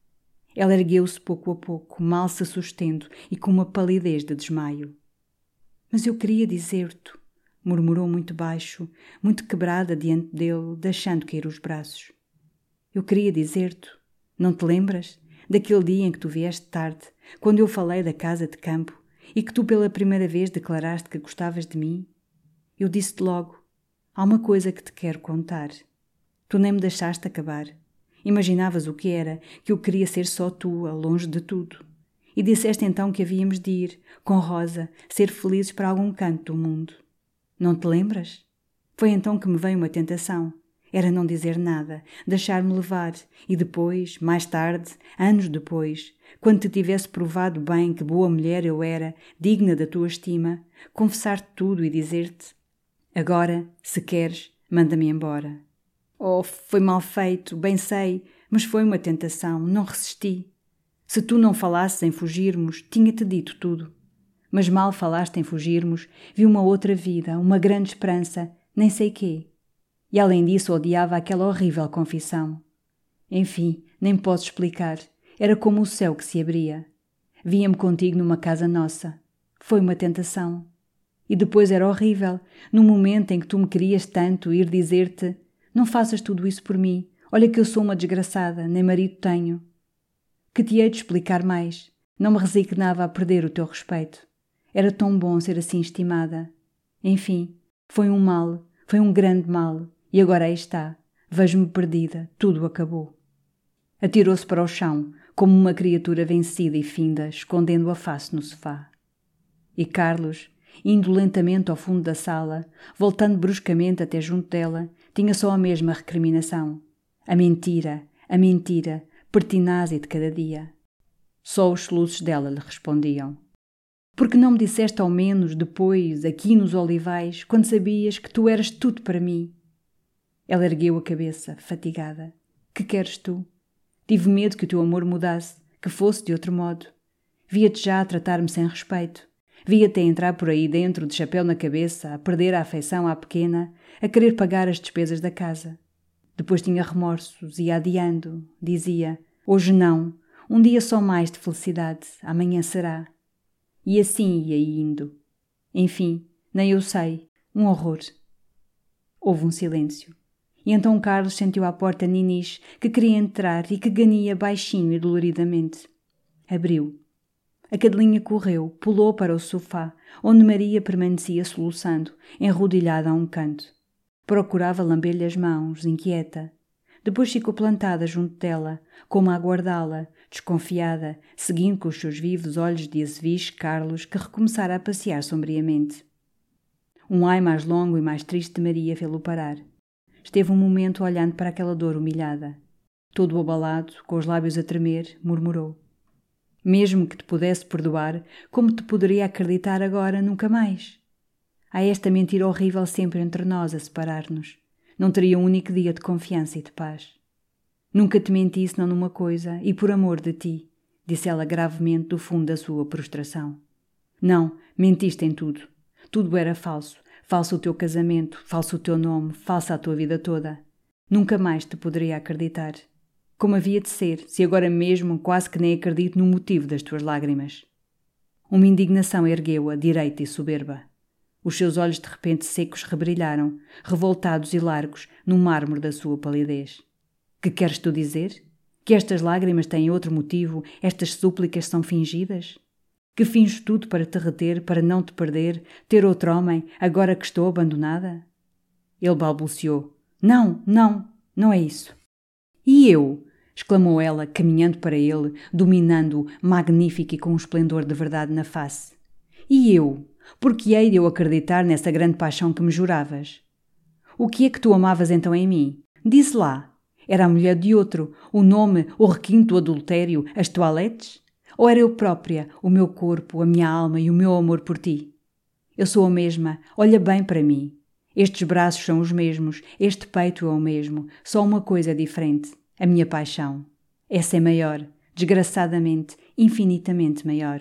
Ela ergueu-se pouco a pouco, mal se sustendo e com uma palidez de desmaio. «Mas eu queria dizer-te, murmurou muito baixo, muito quebrada diante dele, deixando cair os braços. Eu queria dizer-te, não te lembras? Daquele dia em que tu vieste tarde, quando eu falei da casa de campo e que tu pela primeira vez declaraste que gostavas de mim? Eu disse-te logo, há uma coisa que te quero contar. Tu nem me deixaste acabar. Imaginavas o que era, que eu queria ser só tua, longe de tudo. E disseste então que havíamos de ir, com Rosa, ser felizes para algum canto do mundo. Não te lembras? Foi então que me veio uma tentação. Era não dizer nada, deixar-me levar e depois, mais tarde, anos depois, quando te tivesse provado bem que boa mulher eu era, digna da tua estima, confessar-te tudo e dizer-te: agora, se queres, manda-me embora. Oh, foi mal feito, bem sei, mas foi uma tentação, não resisti. Se tu não falasses em fugirmos, tinha-te dito tudo. Mas mal falaste em fugirmos, vi uma outra vida, uma grande esperança, nem sei quê. E além disso odiava aquela horrível confissão. Enfim, nem posso explicar. Era como o céu que se abria. Via-me contigo numa casa nossa. Foi uma tentação. E depois era horrível, no momento em que tu me querias tanto, ir dizer-te: não faças tudo isso por mim, olha que eu sou uma desgraçada, nem marido tenho. Que te hei de explicar mais? Não me resignava a perder o teu respeito. Era tão bom ser assim estimada. Enfim, foi um mal, foi um grande mal. E agora aí está, vejo-me perdida, tudo acabou. Atirou-se para o chão, como uma criatura vencida e finda, escondendo a face no sofá. E Carlos, indo lentamente ao fundo da sala, voltando bruscamente até junto dela, tinha só a mesma recriminação. A mentira, a mentira, pertinaz e de cada dia. Só os soluços dela lhe respondiam. Porque não me disseste ao menos depois, aqui nos olivais, quando sabias que tu eras tudo para mim? Ela ergueu a cabeça, fatigada. Que queres tu? Tive medo que o teu amor mudasse, que fosse de outro modo. Via-te já a tratar-me sem respeito. Via-te a entrar por aí dentro, de chapéu na cabeça, a perder a afeição à pequena, a querer pagar as despesas da casa. Depois tinha remorsos, ia adiando, dizia: hoje não, um dia só mais de felicidade, amanhã será. E assim ia indo. Enfim, nem eu sei, um horror. Houve um silêncio. E então Carlos sentiu à porta Ninis, que queria entrar e que ganhia baixinho e doloridamente. Abriu. A cadelinha correu, pulou para o sofá, onde Maria permanecia soluçando, enrodilhada a um canto. Procurava lamber-lhe as mãos, inquieta. Depois ficou plantada junto dela, como a aguardá-la, desconfiada, seguindo com os seus vivos olhos de azeviche Carlos, que recomeçara a passear sombriamente. Um ai mais longo e mais triste de Maria fê-lo parar. Esteve um momento olhando para aquela dor humilhada. Todo abalado, com os lábios a tremer, murmurou: mesmo que te pudesse perdoar, como te poderia acreditar agora nunca mais? Há esta mentira horrível sempre entre nós a separar-nos. Não teria um único dia de confiança e de paz. Nunca te menti senão numa coisa, e por amor de ti, disse ela gravemente do fundo da sua prostração. Não, mentiste em tudo. Tudo era falso. Falso o teu casamento, falso o teu nome, falsa a tua vida toda. Nunca mais te poderia acreditar. Como havia de ser, se agora mesmo quase que nem acredito no motivo das tuas lágrimas. Uma indignação ergueu-a, direita e soberba. Os seus olhos de repente secos rebrilharam, revoltados e largos, no mármore da sua palidez. Que queres tu dizer? Que estas lágrimas têm outro motivo, estas súplicas são fingidas? Que finjo tudo para te reter, para não te perder, ter outro homem, agora que estou abandonada? Ele balbuciou. Não, não, não é isso. E eu? Exclamou ela, caminhando para ele, dominando-o, magnífico e com um esplendor de verdade na face. E eu? Porque hei de eu acreditar nessa grande paixão que me juravas? O que é que tu amavas então em mim? Diz lá. Era a mulher de outro, o nome, o requinto, o adultério, as toaletes? Ou era eu própria, o meu corpo, a minha alma e o meu amor por ti? Eu sou a mesma, olha bem para mim. Estes braços são os mesmos, este peito é o mesmo, só uma coisa é diferente, a minha paixão. Essa é maior, desgraçadamente, infinitamente maior.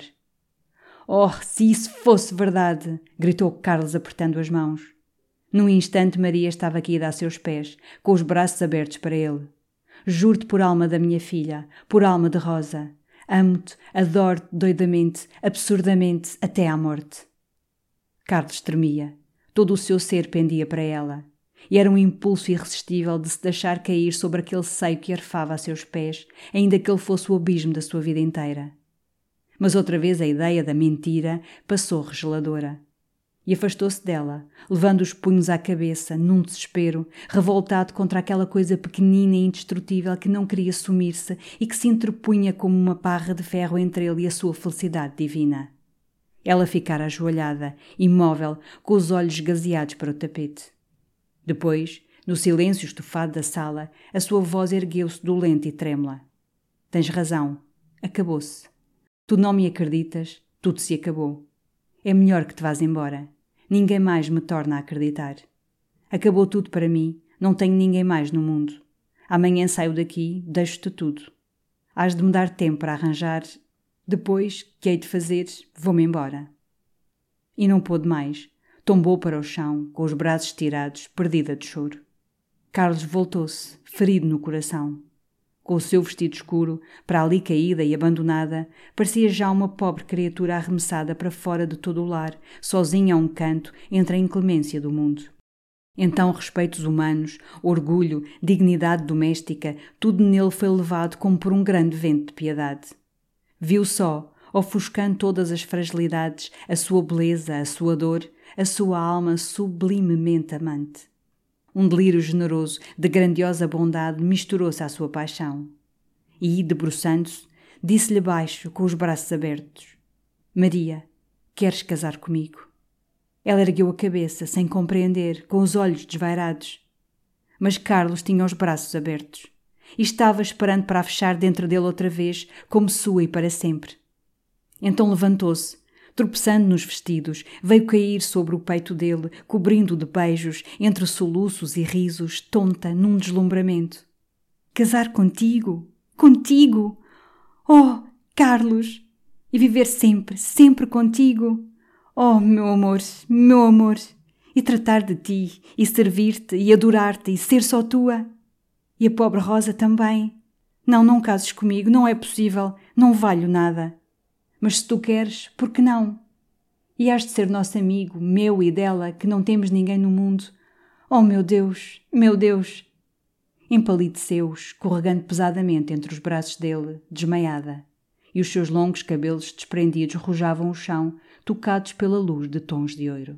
Oh, se isso fosse verdade! Gritou Carlos apertando as mãos. Num instante Maria estava caída a seus pés, com os braços abertos para ele. Juro-te por alma da minha filha, por alma de Rosa. Amo-te, adoro-te doidamente, absurdamente, até à morte. Carlos tremia. Todo o seu ser pendia para ela. E era um impulso irresistível de se deixar cair sobre aquele seio que arfava a seus pés, ainda que ele fosse o abismo da sua vida inteira. Mas outra vez a ideia da mentira passou regeladora. E afastou-se dela, levando os punhos à cabeça, num desespero, revoltado contra aquela coisa pequenina e indestrutível que não queria sumir-se e que se interpunha como uma parra de ferro entre ele e a sua felicidade divina. Ela ficara ajoelhada, imóvel, com os olhos esgazeados para o tapete. Depois, no silêncio estufado da sala, a sua voz ergueu-se dolente e trêmula. Tens razão. Acabou-se. Tu não me acreditas, tudo se acabou. É melhor que te vás embora. Ninguém mais me torna a acreditar. Acabou tudo para mim, não tenho ninguém mais no mundo. Amanhã saio daqui, deixo-te tudo. Hás de me dar tempo para arranjar. Depois, que hei de fazer, vou-me embora. E não pôde mais. Tombou para o chão, com os braços estirados, perdida de choro. Carlos voltou-se, ferido no coração. Com o seu vestido escuro, para ali caída e abandonada, parecia já uma pobre criatura arremessada para fora de todo o lar, sozinha a um canto, entre a inclemência do mundo. Então respeitos humanos, orgulho, dignidade doméstica, tudo nele foi levado como por um grande vento de piedade. Viu só, ofuscando todas as fragilidades, a sua beleza, a sua dor, a sua alma sublimemente amante. Um delírio generoso, de grandiosa bondade, misturou-se à sua paixão. E, debruçando-se, disse-lhe baixo, com os braços abertos: Maria, queres casar comigo? Ela ergueu a cabeça, sem compreender, com os olhos desvairados. Mas Carlos tinha os braços abertos e estava esperando para a fechar dentro dele outra vez, como sua e para sempre. Então levantou-se, tropeçando nos vestidos, veio cair sobre o peito dele, cobrindo-o de beijos, entre soluços e risos, tonta, num deslumbramento. Casar contigo? Contigo? Oh, Carlos! E viver sempre, sempre contigo? Oh, meu amor, meu amor! E tratar de ti, e servir-te, e adorar-te, e ser só tua? E a pobre Rosa também? Não, não cases comigo, não é possível, não valho nada. Mas se tu queres, por que não? E has de ser nosso amigo, meu e dela, que não temos ninguém no mundo. Oh, meu Deus, meu Deus! Empalideceu, escorregando pesadamente entre os braços dele, desmaiada, e os seus longos cabelos desprendidos rojavam o chão, tocados pela luz de tons de ouro.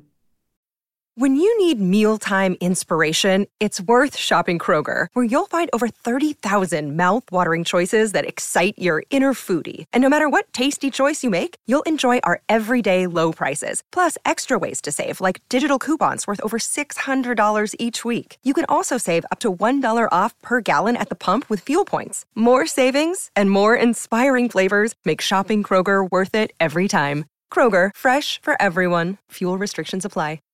When you need mealtime inspiration, it's worth shopping Kroger, where you'll find over thirty thousand mouth-watering choices that excite your inner foodie. And no matter what tasty choice you make, you'll enjoy our everyday low prices, plus extra ways to save, like digital coupons worth over six hundred dollars each week. You can also save up to one dollar off per gallon at the pump with fuel points. More savings and more inspiring flavors make shopping Kroger worth it every time. Kroger, fresh for everyone. Fuel restrictions apply.